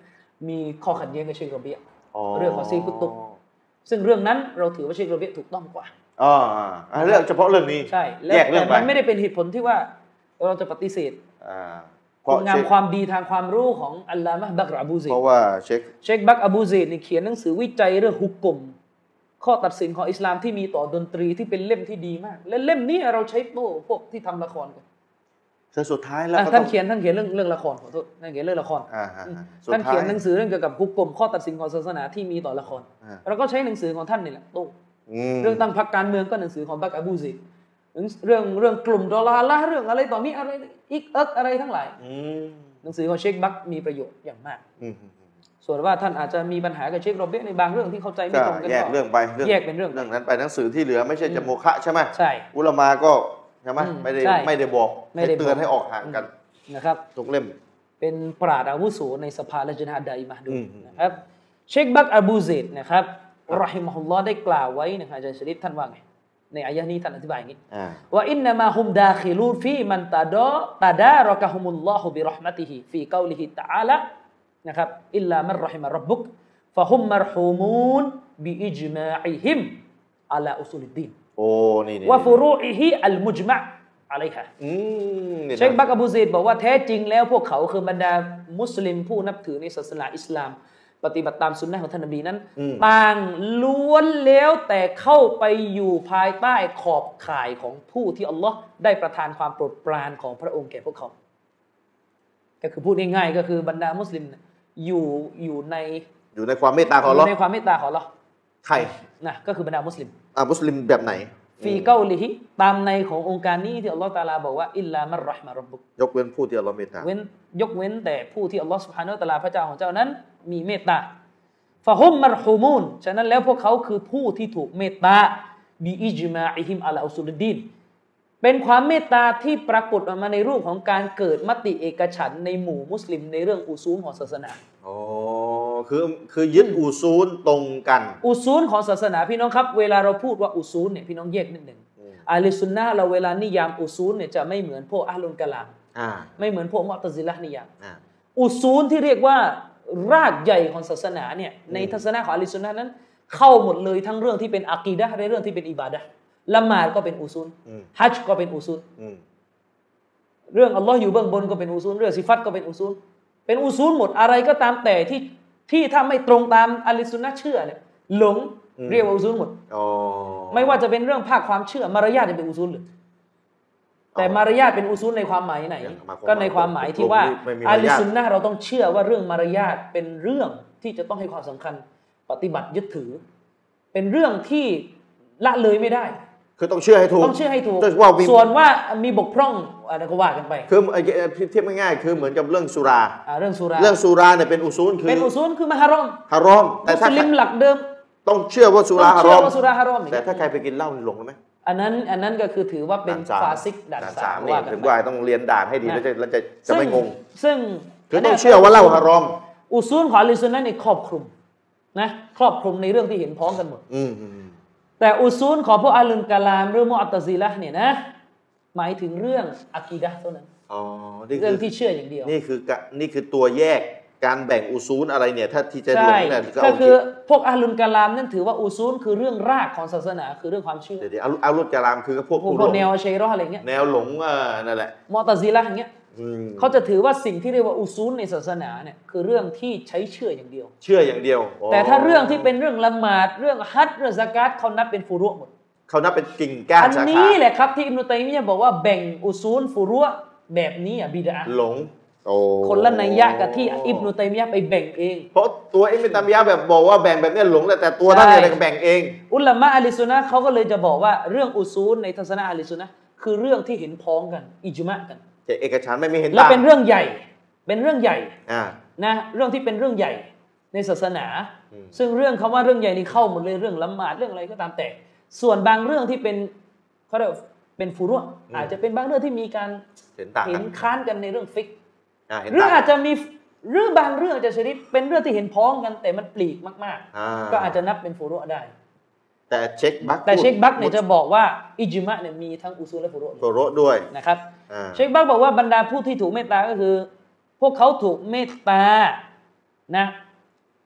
มีข้อขัดแย้งกับเชคโรเบียเรื่องของซีกุตุบซึ่งเรื่องนั้นเราถือว่าเชคโรเบียถูกต้องกว่าอ๋อเรื่องเฉพาะเรื่องนี้ใช่แยกเรื่องไปแต่มันไม่ได้เป็นเหตุผลที่ว่าเราจะปฏิเสธคุณงามความดีทางความรู้ของอัลลามะห์บักรอบูซีดเพราะว่าเชคเชคบักรอบูซีดนี่เขียนหนังสือวิจัยเรื่องฮุกกลมข้อตัดสินของอิสลามที่มีต่อดนตรีที่เป็นเล่มที่ดีมากและเล่มนี้เราใช้โป้พวกที่ทำละครกันแต่สุดท้ายแล้วท่านเขียนท่านเขียนเรื่องเรื่องละครขอโทษท่านเขียนเรื่องละครท่านเขียนหนังสือเรื่องเกี่ยวกับฮุกกลมข้อตัดสินของศาสนาที่มีต่อละครเราก็ใช้หนังสือของท่านนี่แหละโต้เรื่องตั้งพรรคการเมืองก็หนังสือของบักรอบูซีดเรื่องเรื่องกลุ่มดอลลาร์ละเรื่องอะไรต่อมีอะไรอีกเอิกอะไรทั้งหลายหนังสือของเชคบักมีประโยชน์อย่างมากส่วนว่าท่านอาจจะมีปัญหากับเชคโรเบียในบางเรื่องที่เข้าใจไม่ตรงกันก็แยกเรื่องไปแยกเป็นเรื่องเรื่องนั้นไปหนังสือที่เหลือไม่ใช่จะโมฆะใช่ไหมใช่อุลามาก็ใช่ไหมไม่ได้ไม่ได้บอกให้เตือนให้ออกห่างกันนะครับทุกเล่มเป็นปราชญ์อาวุโสในสภาละญะนาดะอิมะห์ด้วยนะครับเชคบักอบูซีดนะครับรอฮิมะฮุลลอฮ์ได้กล่าวไว้นะครับอาจารย์ชริฟท่านว่าไงในอายะห์นี้ท่านอธิบายอย่างนี้ว่าอินนามาฮุมดาคิลูนฟีมันตาดอตาดารอกะฮุมุลลอฮุบิเราะห์มะติฮิฟีกอลิฮิตะอาลานะครับอิลลามันรอฮิมะร็อบบุกฟะฮุมมัรฮูมูนบิอิจมาอิฮิมอะลาอุซูลิดดีนโอ้นี่วะฟุรูอิฮิอัลมุจมะอะลัยฮะเชคบักอบูซีดบอกว่าแท้จริงแล้วพวกเขาคือบรรดามุสลิมผู้นับถือในศาสนาอิสลามปฏิบัติตามสุนนะของท่านนบีนั้นต่างล้วนแล้วแต่เข้าไปอยู่ภายใต้ขอบข่ายของผู้ที่อัลลอฮ์ได้ประทานความโปรดปรานของพระองค์แก่พวกเขาก็คือพูดง่ายๆก็คือบรรดามุสลิมอยู่อยู่ในอยู่ในความเมตตาของอัลลอฮ์ในความเมตตาของอัลลอฮ์ใครนะก็คือบรรดามุสลิมอ่ามุสลิมแบบไหนฟีเกาลิฮิตามในขององค์การนี้ที่อัลลอฮฺตะอาลาบอกว่าอิลลามัรเราะห์มะร็อบบุกยกเว้นผู้ที่อัลลอฮฺเมตตาเว้นยกเว้นแต่ผู้ที่อัลลอฮฺซุบฮานะฮูวะตะอาลาพระเจ้าของเจ้านั้นมีเมตตาฟะฮุมมัรฮูมูนฉะนั้นแล้วพวกเขาคือผู้ที่ถูกเมตตาบิอิจมาอิฮิมอะลาอุซูลุดดีนเป็นความเมตตาที่ปรากฏออกมาในรูปของการเกิดมติเอกฉันท์ในหมู่มุสลิมในเรื่องอุซูลของศาสนาอ๋อคือคือยึดอุซูลตรงกันอุซูลของศาสนาพี่น้องครับเวลาเราพูดว่าอุซูลเนี่ยพี่น้องแยกนิดหนึ่งอะห์ลุสซุนนะห์เราเวลานิยามอุซูลเนี่ยจะไม่เหมือนพวกอะห์ลุลกะลามไม่เหมือนพวกมุอ์ตะซิละห์นิยามอุซูลที่เรียกว่ารากใหญ่ของศาสนาเนี่ยในทัศนะของอะห์ลุสซุนนะห์นั้นเข้าหมดเลยทั้งเรื่องที่เป็นอะกีดะห์และเรื่องที่เป็นอิบาดะห์ละหมาดก็เป็นอุซูลฮัจญ์ก็เป็นอุซูลเรื่องอัลลอฮ์อยู่เบื้องบนก็เป็นอุซูลเรื่องซิฟัตก็เป็นอุซูลเป็นอุซูลหมดอะไรก็ตามแต่ที่ที่ถ้าไม่ตรงตามอะห์ลุสซุนนะห์เชื่อเนี่ยหลงเรียกว่าอุซูลหมดไม่ว่าจะเป็นเรื่องภาคความเชื่อมารยาทเป็นอุซูลหรือแต่มารยาทเป็นอุซูลในความหมายไหนก็ในความหมายที่ว่าอะห์ลุสซุนนะห์เราต้องเชื่อว่าเรื่องมารยาทเป็นเรื่องที่จะต้องให้ความสำคัญปฏิบัติยึดถือเป็นเรื่องที่ละเลยไม่ได้คือต้องเชื่อให้ถูกต้องเชื่อให้ถูกส่วนว่ามีบกพร่องอะไรก็ว่ากันไปคือเทียบง่ายๆคือเหมือนกับเรื่องสุราเรื่องสุราเรื่องสุราเนี่ยเป็นอุซูลคือเป็นอุซูลคือมะฮารอมฮารอมแต่ถ้ามุสลิมหลักเดิมต้องเชื่อว่าสุราฮารอมสุราฮารอมแต่ถ้าใครไปกินเหล้าหลงไหมอันนั้นอันนั้นก็คือถือว่าเป็นฟาซิกด่านสามว่าถึงว่าต้องเรียนด่านให้ดีแล้วจะแล้วจะจะไม่งงซึ่งคือต้องเชื่อว่าเหล้าฮารอมอุซูลของอะห์ลุสซุนนะห์นี่ครอบคลุมนะครอบคลุมในเรื่องที่เห็นพ้องกันหมดแต่อุซูลของพวกอะห์ลุลกะลามหรือมุอ์ตะซิละห์เนี่ยนะหมายถึงเรื่องอะกีดะห์เท่านั้นอ๋อเรื่องที่เชื่ออย่างเดียวนี่คือนี่คือตัวแยกการแบ่งอุซูลอะไรเนี่ยถ้าที่จะลงเนี่ยก็คือพวกอะห์ลุลกะลามนั่นถือว่าอุซูลคือเรื่องรากของศาสนาคือเรื่องความเชื่อเดี๋ยวๆอะห์ลุลกะลามคือพวกพวกแนวอะชัยเราะห์อะไรเงี้ยแนวหลงเออนั่นแหละมุอ์ตะซิละห์อย่างเงี้ยเขาจะถือว่าสิ่งที่เรียกว่าอุซูลในศาสนาเนี่ยคือเรื่องที่ใช้เชื่ออย่างเดียวเชื่ออย่างเดียวแต่ถ้าเรื่องที่เป็นเรื่องละหมาดเรื่องฮัจญ์เรื่องซะกาตเขานับเป็นฟุรุหมดเขานับเป็นกิ่งก้านสาขาอันนี้แหละครับที่อิบนุตัยมียะห์บอกว่าแบ่งอุซูลฟุรุแบบนี้อ่ะบิดอะห์หลงโอ้คนละนัยยะกับที่อิบนุตัยมียะห์ไปแบ่งเองเพราะตัวอิบนุตัยมียะห์แบบบอกว่าแบ่งแบบนี้หลงแต่ตัวท่านเองแบ่งเองอุลามะอะห์ลุสซุนนะห์เขาก็เลยจะบอกว่าเรื่องอุซูลในทัศนะอะห์ลุสซุนนะห์คือเรื่องที่เห็นพ้องกันอิจมะกันแต่เอกฉันท์ไม่มีเห็นต่างและเป็นเรื่องใหญ่เป็นเรื่องใหญ่นะเรื่องที่เป็นเรื่องใหญ่ในศาสนาซึ่งเรื่องคำว่าเรื่องใหญ่นี่เข้าหมดเลยเรื่องละหมาดเรื่องอะไรก็ตามแต่ส่วนบางเรื่องที่เป็นเขาเรียกเป็นฟุรุอาจจะเป็นบางเรื่องที่มีการเห็นค้านกันในเรื่องฟิกหรืออาจจะมีหรือบางเรื่องจะชนิดเป็นเรื่องที่เห็นพ้องกันแต่มันปลีกมากๆก็อาจจะนับเป็นฟุรุได้แต่เช็คบัคแต่เช็คบัคเนี่ยจะบอกว่าอิจมะเนี่ยมีทั้งอุซูลและฟุรุฟุรุด้วยนะครับเช็คบัคบอกว่าบรรดาผู้ที่ถูกเมตตาก็คือพวกเขาถูกเมตตานะ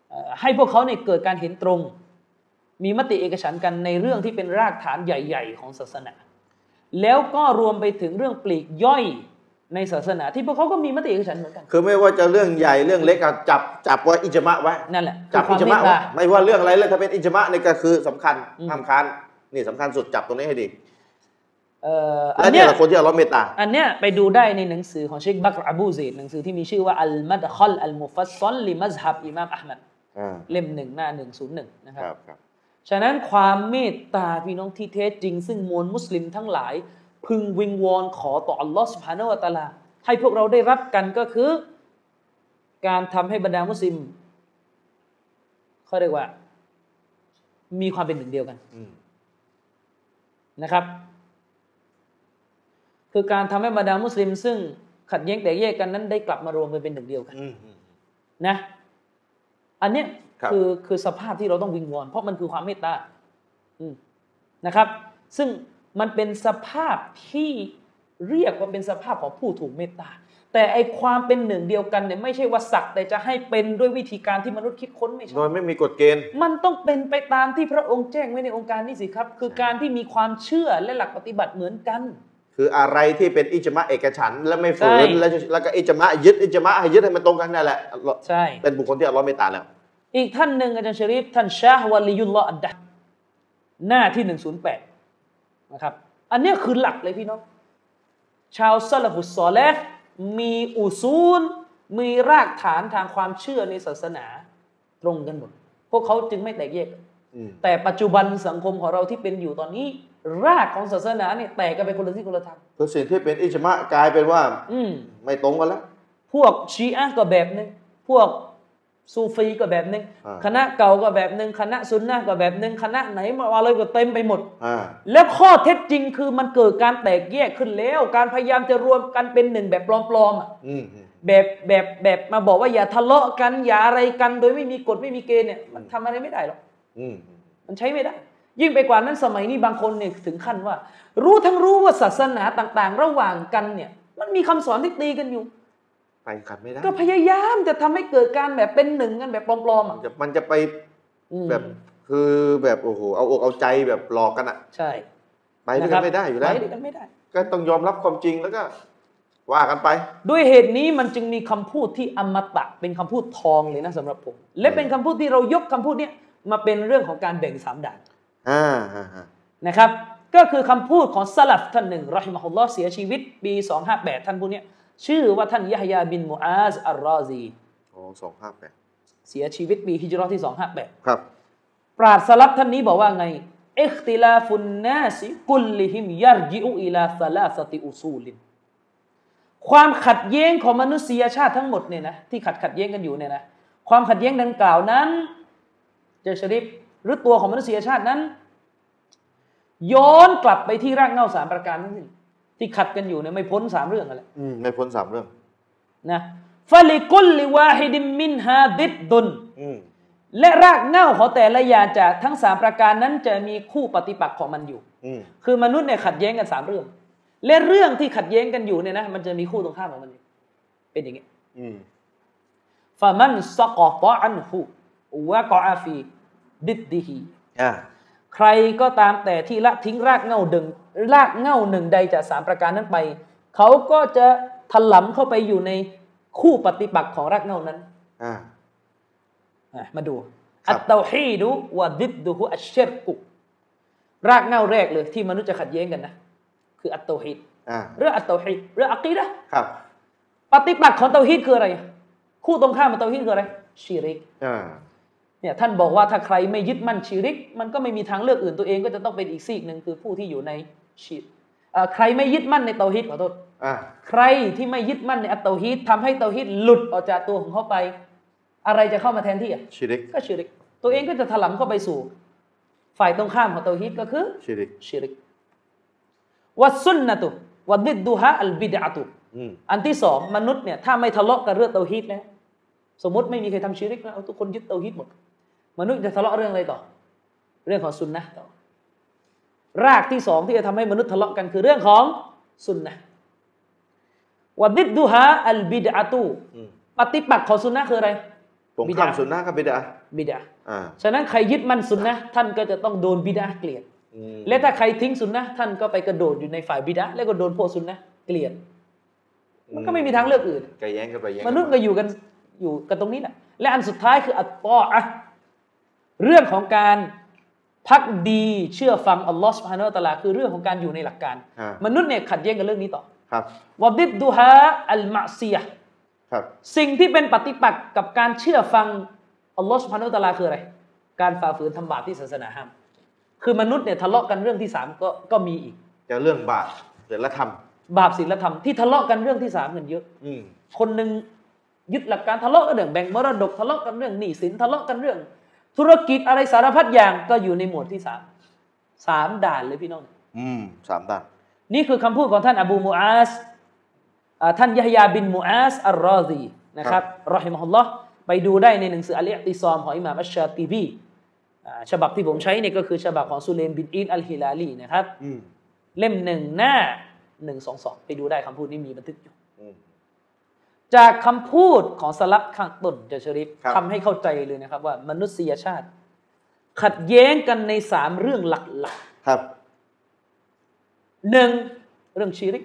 ให้พวกเขาเนี่ยเกิดการเห็นตรงมีมติเอกฉันท์กันในเรื่องที่เป็นรากฐานใหญ่ๆของศาสนาแล้วก็รวมไปถึงเรื่องปลีกย่อยในศาสนาที่พวกเขาก็มีมติเอกฉันท์เหมือนกันคือไม่ว่าจะเรื่องใหญ่เรื่องเล็กอะจับจับไว้อิจมะไว้นั่นแหละจับอิจมะไว้ไม่ว่าเรื่องอะไรแล้วถ้าเป็นอิจมะนี่ก็คือสำคัญห้ามค้านนี่สำคัญสุดจับตรงนี้ให้ดีอันเนี้ยคนที่อัลเลาะห์เมตตาอันเนี้ยไปดูได้ในหนังสือของเชคบักรอบูเซดหนังสือที่มีชื่อว่าอัลมัดคอลอัลมุฟัสซอลลิมัซฮับอิมามอะห์มัดเล่มหนึ่งหน้าหนึ่งศูนย์หนึ่งนะครับฉะนั้นความเมตตาพี่น้องที่แท้จริงซึ่งมวลมุสลิมทั้งหลายพึงวิงวอนขอต่ออัลลอฮฺซุบฮานะฮูวะตะอาลาให้พวกเราได้รับกันก็คือการทำให้บรรดามุสลิมเขาเรียกว่ามีความเป็นหนึ่งเดียวกันนะครับคือการทำให้บรรดามุสลิมซึ่งขัดแย้งแตกแยกกันนั้นได้กลับมารวมกันเป็นหนึ่งเดียวกันนะอันเนี้ยคือคือสภาพที่เราต้องวิงวอนเพราะมันคือความเมตตานะครับซึ่งมันเป็นสภาพที่เรียกว่าเป็นสภาพของผู้ถูกเมตตาแต่ไอความเป็นหนึ่งเดียวกันเนี่ยไม่ใช่ว่าสักแต่จะให้เป็นด้วยวิธีการที่มนุษย์คิดค้นไม่ใช่โดยไม่มีกฎเกณฑ์มันต้องเป็นไปตามที่พระองค์แจ้งไว้ในองค์การนี้สิครับคือการที่มีความเชื่อและหลักปฏิบัติเหมือนกันคืออะไรที่เป็นอิจมะเอกฉันท์และไม่ฝืนแล้วแล้วก็อิจมะยึดอิจมะให้ยึดให้มันตรงกันนั่นแหละใช่เป็นบุคคลที่อัลเลาะห์เมตตาแล้วอีกท่านหนึ่งอาจารย์ชะรีฟท่านชาฮ์วะลียุลลอฮ์อัดดะห์หน้าที่หนึ่งศูนย์แปดนะครับอันนี้คือหลักเลยพี่น้องชาวซะละฟุสศอลิห์มีอุซูลมีรากฐานทางความเชื่อในศาสนาตรงกันหมดพวกเขาจึงไม่แตกแยกแต่ปัจจุบันสังคมของเราที่เป็นอยู่ตอนนี้รากของศาสนาเนี่ยแตกกันไปคนละที่คนละทางคือสิ่งที่เป็นอิจมะกลายเป็นว่าไม่ตรงกันแล้วพวกชีอะห์ก็แบบนึงพวกซูฟีก็แบบนึงคณะเก่าก็แบบนึงคณะซุนนะห์ก็แบบนึงคณะไหนมาอะไรก็เต็มไปหมดแล้วข้อเท็จจริงคือมันเกิดการแตกแยกขึ้นแล้วการพยายามจะรวมกันเป็นหนึ่งแบบปลอมๆอ่ะแบบแบบแบบมาบอกว่าอย่าทะเลาะกันอย่าอะไรกันโดยไม่มีกฎไม่มีเกณฑ์เนี่ยมันทำอะไรไม่ได้หรอกมันใช้ไม่ได้ยิ่งไปกว่านั้นสมัยนี้บางคนเนี่ยถึงขั้นว่ารู้ทั้งรู้ว่าศาสนาต่างๆระหว่างกันเนี่ยมันมีคำสอนที่ตีกันอยู่ไปกันไม่ได้ก็พยายามจะทำให้เกิดการแบบเป็นหนึ่งกันแบบปลอมๆอ่ะมันจะไปแบบคือแบบโอ้โหเอาอกเอาใจแบบหลอกกันอ่ะใช่ไปด้วยกันไม่ได้อยู่แล้วไปด้วยกันไม่ได้ก็ต้องยอมรับความจริงแล้วก็ว่ากันไปด้วยเหตุนี้มันจึงมีคำพูดที่อมตะเป็นคำพูดทองเลยนะสำหรับผมและเป็นคำพูดที่เรายกคำพูดนี้มาเป็นเรื่องของการแบ่งสามด่านนะครับก็คือคำพูดของซะลัฟท่านหนึ่งรอฮิมะฮุลลอฮ์เสียชีวิตปีสองห้าแปดท่านผู้นี้ชื่อว่าท่านยะฮยาบินมุอาซอัรรอซีอ๋อสองห้าแปดเสียชีวิตปีฮิจเราะห์ที่สองห้าแปดครับปราชญ์ซะลัฟท่านนี้บอกว่าไงอิคติลาฟุนนาสกุลลิฮิมยัรญิอุอิลาซะลาซะติอุซูลินความขัดแย้งของมนุษยชาติทั้งหมดเนี่ยนะที่ขัดขัดแย้งกันอยู่เนี่ยนะความขัดแย้งดังกล่าวนั้นเจชริฟหรือตัวของมนุษยชาตินั้นย้อนกลับไปที่รากเหง้าสามประการนั่นเองที่ขัดกันอยู่เนี่ยไม่พ้นสามเรื่องอะไรอืมไม่พ้นสามเรื่องนะฟะลิกุลลิวาฮิดิมมินฮาดิดดุนและรากเหง้าของแต่ละอย่างจากทั้งสามประการนั้นจะมีคู่ปฏิปักษ์ของมันอยู่คือมนุษย์เนี่ยขัดแย้งกันสามเรื่องและเรื่องที่ขัดแย้งกันอยู่เนี่ยนะมันจะมีคู่ตรงข้ามของมันอยู่เป็นอย่างนี้ฟะมันซะกอตะอันฮุวะกออาฟีดิดดิฮีใครก็ตามแต่ที่ละทิ้งรากเหง้าดึงรากเหง้าหนึ่งใดจากสามประการนั้นไปเขาก็จะถลำเข้าไปอยู่ในคู่ปฏิปักษ์ของรากเหง้านั้นมาดูอัตเตาฮีดุวะดิดดุฮุอัชชิรกุรากเหง้าแรกเลยที่มนุษย์จะขัดแย้งกันนะคืออัตเตาฮีดเรื่องอัตเตาฮีดเรื่องอะกีดะห์ครับปฏิปักษ์ของเตาฮีดคืออะไรคู่ตรงข้ามกับเตาฮีดคืออะไรชิริกเนี่ยท่านบอกว่าถ้าใครไม่ยึดมั่นชิริกมันก็ไม่มีทางเลือกอื่นตัวเองก็จะต้องเป็นอีกซีกหนึ่งคือผู้ที่อยู่ในชิรใครไม่ยึดมั่นในเตาฮีดขอโทษใครที่ไม่ยึดมั่นในอัตเตาฮีดทำให้เตาฮีดหลุดออกจากตัวของเขาไปอะไรจะเข้ามาแทนที่อ่ะชิริกก็ชิริกตัวเองก็จะถลำเข้าไปสู่ฝ่ายตรงข้ามของเตาฮีดก็คือชิริกชิริกวัสซุนนะตุวัดดิดดุฮะอัลบิดอะตุอันที่สองมนุษย์เนี่ยถ้าไม่ทะเลาะกันเรื่องเตาฮีดแล้วสมมติไม่มีใครทำชิริกแล้วทุกคนยึดเตาฮีดหมดมนุษย์จะทะเลาะเรื่องอะไรต่อเรื่องของซุนนะห์ต่อรากที่สองที่จะทำให้มนุษย์ทะเลาะกันคือเรื่องของซุนนะห์วัดดิดดุฮะอัลบิดอะตุปฏิปักษ์ของซุนนะห์คืออะไรตรงข้ามสุนนะก็บิดอะห์บิดอะห์อ่าฉะนั้นใครยึดมั่นสุนนะท่านก็จะต้องโดนบิดอะห์เกลียดและถ้าใครทิ้งสุนนะท่านก็ไปกระโดดอยู่ในฝ่ายบิดอะห์แล้วก็โดนพวกสุนนะเกลียดมันก็ไม่มีทางเลือกอื่นไก่แย้งกันไปแย้งมนุษย์ก็อยู่กันอยู่กันตรงนี้แหละและอันสุดท้ายคืออัตตออะห์เรื่องของการพักดีเชื่อฟังอัลลอฮฺซุบฮานะฮูวะตะอาลาคือเรื่องของการอยู่ในหลักการมนุษย์เนี่ยขัดแย้งกันเรื่องนี้ต่อครับวะดิดดุฮาอัลมะซียะห์ครับสิ่งที่เป็นปฏิปักษ์กับการเชื่อฟังอัลลอฮฺซุบฮานะฮูวะตะอาลาคืออะไรการฝ่าฝืนทำบาปที่ศาสนาห้ามคือมนุษย์เนี่ยทะเลาะกันเรื่องที่สามก็ก็มีอีกจะเรื่องบาปศีลธรรมบาปศีลธรรมที่ทะเลาะกันเรื่องที่สามกันเยอะคนหนึ่งยึดหลักการทะเลาะกันเรื่องแบ่งมรดกทะเลาะกันเรื่องหนี้สินทะเลาะกันเรื่องธุรกิจอะไรสารพัดอย่างก็อยู่ในหมวดที่สามสามด่านเลยพี่น้องอืมสามด่านนี่คือคำพูดของท่านอบูมูอาซท่านยะฮยาบินมูอาซอัลรอซีนะครับรอฮิมะฮุลลอฮ์ไปดูได้ในหนังสืออัลอิอ์ติซอมของอิหม่ามอัชชาติบีฉบับที่ผมใช้เนี่ยก็คือฉบับของซุเลมบินอีดอัลฮิลาลีนะครับเล่มหนึ่งหน้าหนึ่งสองสองไปดูได้คำพูดนี้มีบันทึกอยู่จากคำพูดของสลับข้างต้นจะชริฟทำให้เข้าใจเลยนะครับว่ามนุษยชาติขัดแย้งกันในสามเรื่องหลักๆครับหนึ่งเรื่องชิริก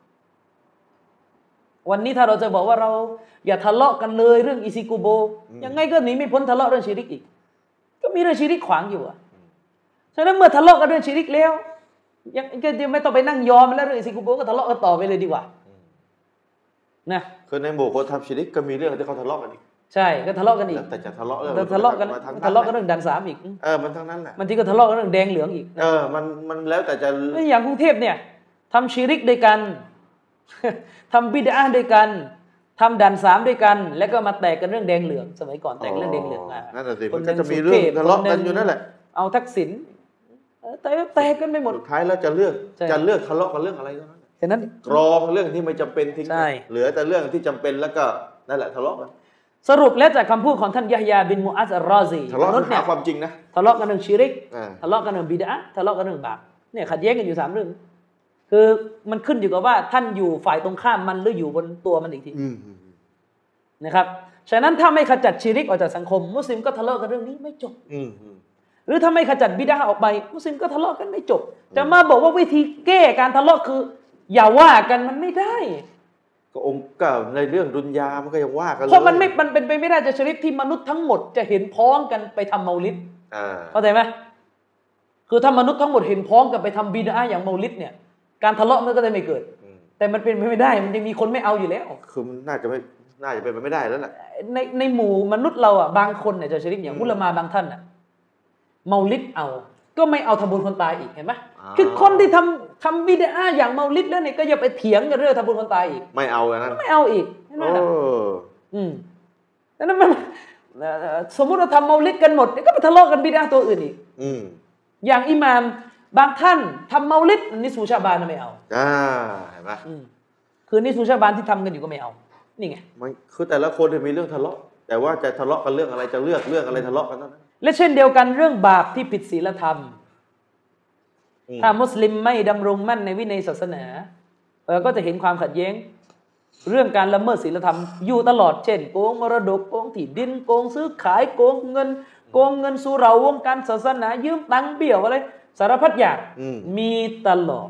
วันนี้ถ้าเราจะบอกว่าเราอย่าทะเลาะกันเลยเรื่องอิซิกุโบยังไงก็หนีไม่พ้นทะเลาะเรื่องชิริกอีกก็มีเรื่องชิริกขวางอยู่อ่ะฉะนั้นเมื่อทะเลาะกันเรื่องชิริกแล้วยังก็ไม่ต้องไปนั่งยอมแล้วเรื่องอิซิกุโบก็ทะเลาะกันต่อไปเลยดีกว่านะคือในหมู่คนทำชิริกก็มีเรื่องที่เขาทะเลาะกันอีกใช่ก็ทะเลาะกันอีกแต่จะทะเลาะเรื่องทะเลาะกันทะเลาะกันเรื่องดันสามอีกเออมันทั้งนั้นแหละมันที่ก็ทะเลาะกันเรื่องแดงเหลืองอีกเออมันมันแล้วแต่จะอย่างกรุงเทพเนี่ยทำชิริกด้วยกันทำบิดอะห์ด้วยกันทำดันสามด้วยกันแล้วก็มาแตกกันเรื่องแดงเหลืองสมัยก่อนแตกเรื่องแดงเหลืองอ่ะนั่นแหละสิมันก็จะมีเรื่องทะเลาะกันอยู่นั่นแหละเอาทักษิณแต่แตกกันไม่หมดสุดท้ายแล้วจะเลือกจะเลือกทะเลาะกันเรื่องอะไรนั้นฉะนั้นกรองเรื่องที่ไม่จำเป็นทิ้งเหลือแต่เรื่องที่จำเป็นแล้วก็นั่นแหละทะเลาะกันสรุปแล้วจากคำพูดของท่านยะฮยาบินมูอัซอัลรอซีทะเลาะกันหาความจริงนะทะเลาะกันเรื่องชิริกทะเลาะกันเรื่องบิดอะห์ทะเลาะกันเรื่องบาปเนี่ยขัดแย้งกันอยู่สามเรื่องคือมันขึ้นอยู่กับว่าท่านอยู่ฝ่ายตรงข้ามมันหรืออยู่บนตัวมันอีกทีนะครับฉะนั้นถ้าไม่ขจัดชิริกออกจากสังคมมุสลิมก็ทะเลาะกันเรื่องนี้ไม่จบหรือถ้าไม่ขจัดบิดอะห์ออกไปมุสลิมก็ทะเลาะกันไม่จบจะมาบอกว่าวิธีแก้การทะเลาะคืออย่าว่ากันมันไม่ได้ก็องค์ก็ในเรื่องดุนยามันก็ยังว่ากันเลยเพราะมันไม่มันเป็นไปไม่ได้จะชริฟที่มนุษย์ทั้งหมดจะเห็นพ้องกันไปทำเมาลิดเข้าใจไหมคือถ้ามนุษย์ทั้งหมดเห็นพ้องกันไปทำบิดอะห์อย่างเมาลิดเนี่ยการทะเลาะมันก็จะไม่เกิดแต่มันเป็นไปไม่ได้มันยังมีคนไม่เอาอยู่แล้วคือมันน่าจะไม่น่าจะเป็นไปไม่ได้แล้วแหละในในหมู่มนุษย์เราอ่ะบางคนเนี่ยจะชริฟอย่างอุลามะบางท่านอ่ะเมาลิดเอาก็ไม่เอาทำบุญคนตายอีกเห็นไหมคือคนที่ทำทำบิดอะห์อย่างเมาลิดแล้วเนี่ยก็อย่าไปเถียงกันเรื่องทำบุญคนตายอีกไม่เอาอันนั้นไม่เอาอีกนั่นแหละอืมนั้นมันสมมุติเราทำเมาลิดกันหมดก็ไปทะเลาะกันบิดอะห์ตัวอื่นอีกอืมอย่างอิหม่ามบางท่านทำเมาลิดนิสฟูชาบานไม่เอาอ่าเห็นไหมคือนิสฟูชาบานที่ทำกันอยู่ก็ไม่เอานี่ไงมันคือแต่ละคนมีเรื่องทะเลาะแต่ว่าจะทะเลาะกันเรื่องอะไรจะเลือกเรื่องอะไรทะเลาะกันนั้นและเช่นเดียวกันเรื่องบาปที่ผิดศีลธรรมถ้ามุสลิมไม่ดำรงมั่นในวินัยศาสนาเออก็จะเห็นความขัดแย้งเรื่องการละเมิดศีลธรรมอยู่ตลอดเช่นโกงมรดกโกงที่ดินโกงซื้อขายโกงเงินโกงเงินสุเหร่าวงการศาสนายืมตังค์เบี้ยวอะไรสารพัดอย่างมีตลอด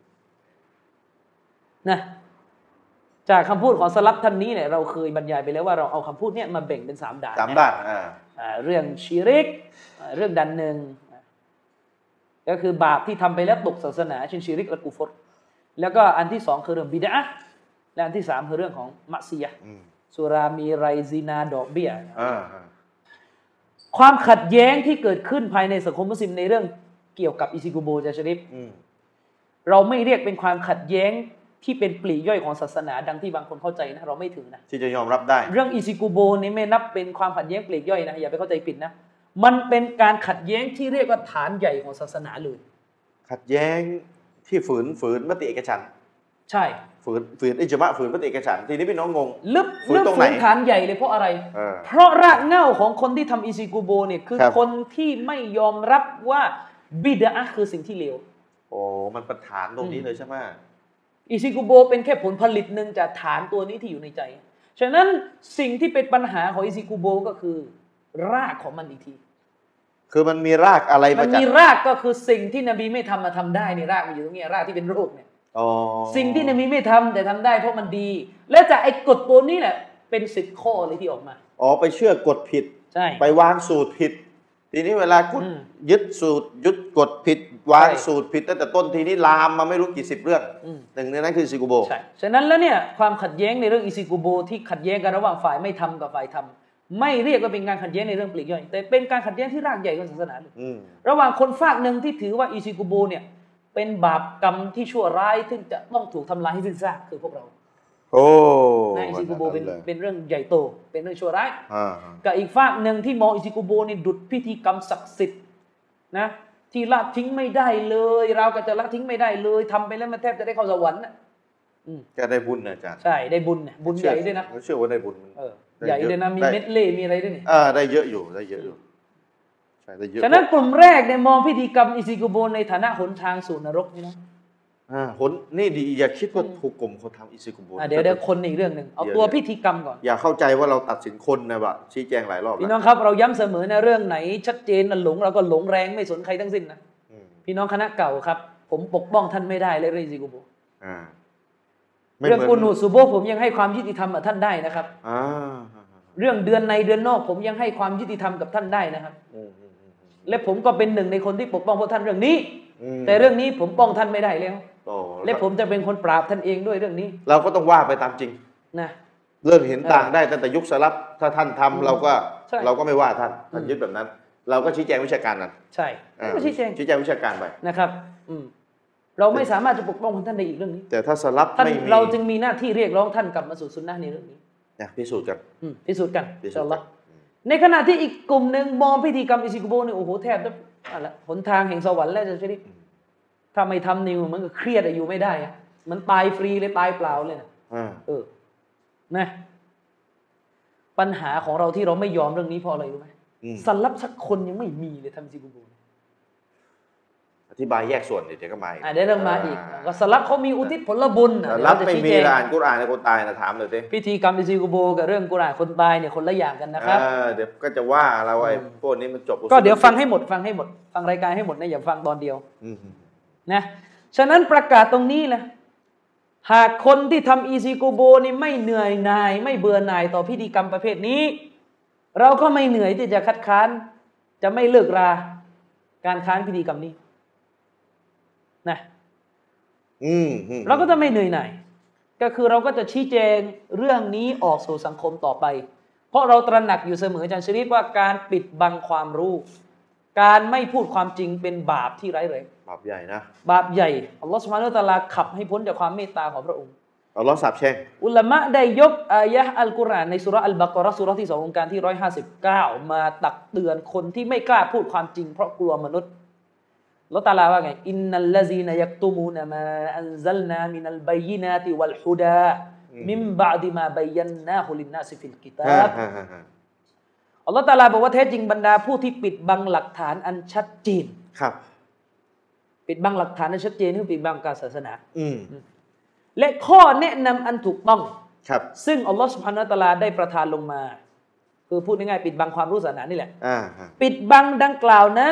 นะจากคำพูดของสลับท่านนี้เนี่ยเราเคยบรรยายไปแล้วว่าเราเอาคำพูดเนี่ยมาแบ่งเป็นสามด่านสามด่านอ่าเรื่องชิริกเรื่องดันหนึ่งก็คือบาปที่ทำไปแล้วตกศาสนาเช่นชิริกและกุฟรแล้วก็อันที่สองคือเรื่องบิดอะห์และอันที่สามคือเรื่องของมัซียะห์สุรามีไรซินาดอกเบี้ยความขัดแย้งที่เกิดขึ้นภายในสังคมมุสลิมในเรื่องเกี่ยวกับอิซิกุโบจาชริฟเราไม่เรียกเป็นความขัดแย้งที่เป็นปลีกย่อยของศาสนาดังที่บางคนเข้าใจนะเราไม่ถึงนะที่จะยอมรับได้เรื่องอิซิกุโบนี่ไม่นับเป็นความขัดแย้งปลีกย่อยนะอย่าไปเข้าใจผิดนะมันเป็นการขัดแย้งที่เรียกว่าฐานใหญ่ของศาสนาเลยขัดแย้งที่ฝืนฝืนมติเอกฉันท์ใช่ฝืนฝืนอิจมะฝืนมติเอกฉันท์ทีนี้พี่น้องงงลึกฝืนตรงไหนฐานใหญ่เลยเพราะอะไรเพราะรากเหง้าของคนที่ทำอิซิกุโบเนี่ยคือคนที่ไม่ยอมรับว่าบิดอะห์คือสิ่งที่เลวโอ้มันเป็นฐานตรงนี้เลยใช่ไหมอิซิกุโบเป็นแค่ผลผลิตหนึ่งจากฐานตัวนี้ที่อยู่ในใจฉะนั้นสิ่งที่เป็นปัญหาของอิซิกุโบก็คือรากของมันอีกทีคือมันมีรากอะไรมาจากมันมีรากก็คือสิ่งที่นบีไม่ทำมาทำได้ในรากมันอยู่ตรงนี้รากที่เป็นโรคเนี่ยสิ่งที่นบีไม่ทำแต่ทำได้เพราะมันดี และจากไอ้กฎตัวนี้แหละเป็นสิบข้อเลยที่ออกมาอ๋อไปเชื่อกฎผิดใช่ไปวางสูตรผิดทีนี้เวลาคุณยึดสูตรยึดกฎผิดวางสูตรผิดตั้งแต่ต้นทีนี้ลามมาไม่รู้กี่สิบเรื่องหนึ่งในนั้นคืออิซิกุโบใช่ฉะนั้นแล้วเนี่ยความขัดแย้งในเรื่องอิซิกุโบที่ขัดแย้งกันระหว่างฝ่ายไม่ทำกับฝ่ายทำไม่เรียกว่าเป็นการขัดแย้งในเรื่องปลีกย่อยแต่เป็นการขัดแย้งที่รากใหญ่ของศาสนาเลยระหว่างคนฝากหนึ่งที่ถือว่าอิซิกุโบเนี่ยเป็นบาปกรรมที่ชั่วร้ายที่จะต้องถูกทำลายให้สิ้นซากคือพวกเราโอ้ในอิซิกุโบเป็นเป็นเรื่องใหญ่โตเป็นเรื่องชั่วร้ายกับอีกฝากหนึ่งที่มองอิซิกุโบนี่ดุจพิธีกรรมศักดิ์สิทธิ์นะที่ละทิ้งไม่ได้เลยเราก็จะละทิ้งไม่ได้เลยทำไปแล้วมันแทบจะได้เข้าสวรรค์นะจะได้บุญนะอาจารย์ใช่ได้บุญเนี่ยบุญใหญ่ด้วยนะเชื่อว่าได้บุญใหญ่เลยนะมีเม็ดเล่มีอะไรด้วยนี่อ่าได้เยอะอยู่ได้เยอะอยู่ใช่ได้เยอะฉะนั้นกลุ่มแรกเนี่ยมองพิธีกรรมอิซิกุโบในฐานะหนทางสู่นรกนี่นะอ่าหนนี่ดีอย่าคิดว่าทุกกลุ่มเขาทำอิซิกุโบเดี๋ยวเดี๋ยวคนอีกเรื่องหนึ่งเอาตัวพิธีกรรมก่อนอย่าเข้าใจว่าเราตัดสินคนนะว่าชี้แจงหลายรอบพี่น้องครับเราย้ำเสมอในเรื่องไหนชัดเจนหลงเราก็หลงแรงไม่สนใครทั้งสิ้นนะพี่น้องคณะเก่าครับผมปกป้องท่านไม่ได้เลยเรื่องอิซิกุโบเรื่องกุนูซูโบผมยังให้ความยุติธรรมกับท่านได้นะครับเรื่องเดือนในเดือนนอกผมยังให้ความยุติธรรมกับท่านได้นะครับและผมก็เป็นหนึ่งในคนที่ปกป้องพวกท่านเรื่องนี้แต่เรื่องนี้ผมป้องท่านไม่ได้แล้วและผมจะเป็นคนปราบท่านเองด้วยเรื่องนี้เราก็ต้องว่าไปตามจริงนะเรื่องเห็นต่างได้ตั้งแต่ยุคสลับถ้าท่านทำเราก็เราก็ไม่ว่าท่านท่านยึดแบบนั้นเราก็ชี้แจงวิชาการนั้นใช่ก็ชี้แจงชี้แจงวิชาการไปนะครับเราไม่สามารถจะปกป้องท่านได้อีกเรื่องนี้แต่ถ้าสลับไม่มีเราจึงมีหน้าที่เรียกร้องท่านกลับมาสู่สุนนะในเรื่องนี้พิสูจน์กันพิสูจน์กันอินชาอัลเลาะห์ในขณะที่อีกกลุ่มหนึ่งมองพิธีกรรมอิซิกุโบนี่โอ้โหแทบจะอะไรหนทางแห่งสวรรค์แล้วจะชริฟถ้าไม่ทำนิวมันก็เครียดอยู่ไม่ได้อะมันตายฟรีเลยตายเปล่าเลยนะเออนะปัญหาของเราที่เราไม่ยอมเรื่องนี้เพราะอะไรรู้ไหมสลับสักคนยังไม่มีเลยทำอิซิกุโบอธิบายแยกส่วนเดี๋ยวก็มาอีกเดี๋ยวเรื่องมาอีกก็สลับเขามีอุทิศผลบุญสลับไม่มีอ่านกุรอานในคนตายนะถามเลยสิพิธีกรรมอิซิกุโบกับเรื่องกุรอานคนตายเนี่ยคนละอย่างกันนะครับเดี๋ยวก็จะว่าเราไอ้พวกนี้มันจบก็เดี๋ยวฟังให้หมดฟังให้หมดฟังรายการให้หมดนะอย่าฟังตอนเดียวนะฉะนั้นประกาศตรงนี้นะหากคนที่ทำอิซิกุโบนี่ไม่เหนื่อยหน่ายไม่เบื่อหน่ายต่อพิธีกรรมประเภทนี้เราก็ไม่เหนื่อยที่จะคัดค้านจะไม่เลิกราการค้านพิธีกรรมนี้นะเราก็จะไม่เหนื่อยหน่ายก็คือเราก็จะชี้แจงเรื่องนี้ออกสู่สังคมต่อไปเพราะเราตระหนักอยู่เสมออาจารย์ชริฟว่าการปิดบังความรู้การไม่พูดความจริงเป็นบาปที่ร้ายแรงบาปใหญ่นะบาปใหญ่อัลลอฮฺซุบฮานะฮูวะตะอาลาขับให้พ้นจากความเมตตาของพระองค์อัลลอฮฺสาปแช่งอุลามะได้ยกอายะห์อัลกุรอานในซูเราะห์อัลบะเกาะเราะห์ซูเราะห์ที่สององค์การที่หนึ่งร้อยห้าสิบเก้ามาตักเตือนคนที่ไม่กล้าพูดความจริงเพราะกลัวมนุษย์อัลเลาะห์ตะอาลาว่าไงอินนัลลซีนยักตุมูนมาอันซัลนามินัลบัยยินาติวัลฮุดามินบะอ์ดิมาบัยยันนาฮุลินนาสฟิลกิตาบอัลเลาะห์ตะอาลาบอกว่าแท้จริงบรรดาผู้ที่ปิดบังหลักฐานอันชัดเจนครับปิดบังหลักฐานอันชัดเจนคือปิดบังการศาสนาและข้อแนะนำอันถูกต้องครับซึ่งอัลลอฮฺซุบฮานะฮูวะตะอาลาได้ประทานลงมาคือพูดง่ายๆปิดบังความรู้ศาสนานี่แหละปิดบังดังกล่าวนั้น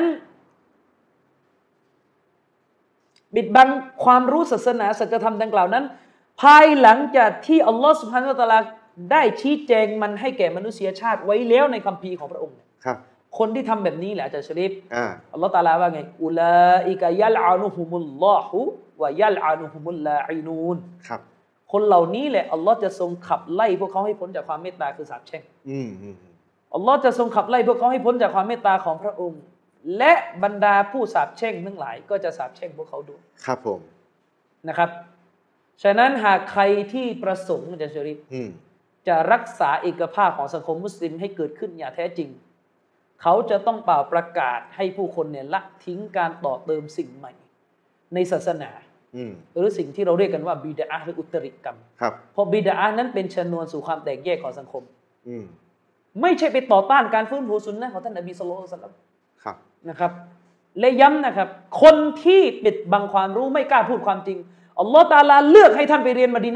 ปิดบังความรู้ศาสนาสัจธรรมดังกล่าวนั้นภายหลังจากที่อัลลอฮฺซุบฮานะฮูวะตะอาลาได้ชี้แจงมันให้แก่มนุษยชาติไว้แล้วในคัมภีร์ของพระองค์ครับคนที่ทำแบบนี้แหละอาจารย์ชริฟอัลลอฮฺตะอาลาว่าไงอุลาอิกะยัลอานุฮุมุลลอฮุวะยัลอานุฮุมุลลาอินูนครับคนเหล่านี้แหละอัลลอฮ์จะทรงขับไล่พวกเขาให้พ้นจากความเมตตาคือสาปแช่งอัลลอฮ์จะทรงขับไล่พวกเขาให้พ้นจากความเมตตาของพระองค์และบรรดาผู้สาปแช่งทั้งหลายก็จะสาปแช่งพวกเขาด้วยครับผมนะครับฉะนั้นหากใครที่ประสงค์อาจารย์ชริฟจะรักษาเอกภาพของสังคมมุสลิมให้เกิดขึ้นอย่างแท้จริงเขาจะต้องเป่าประกาศให้ผู้คนเนี่ยละทิ้งการต่อเติมสิ่งใหม่ในศาสนาหรือสิ่งที่เราเรียกกันว่าบิดอะห์หรืออุตริกรรมเพราะบิดอะห์นั้นเป็นชนวนสู่ความแตกแยกของสังคมไม่ใช่ไปต่อต้านการฟื้นฟูซุนนะห์ของท่านนบีศ็อลลัลลอฮุอะลัยฮิวะซัลลัมนะครับและย้ำนะครับคนที่ปิดบังความรู้ไม่กล้าพูดความจริงอัลลอฮฺตะอาลาเลือกให้ท่านไปเรียนมะดีนะห์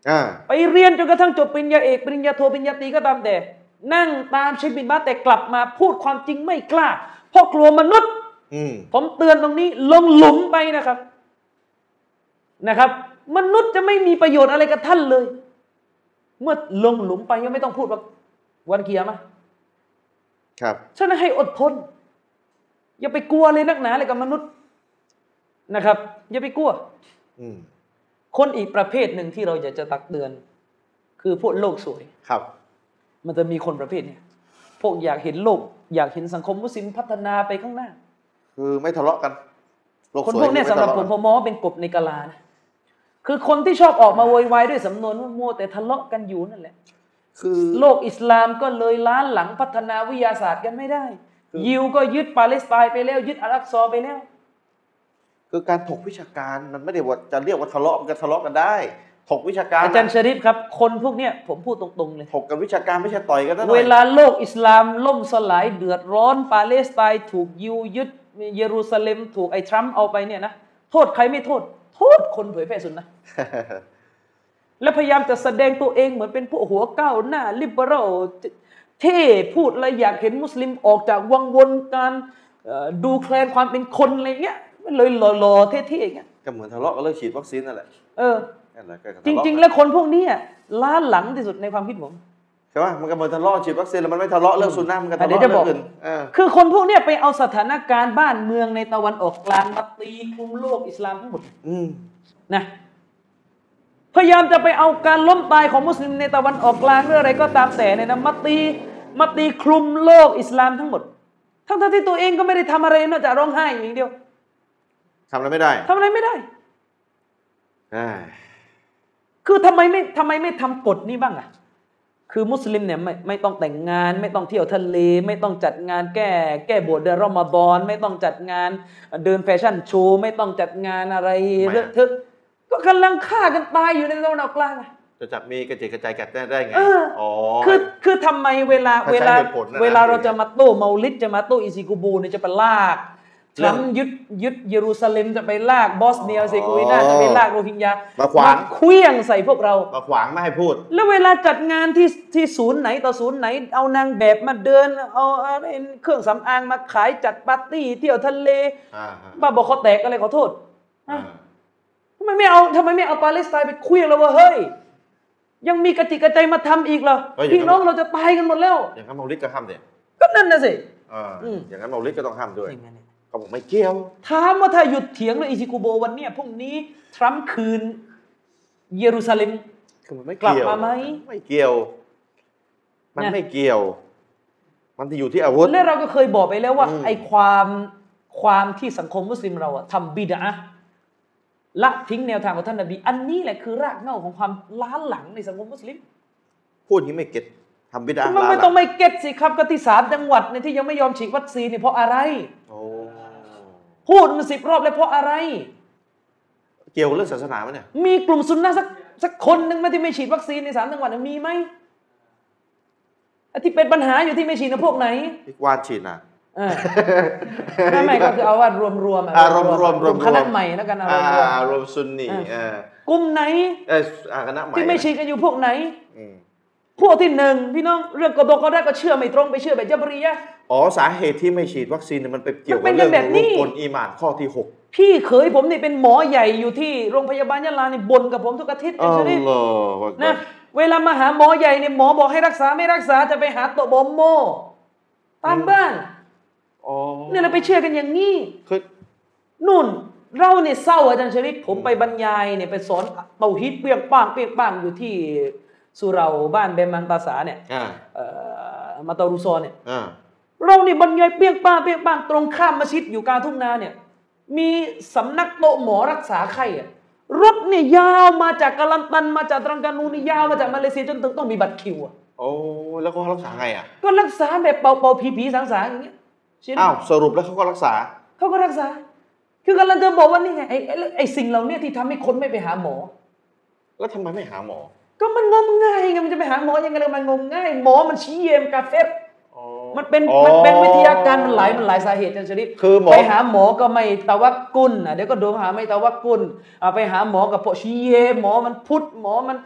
ไปเรียนจนกระทั่งจบปริญญาเอกปริญญาโทปริญญาตรีก็ตามแต่นั่งตามเชคบินบาสแต่กลับมาพูดความจริงไม่กล้าเพราะกลัวมนุษย์ผมเตือนตรงนี้ลงหลุมไปนะครับนะครับมนุษย์จะไม่มีประโยชน์อะไรกับท่านเลยเมื่อลงหลุมไปก็ไม่ต้องพูดว่าวันเกียร์มาครับฉะนั้นให้อดทนอย่าไปกลัวเลยนักหนาอะไรกับมนุษย์นะครับอย่าไปกลัวคนอีกประเภทหนึ่งที่เราอยากจะตักเตือนคือพวกโลกสวยครับมันจะมีคนประเภทนี้พวกอยากเห็นโลกอยากเห็นสังคมมุสลิมพัฒนาไปข้างหน้าคือไม่ทะเลาะกันคนพวกนี้สำหรับผมผมมองว่าเป็นกบในกะลานะคือคนที่ชอบออกมาโวยวายด้วยสำนวนว่ามัวแต่ทะเลาะกันอยู่นั่นแหละคือโลกอิสลามก็เลยล้าหลังพัฒนาวิทยาศาสตร์กันไม่ได้ยิวก็ยึดปาเลสไตน์ไปแล้วยึดอารักซอไปแล้วคือการถกวิชาการมันไม่ได้ว่าจะเรียกว่าทะเลาะกันทะเลาะกันได้ถกวิชาการอาจารย์ชริฟครับคนพวกเนี้ยผมพูดตรงๆเลยถกกันวิชาการไม่ใช่ต่อยกันนะเวลาโลกอิสลามล่มสลายเดือดร้อนปาเลสไตน์ถูกยิวยึดเยรูซาเล็มถูกไอ้ทรัมป์เอาไปเนี่ยนะโทษใครไม่โทษโทษคนเผยแพร่สุนนะ และพยายามจะแสดงตัวเองเหมือนเป็นผู้หัวก้าวหน้าลิเบอรัลเท่พูดอะไรอยากเห็นมุสลิมออกจากวังวนการดูแคลนความเป็นคนอะไรเงี้ยเลยหล่อๆเท่ๆอย่างเงี้ยก็เหมือนทะเลาะกันเรื่องฉีดวัคซีนนั่นแหละเออจริงๆแล้วคนพวกนี้ล้าหลังที่สุดในความคิดผมใช่ไหมมันก็เหมือนทะเลาะฉีดวัคซีนแล้วมันไม่ทะเลาะเรื่องสุนนะมันก็ทะเลาะเรื่องอื่นคือคนพวกนี้ไปเอาสถานการณ์บ้านเมืองในตะวันออกกลางมาตีคลุมโลกอิสลามทั้งหมดนะพยายามจะไปเอาการล้มตายของมุสลิมในตะวันออกกลางหรืออะไรก็ตามแต่เนี่ยนะมาตีมาตีคลุมโลกอิสลามทั้งหมดทั้งๆที่ตัวเองก็ไม่ได้ทำอะไรนอกจากร้องไห้อย่างเดียวทำอะไรไม่ได้ทำอะไรไม่ได้คือทำไมไม่ทำไมไม่ทำกฎนี้บ้างอ่ะคือมุสลิมเนี่ยไม่ไม่ต้องแต่งงานไม่ต้องเที่ยวทะเลไม่ต้องจัดงานแก้แก้บวชเดือนรอมฎอนไม่ต้องจัดงานเดินแฟชั่นโชว์ไม่ต้องจัดงานอะไรเลอะเทอะก็กำลังฆ่ากันตายอยู่ในตะวันออกกลางจะจับมีกระจิกกระจายกัดได้ไงอ๋อคือคือทำไมเวลาเวลาเวลาเราจะมาโต้เมาลิดจะมาโต้อิซิกูบูเนี่ยจะไปลากทรัมป์ยึดยึดเยรูซาเล็มจะไปลากบอสเนียเซโกวีนาจะไปลากโรฮิงญามาขวางเคลี้ยงใส่พวกเรามาขวางไม่ให้พูดแล้วเวลาจัดงานที่ที่ศูนย์ไหนต่อศูนย์ไหนเอานางแบบมาเดินเอาเครื่องสำอางมาขายจัดปาร์ตี้เที่ยวทะเลบ้าบอกเขาแตกอะไรขอโทษทำไมไม่เอาทำไมไม่เอาปาเลสไตน์ไปเคลี้ยงแล้ววะเฮ้ยยังมีกระจิกกระใจมาทำอีกเหรอพี่น้องเราจะตายกันหมดแล้วอย่างนั้นเมาลิดก็ห้ามเด็ก็นั่นน่ะสิอย่างนั้นเมาลิดก็ต้องห้ามด้วยเขาบอกไม่เกี่ยวถามว่าถ้าหยุดเถียงเรื่องอิซิกูโบวันนี้พรุ่งนี้ทรัมป์คืนเยรูซาเล็มกลับมาไหมไม่เกี่ยวมันไม่เกี่ยวมันที่อยู่ที่อาวุธและเราก็เคยบอกไปแล้วว่าไอ้ความความที่สังคมมุสลิมเราอะทำบิดอะละทิ้งแนวทางของท่านนบีอันนี้แหละคือรากเหง้าของความล้าหลังในสังคมมุสลิมพูดอย่างนี้ไม่เก็ตทำบิดอะมันไม่ต้องไม่เก็ตสิครับก็ที่สามจังหวัดในที่ยังไม่ยอมฉีดวัคซีนนี่เพราะอะไรพูดมาสิบรอบแล้วเพราะอะไรเกี่ยวเรื่องศาสนาไหมเนี่ยมีกลุ่มซุนนะห์สักสักคนหนึ่งไหมที่ไม่ฉีดวัคซีนในสามจังหวัดมีไหมที่เป็นปัญหาอยู่ที่ไม่ฉีดนะพวกไหนอีกวาดฉีดนะไม่ไม่ก็คือเอาว่ารวมรวมอารมณ์รวมรวมคณะใหม่แล้วกันอารมณ์รวมอารมณ์ซุนนีกลุ่มไหนคณะใหม่ที่ไม่ฉีดกันอยู่พวกไหนพวกที่หนึ่งพี่น้องเรื่องกฎกฎก็เชื่อไม่ตรงไปเชื่อแบบญับรียะห์อ๋อสาเหตุที่ไม่ฉีดวัคซีนมันไปเกี่ยวกับเรื่องรุกลอีหม่านข้อที่หกพี่เขยผมนี่เป็นหมอใหญ่อยู่ที่โรงพยาบาลยะลานี่บ่นกับผมทุกอาทิตย์ใช่ไหมนะเวลามาหาหมอใหญ่เนี่ยหมอบอกให้รักษาไม่รักษาจะไปหาโตบอมโมตามบ้านเนี่ยเราไปเชื่อกันอย่างนี้นู่นเราเนี่ยเศร้าอาจารย์ชริฟผมไปบรรยายเนี่ยไปสอนเตาฮีดเปี้ยงป้างเปี้ยงป้างอยู่ที่สุเหร่าบ้านเบมังตาสาเนี่ยมาตารุซอเนี่ยเราเนี่ยบรรยายเปี้ยงป้างเปี้ยงป้างตรงข้ามมัสยิดอยู่กลางทุ่งนาเนี่ยมีสำนักโตหมอรักษาไข้อะรถเนี่ยยาวมาจากกาลันตันมาจากตรังกานูนี่ยาวมาจากมาเลเซียจนถึงต้องมีบัตรคิวอะโอ้แล้วก็รักษาไงอ่ะก็รักษาแบบเป่าเป่าผีผีสางสางอย่างเงี้ยอ้าวสรุปแล้วเขาก็รักษาเขาก็รักษาคือกำลังจะบอกว่านี่ไงไอ้ไอ้สิ่งเหล่านี้ที่ทำให้คนไม่ไปหาหมอแล้วทำไมไม่หาหมอก็มันงมง่ายไงมันจะไปหาหมอยังไงเลยมันงมง่ายหมอมันชี้เยมกาเฟสมันเป็นมันเป็นวิทยาการมันหลายมันหลายสาเหตุจังชริฟคือไปหาหมอก็ไม่ตะวักกุลเดี๋ยวก็โดนหาไม่ตะวักกุลไปหาหมอกับพวกชี้เยหมอมันพุทธหมอมัน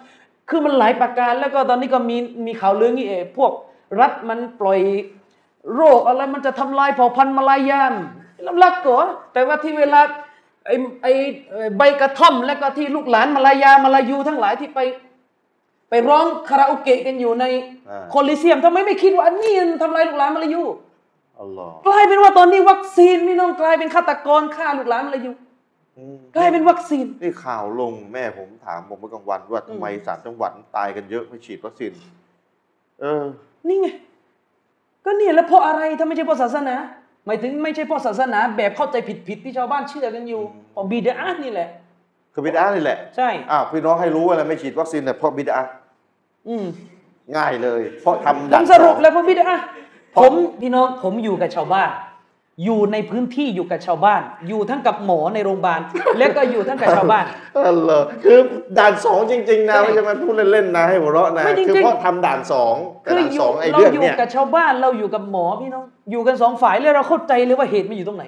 คือมันหลายประการแล้วก็ตอนนี้ก็มีมีข่าวเรื่องนี้เองพวกรัฐมันปล่อยโรคอะไรมันจะทำลายเผ่าพันธุ์มาลายันแล้วลักก็แต่ว่าที่เวลาไอ้ไอ้ใบกระท่อมและก็ที่ลูกหลานมาลายามาลายูทั้งหลายที่ไปไปร้องคาราโอเกะกันอยู่ในโคลิเซียมทำไมไม่คิดว่าอันนี้ทำลายลูกหลานมาลายูอัลลอฮ์กลายเป็นว่าตอนนี้วัคซีนไม่ต้องกลายเป็นฆาตกรฆ่าลูกหลานมาลายูกลายเป็นวัคซีนนี่ข่าวลงแม่ผมถามผมเมื่อกลางวันว่าทำไมสามจังหวัดตายกันเยอะไม่ฉีดวัคซีนเออนี่ไงก็เนี่ยแล้วเพราะอะไรถ้าไม่ใช่เพราะศาสนาหมายถึงไม่ใช่เพราะศาสนาแบบเข้าใจผิดๆที่ชาวบ้านเชื่อกันอยู่เพราะบิดอะห์นี่แหละคือบิดอะห์นี่แหละใช่อ้าวพี่น้องให้รู้ว่าอะไรไม่ฉีดวัคซีนเนี่ยเพราะบิดอะห์อืมง่ายเลยเพราะทำผมสรุปแล้วเพราะบิดอะห์ผมพี่น้องผมอยู่กับชาวบ้านอยู่ในพื้นที่อยู่กับชาวบ้านอยู่ทั้งกับหมอในโรงพยาบาลแล้วก็อยู่ทั้งกับชาวบ้านอัลลอฮ์คือด่านสองจริงๆนะไม่ใช่มาพูดเล่นๆนะให้หัวเราะนะคือเพราะทำด่านสองคือด่านสองไอ้เรื่องเนี่ยเราอยู่กับชาวบ้านเราอยู่กับหมอพี่น้องอยู่กันสองฝ่ายแล้วเราเข้าใจเลยว่าเหตุมันอยู่ตรงไหน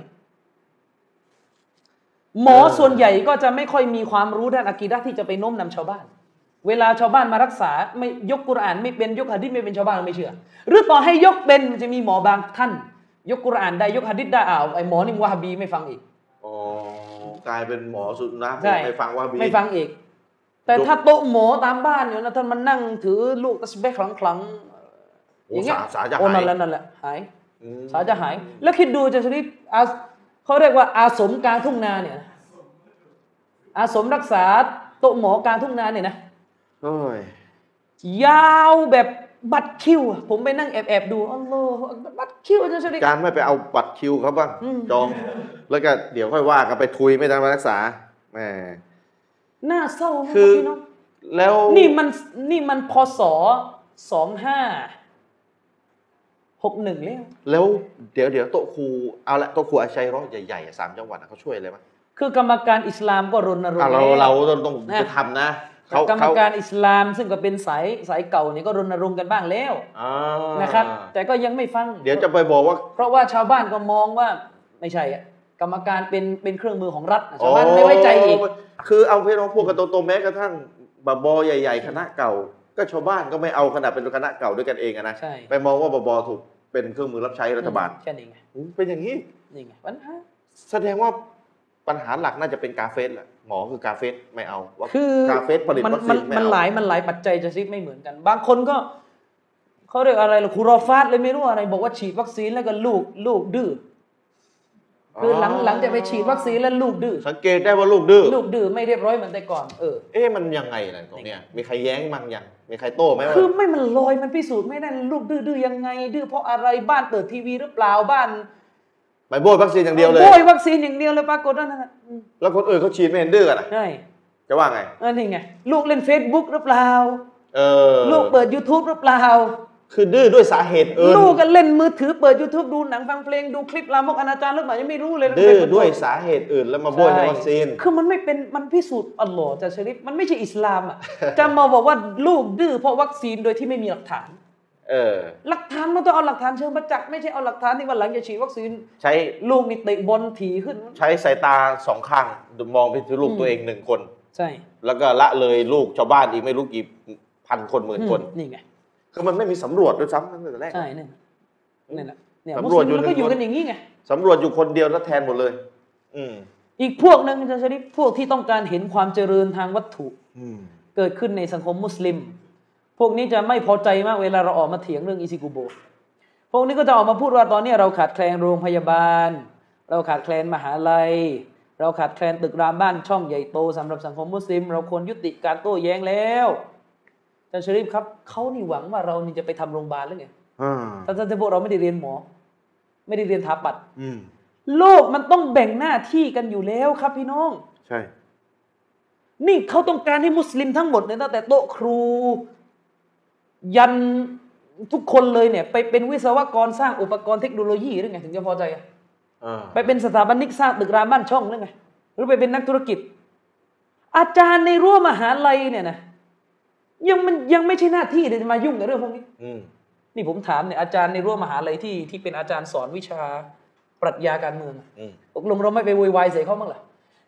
หมอส่วนใหญ่ก็จะไม่ค่อยมีความรู้ด้านอะกีดะห์ที่จะไปโน้มนำชาวบ้านเวลาชาวบ้านมารักษาไม่ยกกุรอานไม่เป็นยกหะดีษไม่เป็นชาวบ้านไม่เชื่อหรือต่อให้ยกเป็นจะมีหมอบางท่านยกกุรอานได้ยกหะดีษได้อ้าวไอ้หมอนี่วะฮาบีไม่ฟังอีกอ๋อกลายเป็นหมอสุดนะไม่ฟังวะฮาบีไม่ฟังอีกแต่ถ้าโต๊ะหมอตามบ้านอยู่นะท่านมันนั่งถือลูกตัสบีฮ์ครั้งๆอย่างเงี้ยโอ้นั่นแหละนั่นแหละหายสาจะหายแล้วคิดดูจะชนิดอาเขาเรียกว่าอาสมกลางทุ่งนาเนี่ยอาสมรักษาโต๊ะหมอกลางทุ่งนาเนี่ยนะโอ้ยยาวแบบบัตรคิวผมไปนั่งแอบแอบดูอัลลอฮฺบัตรคิวจะชนิดการไม่ไปเอาบัตรคิวเขาบ้างจองแล้วก็เดี๋ยวค่อยว่ากันไปทุยไม่ได้มารักษาแหมน่าเศร้าคือพี่น้องแล้วนี่มันนี่มันพศสองห้าหกหนึ่งแล้วแล้วเดี๋ยวเดี๋ยวโต๊ะครูเอาละโต๊ะครูอาชัยร้องใหญ่ๆสามจังหวัดเขาช่วยอะไรมั้ยคือกรรมการอิสลามก็รณรงค์เราเราต้องไปทำนะกรรมการอิสลามซึ่งก็เป็นสายสายเก่าเนี่ยก็รณรงค์กันบ้างแล้วนะครับแต่ก็ยังไม่ฟังเดี๋ยวจะไปบอกว่าเพราะว่าชาวบ้านก็มองว่าไม่ใช่อ่ะกรรมการเป็นเป็นเครื่องมือของรัฐชาวบ้านไม่ไว้ใจอีกคือเอาพี่น้องพวกกันโตๆแม้กระทั่งบบอใหญ่ๆคณะเก่าก็ชาวบ้านก็ไม่เอาขนาดเป็นคณะเก่าด้วยกันเองนะไปมองว่าบบถูกเป็นเครื่องมือรับใช้รัฐบาลแค่นี้ไงเป็นอย่างนี้นี่ไงปัญหาแสดงว่าปัญหาหลักน่าจะเป็นกาเฟสแหละหมอคือกาเฟสไม่เอาคือกาเฟสผลิตวัคซีนไม่เอามันหลายมันหลายปัจจัยจะซิไม่เหมือนกันบางคนก็เขาเรียกอะไรล่ะคุรอฟาตเลยไม่รู้อะไรบอกว่าฉีดวัคซีนแล้วก็ลูกลูกดื้อคือหลังหลังจะไปฉีดวัคซีนแล้วลูกดื้อสังเกตได้ว่าลูกดื้อลูกดื้อไม่เรียบร้อยเหมือนแต่ก่อนเออเอ๊ะมันยังไงล่ะตรงเนี้ยมีใครแย้งมั้งยังมีใครโต้ไหมคือไม่มันลอยมันพิสูจน์ไม่ได้ลูกดื้อดื้อยังไงดื้อเพราะอะไรบ้านเปิดทีวีหรือเปล่าบ้านไปโบยวัคซีนอย่างเดียวเลยโบยวัคซีนอย่างเดียวเลยปรากฏว่านั่นแหละแล้วคนอื่นเขาฉีดไม่เห็นดื้อกันอ่ะใช่จะว่าไงเออนี่ไงลูกเล่น Facebook หรือเปล่าเออลูกเปิด YouTube หรือเปล่าคือดื้อด้วยสาเหตุอื่นลูกก็เล่นมือถือเปิด YouTube ดูหนังฟังเพลงดูคลิปลามกอนาจารหรือเปล่ายังไม่รู้เลยดื้อด้วยสาเหตุอื่นแล้วมาโบยวัคซีนคือมันไม่เป็นมันพิสูจน์อัลลอฮ์จะชริฟมันไม่ใช่อิสลามอ่ะจะมาบอกว่าลูกดื้อเพราะวัคซีนโดยที่ไม่มีหลักฐานเออหลักฐานมันต้องเอาหลักฐานเชิงประจักษ์ไม่ใช่เอาหลักฐานที่ว่าหลังจากฉีดวัคซีนใช้ลูกนี่เตะบอลถี่ขึ้นใช้สายตาสองข้างมองไปที่ลูกตัวเองหนึ่งคนใช่แล้วก็ละเลยลูกชาวบ้านอีกไม่รู้กี่พันคนหมื่นคนนี่ไงคือมันไม่มีสำรวจด้วยซ้ำตั้งแต่แรกใช่นี่นี่แหละเนี่ยสำรวจอยู่ก็อยู่กันอย่างนี้ไงสำรวจอยู่คนเดียวแล้วแทนหมดเลยอืมอีกพวกนึงจะชนิดพวกที่ต้องการเห็นความเจริญทางวัตถุเกิดขึ้นในสังคมมุสลิมพวกนี้จะไม่พอใจมากเวลาเราออกมาเถียงเรื่องอิซิกุโบพวกนี้ก็จะออกมาพูดว่าตอนนี้เราขาดแคลนโรงพยาบาลเราขาดแคลนมหาลัยเราขาดแคลนตึกรามบ้านช่องใหญ่โตสำหรับสังคมมุสลิมเราควรยุติการโต้แย้งแล้วอาจารย์ชริฟครับเขานี่หวังว่าเรานี่จะไปทำโรงพยาบาลหรือไงท่านท่านพวกเราไม่ได้เรียนหมอไม่ได้เรียนถาปัตย์โลกมันต้องแบ่งหน้าที่กันอยู่แล้วครับพี่น้องใช่นี่เขาต้องการให้มุสลิมทั้งหมดเนี่ยตั้งแต่โต๊ะครูยันทุกคนเลยเนี่ยไปเป็นวิศวกรสร้างอุปกรณ์เทคโนโลยีหรือไงถึงจะพอใจอ่ะไปเป็นสถาปนิกสร้างตึกรามบ้านช่องหรือไงหรือไปเป็นนักธุรกิจอาจารย์ในรั้วมหาลัยเนี่ยนะยังมันยังไม่ใช่หน้าที่ที่จะมายุ่งกับเรื่องพวกนี้นี่ผมถามเนี่ยอาจารย์ในรั้วมหาลัยที่ที่เป็นอาจารย์สอนวิชาปรัชญาการเมืองตกลงเราไม่ไปโวยวายใส่เขาบ้างเหรอ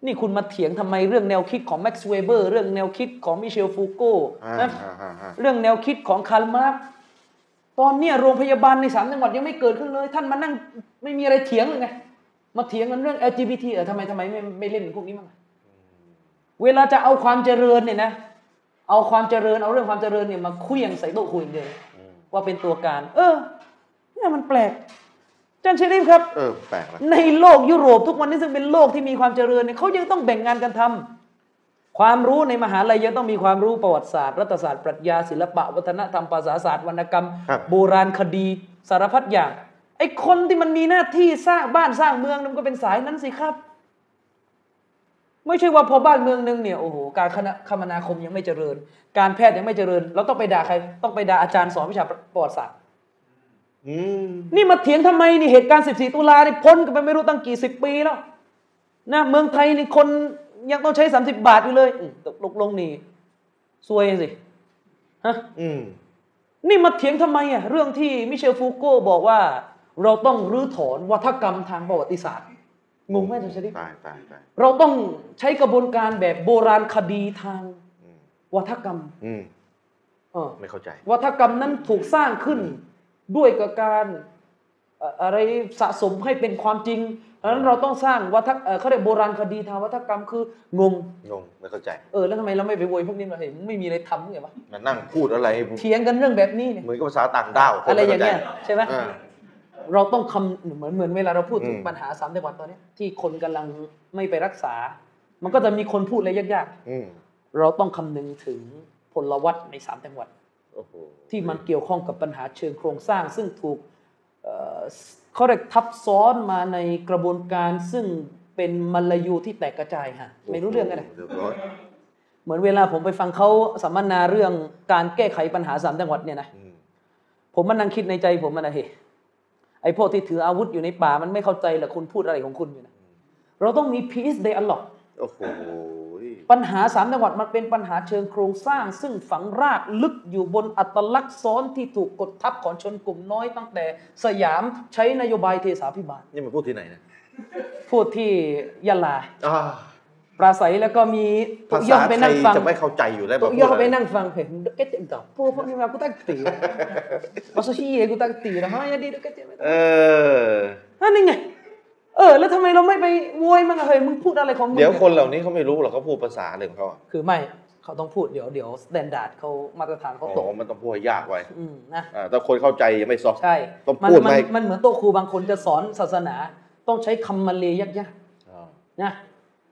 นี่คุณมาเถียงทำไมเรื่องแนวคิดของแม็กซ์เวเบอร์เรื่องแนวคิดของมิเชลฟูโกนะเรื่องแนวคิดของคาร์ลมาร์กซ์ตอนเนี้ยโรงพยาบาลในสามจังหวัดยังไม่เกิดขึ้นเลยท่านมานั่งไม่มีอะไรเถียงเลยไงมาเถียงกันเรื่อง แอล จี บี ที เออทำไมทำไมไม่ไม่เล่นพวกนี้มั้งเวลาจะเอาความเจริญเนี่ยนะเอาความเจริญเอาเรื่องความเจริญเนี่ยมาคุยอย่างใส่โต๊ะคุยเลยว่าเป็นตัวการเออเนี่ยมันแปลกอาจารย์เชริฟครับเออแปลกนะในโลกยุโรปทุกวันนี้ซึ่งเป็นโลกที่มีความเจริญเนี่ยเขายังต้องแบ่งงานกันทำความรู้ในมหาลัยยังต้องมีความรู้ประวัติศาสตร์รัฐศาสตร์ปรัชญาศิลปะวัฒนธรรมภาษาศาสตร์วรรณกรรมโบราณคดีสารพัดอย่างไอ้คนที่มันมีหน้าที่สร้างบ้านสร้างเมืองมันก็เป็นสายนั้นสิครับไม่ใช่ว่าพอบ้านเมืองนึงเนี่ยโอ้โหการคมนาคมยังไม่เจริญการแพทย์ยังไม่เจริญเราต้องไปด่าใครต้องไปด่าอาจารย์สอนวิชาประวัติศาสตร์นี่มาเถียงทำไมนี่เหตุการณ์สิบสี่ตุลานี่พ้นกันไปไม่รู้ตั้งกี่สิบปีแล้วนะเมืองไทยนี่คนยังต้องใช้สามสิบบาทอยู่เลยตกลงลงนี่ซวยสิฮะนี่มาเถียงทำไมอ่ะเรื่องที่มิเชลฟูโกบอกว่าเราต้องรื้อถอนวัฒกรรมทางประวัติศาสตร์งงไหมอาจารย์ชริฟตายตายตายเราต้องใช้กระบวนการแบบโบราณคดีทางวัฒกรรมเออไม่เข้าใจวัฒกรรมนั้นถูกสร้างขึ้นด้วยกับการอะไรสะสมให้เป็นความจริงดังนั้นเราต้องสร้างวัฒเขาเรียกโบราณคดีทางวัฒกรรมคืองงงงไม่เข้าใจเออแล้วทำไมเราไม่ไปโวยพวกนี้มาเห็นไม่มีอะไรทำไงวะมันนั่งพูดอะไรเถียงกันเรื่องแบบนี้เนี่ยเหมือนกับภาษาต่างดาวอะไรอย่างเงี้ยใช่ไหมเราต้องคำเหมือนเหมือนเวลาเราพูดถึงปัญหาสามจังหวัดตอนนี้ที่คนกำลังไม่ไปรักษามันก็จะมีคนพูดอะไรยากๆเราต้องคำนึงถึงพลวัตในสามจังหวัดที่มันเกี่ยวข้องกับปัญหาเชิงโครงสร้างซึ่งถูกเขาเรียกทับซ้อนมาในกระบวนการซึ่งเป็นมัลยูที่แตกกระจายฮะไม่รู้เรื่องอะไรเหมือนเวลาผมไปฟังเขาสัมมนาเรื่องการแก้ไขปัญหาสามจังหวัดเนี่ยนะผมมันนั่งคิดในใจผมมันนะเฮ้ไอ้พวกที่ถืออาวุธอยู่ในป่ามันไม่เข้าใจหรอกคุณพูดอะไรของคุณอยู่นะเราต้องมี peace dialogue โอ้โหปัญหาสามจังหวัดมันเป็นปัญหาเชิงโครงสร้างซึ่งฝังรากลึกอยู่บนอัตลักษณ์ซ้อนที่ถูกกดทับของชนกลุ่มน้อยตั้งแต่สยามใช้นโยบายเทสาภิบาลนี่มันพูดที่ไหนนะพูดที่ยะลาปราศัยแล้วก็มีภาษาไทยจะไม่เข้าใจอยู่แล้วตัวย่อไปนั่งฟังเห็นเก็ตจับพวกพวกนี้มากูตั้งตีมาโซชีเอกูตั้งตีแล้วฮะอย่าดีเก็ตเออนั่นนี่ไงเออแล้วทำไมเราไม่ไปโวยมันเฮ้ยมึงพูดอะไรของมึงเดี๋ยวคนเหล่านี้เขาไม่รู้หรอกเขาพูดภาษาอะไรของเขาคือไม่เขาต้องพูดเดี๋ยวเดี๋ยวสแตนดาร์ดเขามาตรฐานเขาตกมันต้องพูดยากไว้นะแต่คนเข้าใจยังไม่ซอฟใช่ต้องพูดไหมมันเหมือนโต๊ะครูบางคนจะสอนศาสนาต้องใช้คำมาเลยยากๆนะ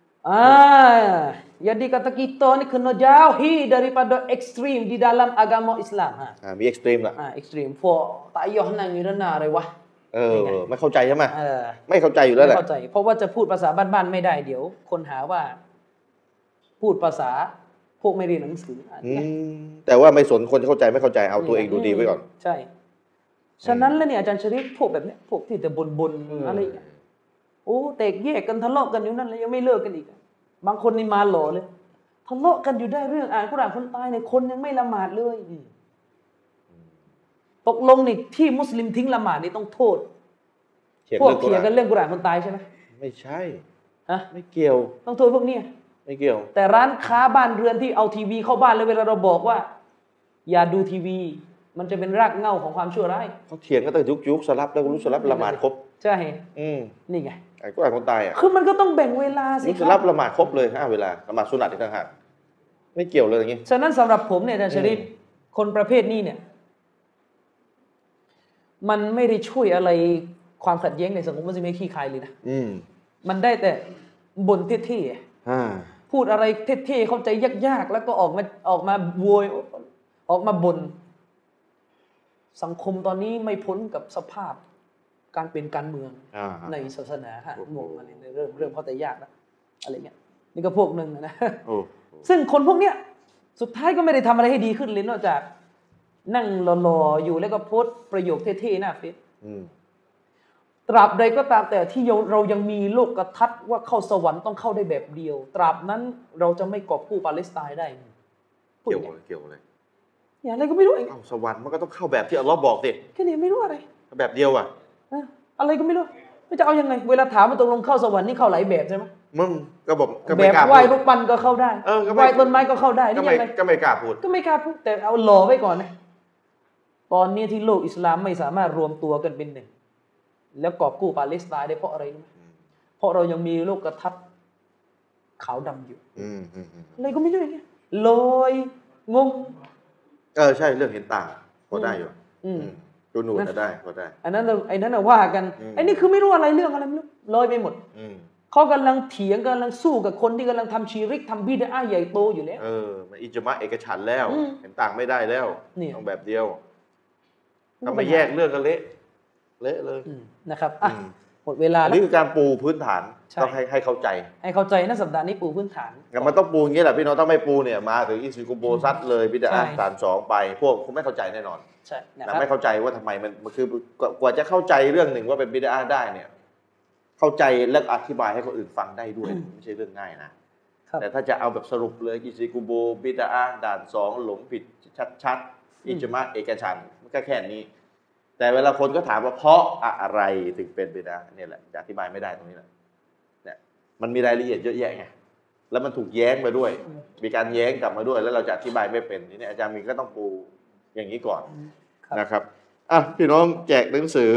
Ah, jadi kata kita ni kena jauhi daripada ekstrim di dalam agama Islam. Ha. Ah, มี extreme ล่ะอ่า extreme พวกตายอนั่งอยู่ด้านหน้าอะไรวะเออไม่เข้าใจใช่มั้ยเออไม่เข้าใจอยู่แล้วแหละไม่เข้าใจเพราะว่าจะพูดภาษาบ้านๆไม่ได้เดี๋ยวคนหาว่าพูดภาษาพวกไม่เรียนหนังสืออืมแต่ว่าไม่สนคนเข้าใจไม่เข้าใจเอาตัวเองดูดีไว้ก่อนใช่ฉะนั้นแล้วเนี่ยอาจารย์ชริฟพวกแบบเนี้ยพวกที่จะบ่นๆอะไรโอ้แตกแยกกันทะเลาะกันอยู่นั่นแล้วยังไม่เลิกกันอีกบางคนนี่มาหล่อเลยทะเลาะกันอยู่ได้เรื่องอ่านกุรอานคนตายเนี่ยคนยังไม่ละหมาดเลยตกลงนี่ที่มุสลิมทิ้งละหมาดนี่ต้องโทษพวกเถียงกันเรื่องกุรอานคนตายใช่ไหมไม่ใช่ฮะไม่เกี่ยวต้องโทษพวกนี้ไม่เกี่ยวแต่ร้านค้าบ้านเรือนที่เอาทีวีเข้าบ้านแล้วเวลาเราบอกว่าอย่าดูทีวีมันจะเป็นรากเหง้าของความชั่วร้ายเขาเถียงกันตั้งยุคยุคสลับแล้วรู้สลับละหมาดครบใช่อืมนี่ไงไอ้กุรอานคนตายอ่ะคือมันก็ต้องแบ่งเวลาสิครับสลับละหมาดครบเลยห้าเวลาละหมาดสุนัตอีกต่างหากไม่เกี่ยวเลยอย่างงี้ฉะนั้นสำหรับผมเนี่ยอาจารย์ชริฟคนประเภทนี้เนี่ยมันไม่ได้ช่วยอะไรความขัดแย้งในสังคมมุสลิมให้ขี้คายเลยนะอืมมันได้แต่บ่นเท่ๆอ่าพูดอะไรเท่ๆเข้าใจยากๆแล้วก็ออกมาออกมาโวยออกมาบ่นสังคมตอนนี้ไม่พ้นกับสภาพการเป็นการเมืองในศาสนาฮะงงอะไรเริ่มเริ่มเข้าใจยากแล้วอะไรเงี้ยนี่ก็พวกนึงนะซึ่งคนพวกเนี้ยสุดท้ายก็ไม่ได้ทำอะไรให้ดีขึ้นเลยนอกจากนั่งรอๆอยู่แล้วก็โพสต์ประโยคเท่ๆหน้าเฟซตราบใดก็ตามแต่ที่เรายังมีโลกทัศน์ว่าเข้าสวรรค์ต้องเข้าได้แบบเดียวตราบนั้นเราจะไม่กอบกู้ปาเลสไตน์ได้เกี่ยวอะไรเกี่ยวอะไรอย่างไรก็ไม่รู้เองสวรรค์มันก็ต้องเข้าแบบที่อัลเลาะห์บอกสิแค่นี้ไม่รู้อะไรแบบเดียวอ่ะอะไรก็ไม่รู้ไม่จะเอายังไงเวลาถามว่าตกลงเข้าสวรรค์นี่เข้าหลายแบบใช่ไหมมึงก็บอกก็แบไม่บกล้าไหว้พูรูดปปั้นก็เข้าได้เออก็ไหไม่ว้ต้นไม้ก็เข้าได้ก็นี่ไม่ยังไงก็ไม่กล้าพูดก็ไม่กล้าพูดแต่เอาหล่อไว้ก่อนนะตอนนี้ที่โลกอิสลามไม่สามารถรวมตัวกันเป็นหนึ่งแล้วกอบกู้ปาเลสไตน์ได้เพราะอะไรรู้ไหมเพราะเรายังมีโลกกระทัดขาวดำอยู่อืมอืมอืมอะไรก็ไม่รู้อย่างเงี้ยลอยงงเออใช่เรื่องเห็นต่างพอได้อยู่อืมอืมดูหนูจะได้พอได้อันนั้นเราไอ้นั้นน่ะว่ากันอืมไอ้นี่คือไม่รู้อะไรเรื่องอะไรไม่รู้ลอยไปหมดอืมเขากำลังเถียงกำลังสู้กับคนที่กำลังทำชีริกทำบิดอะห์ใหญ่โตอยู่แล้วเออมันอิจมะเอกฉันท์แล้วอืมเห็นต่างไม่ได้แล้วเนี่ยต้องแบบเดียวถ้ามาแยกเรื่องกันเละเละเลยอืมนะครับอ่ะอืมหมดเวลาอันแล้วนี้คือการปูพื้นฐานใช่ต้องให้ให้เข้าใจให้เข้าใจนะสัปดาห์นี้ปูพื้นฐานงั้นมันต้องปูอย่างนี้แหละพี่น้องถ้าไม่ปูเนี่ยมาถึงอิสิกุโบซัดเลยบิดาใช่สามสองไป พวกคุณไม่เข้าใจแน่นอนใช่นะคแต่รับไม่เข้าใจว่าทำไมมันมันคือกว่าจะเข้าใจเรื่องหนึ่งว่าเป็นบิดาได้เนี่ย เข้าใจและอธิบายให้คนอื่นฟังได้ด้วยไม่ใช่เรื่องง่ายนะครับ แต่ถ้าจะเอาแบบสรุปเลยอิซิกุโบบิดาด่านสองหลงผิดชัดๆอิจมะเอกฉันท์มันก็แค่นี้ แต่เวลาคนก็ถามว่าเพราะอะไรถึงเป็นบิดาเนี่ยแหละจะอธิบายไม่ได้ตรงนี้แหละเนี่ยมันมีรายละเอียดเยอะแยะไงแล้วมันถูกแย้งมาด้วย มีการแย้งกลับมาด้วย แล้วเราจะอธิบายไม่เป็นทีนี้อาจารย์มีก็ต้องปูอย่างนี้ก่อนครับนะครับอ่ะพี่น้องแจกหนังสือ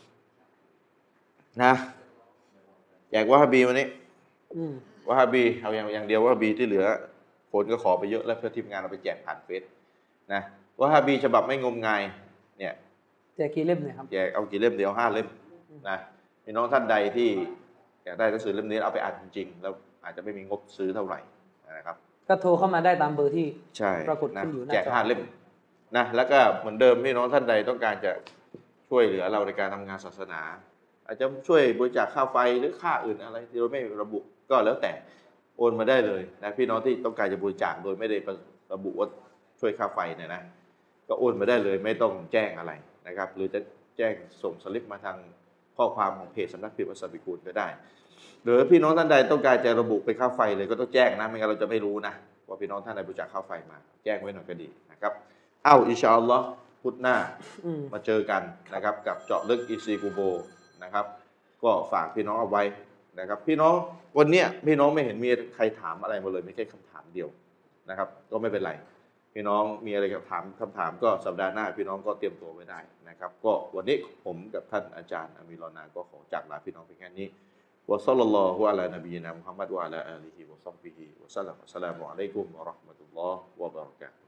นะแจกวะฮาบีวันนี้อืมวะฮาบีเอาอย่างอย่างเดียววะฮาบีที่เหลือคนก็ขอไปเยอะแล้วเพื่อทีมงานเราไปแจกผ่านเฟซนะวะฮาบีฉบับไม่งมงายเนี่ยแจกกี่เล่มเนี่ยครับแจกเอากี่เล่มเดียวห้าเล่มนะพี่น้องท่านใดที่อยากได้หนังสือเล่มนี้เอาไปอ่านจริงๆแล้วอาจจะไม่มีงบซื้อเท่าไหร่นะครับก็โทรเข้ามาได้ตามเบอร์ที่ใช่ปรากฏนะขึ้นอยู่หน้าแจกจอห้าเล่มนะแล้วก็เหมือนเดิมพี่น้องท่านใดต้องการจะช่วยเหลือเราในการทำงานศาสนา อาจจะช่วยบริจาคค่าไฟหรือค่าอื่นอะไรที่เราไม่ระบุก็แล้วแต่โอนมาได้เลยนะพี่น้องที่ต้องการจะบริจาคโดยไม่ได้ระบุว่าช่วยค่าไฟเนี่ยนะก็โอนมาได้เลยไม่ต้องแจ้งอะไรนะครับหรือจะแจ้งส่งสลิปมาทางข้อความของเพจสำนักพิมพ์อัสสับิกูลก็ได้หรือพี่น้องท่านใดต้องการจะระบุเป็นค่าไฟเลยก็ต้องแจ้งนะไม่งั้นเราจะไม่รู้นะว่าพี่น้องท่านใดบริจาคค่าไฟมาแจ้งไว้หน่อยก็ดีนะครับเอ้าอินชาอัลลอฮ์พุธหน้าอืมมาเจอกันนะครับกับเจาะลึกอีซีกูโบนะครับก็ฝากพี่น้องเอาไว้นะครับพี่น้องวันเนี้ยพี่น้องไม่เห็นมีใครถามอะไรมาเลยมีแค่คำถามเดียวนะครับก็ไม่เป็นไรพี่น้องมีอะไรกับถามคำถามก็สัปดาห์หน้าพี่น้องก็เตรียมตัวไว้ได้นะครับก็วันนี้ผมกับท่านอาจารย์อามีรอนาก็ขอจากลาพี่น้องเพียงแค่นี้วะซัลลัลลอฮุอะลานบีนะมุฮัมมัดวะอะลาอาลีฮิวะซอฮบิฮิวะซัลลัมอัสสลามุอะลัยกุมวะเราะห์มะตุลลอฮ์วะบะเราะกาตุฮ์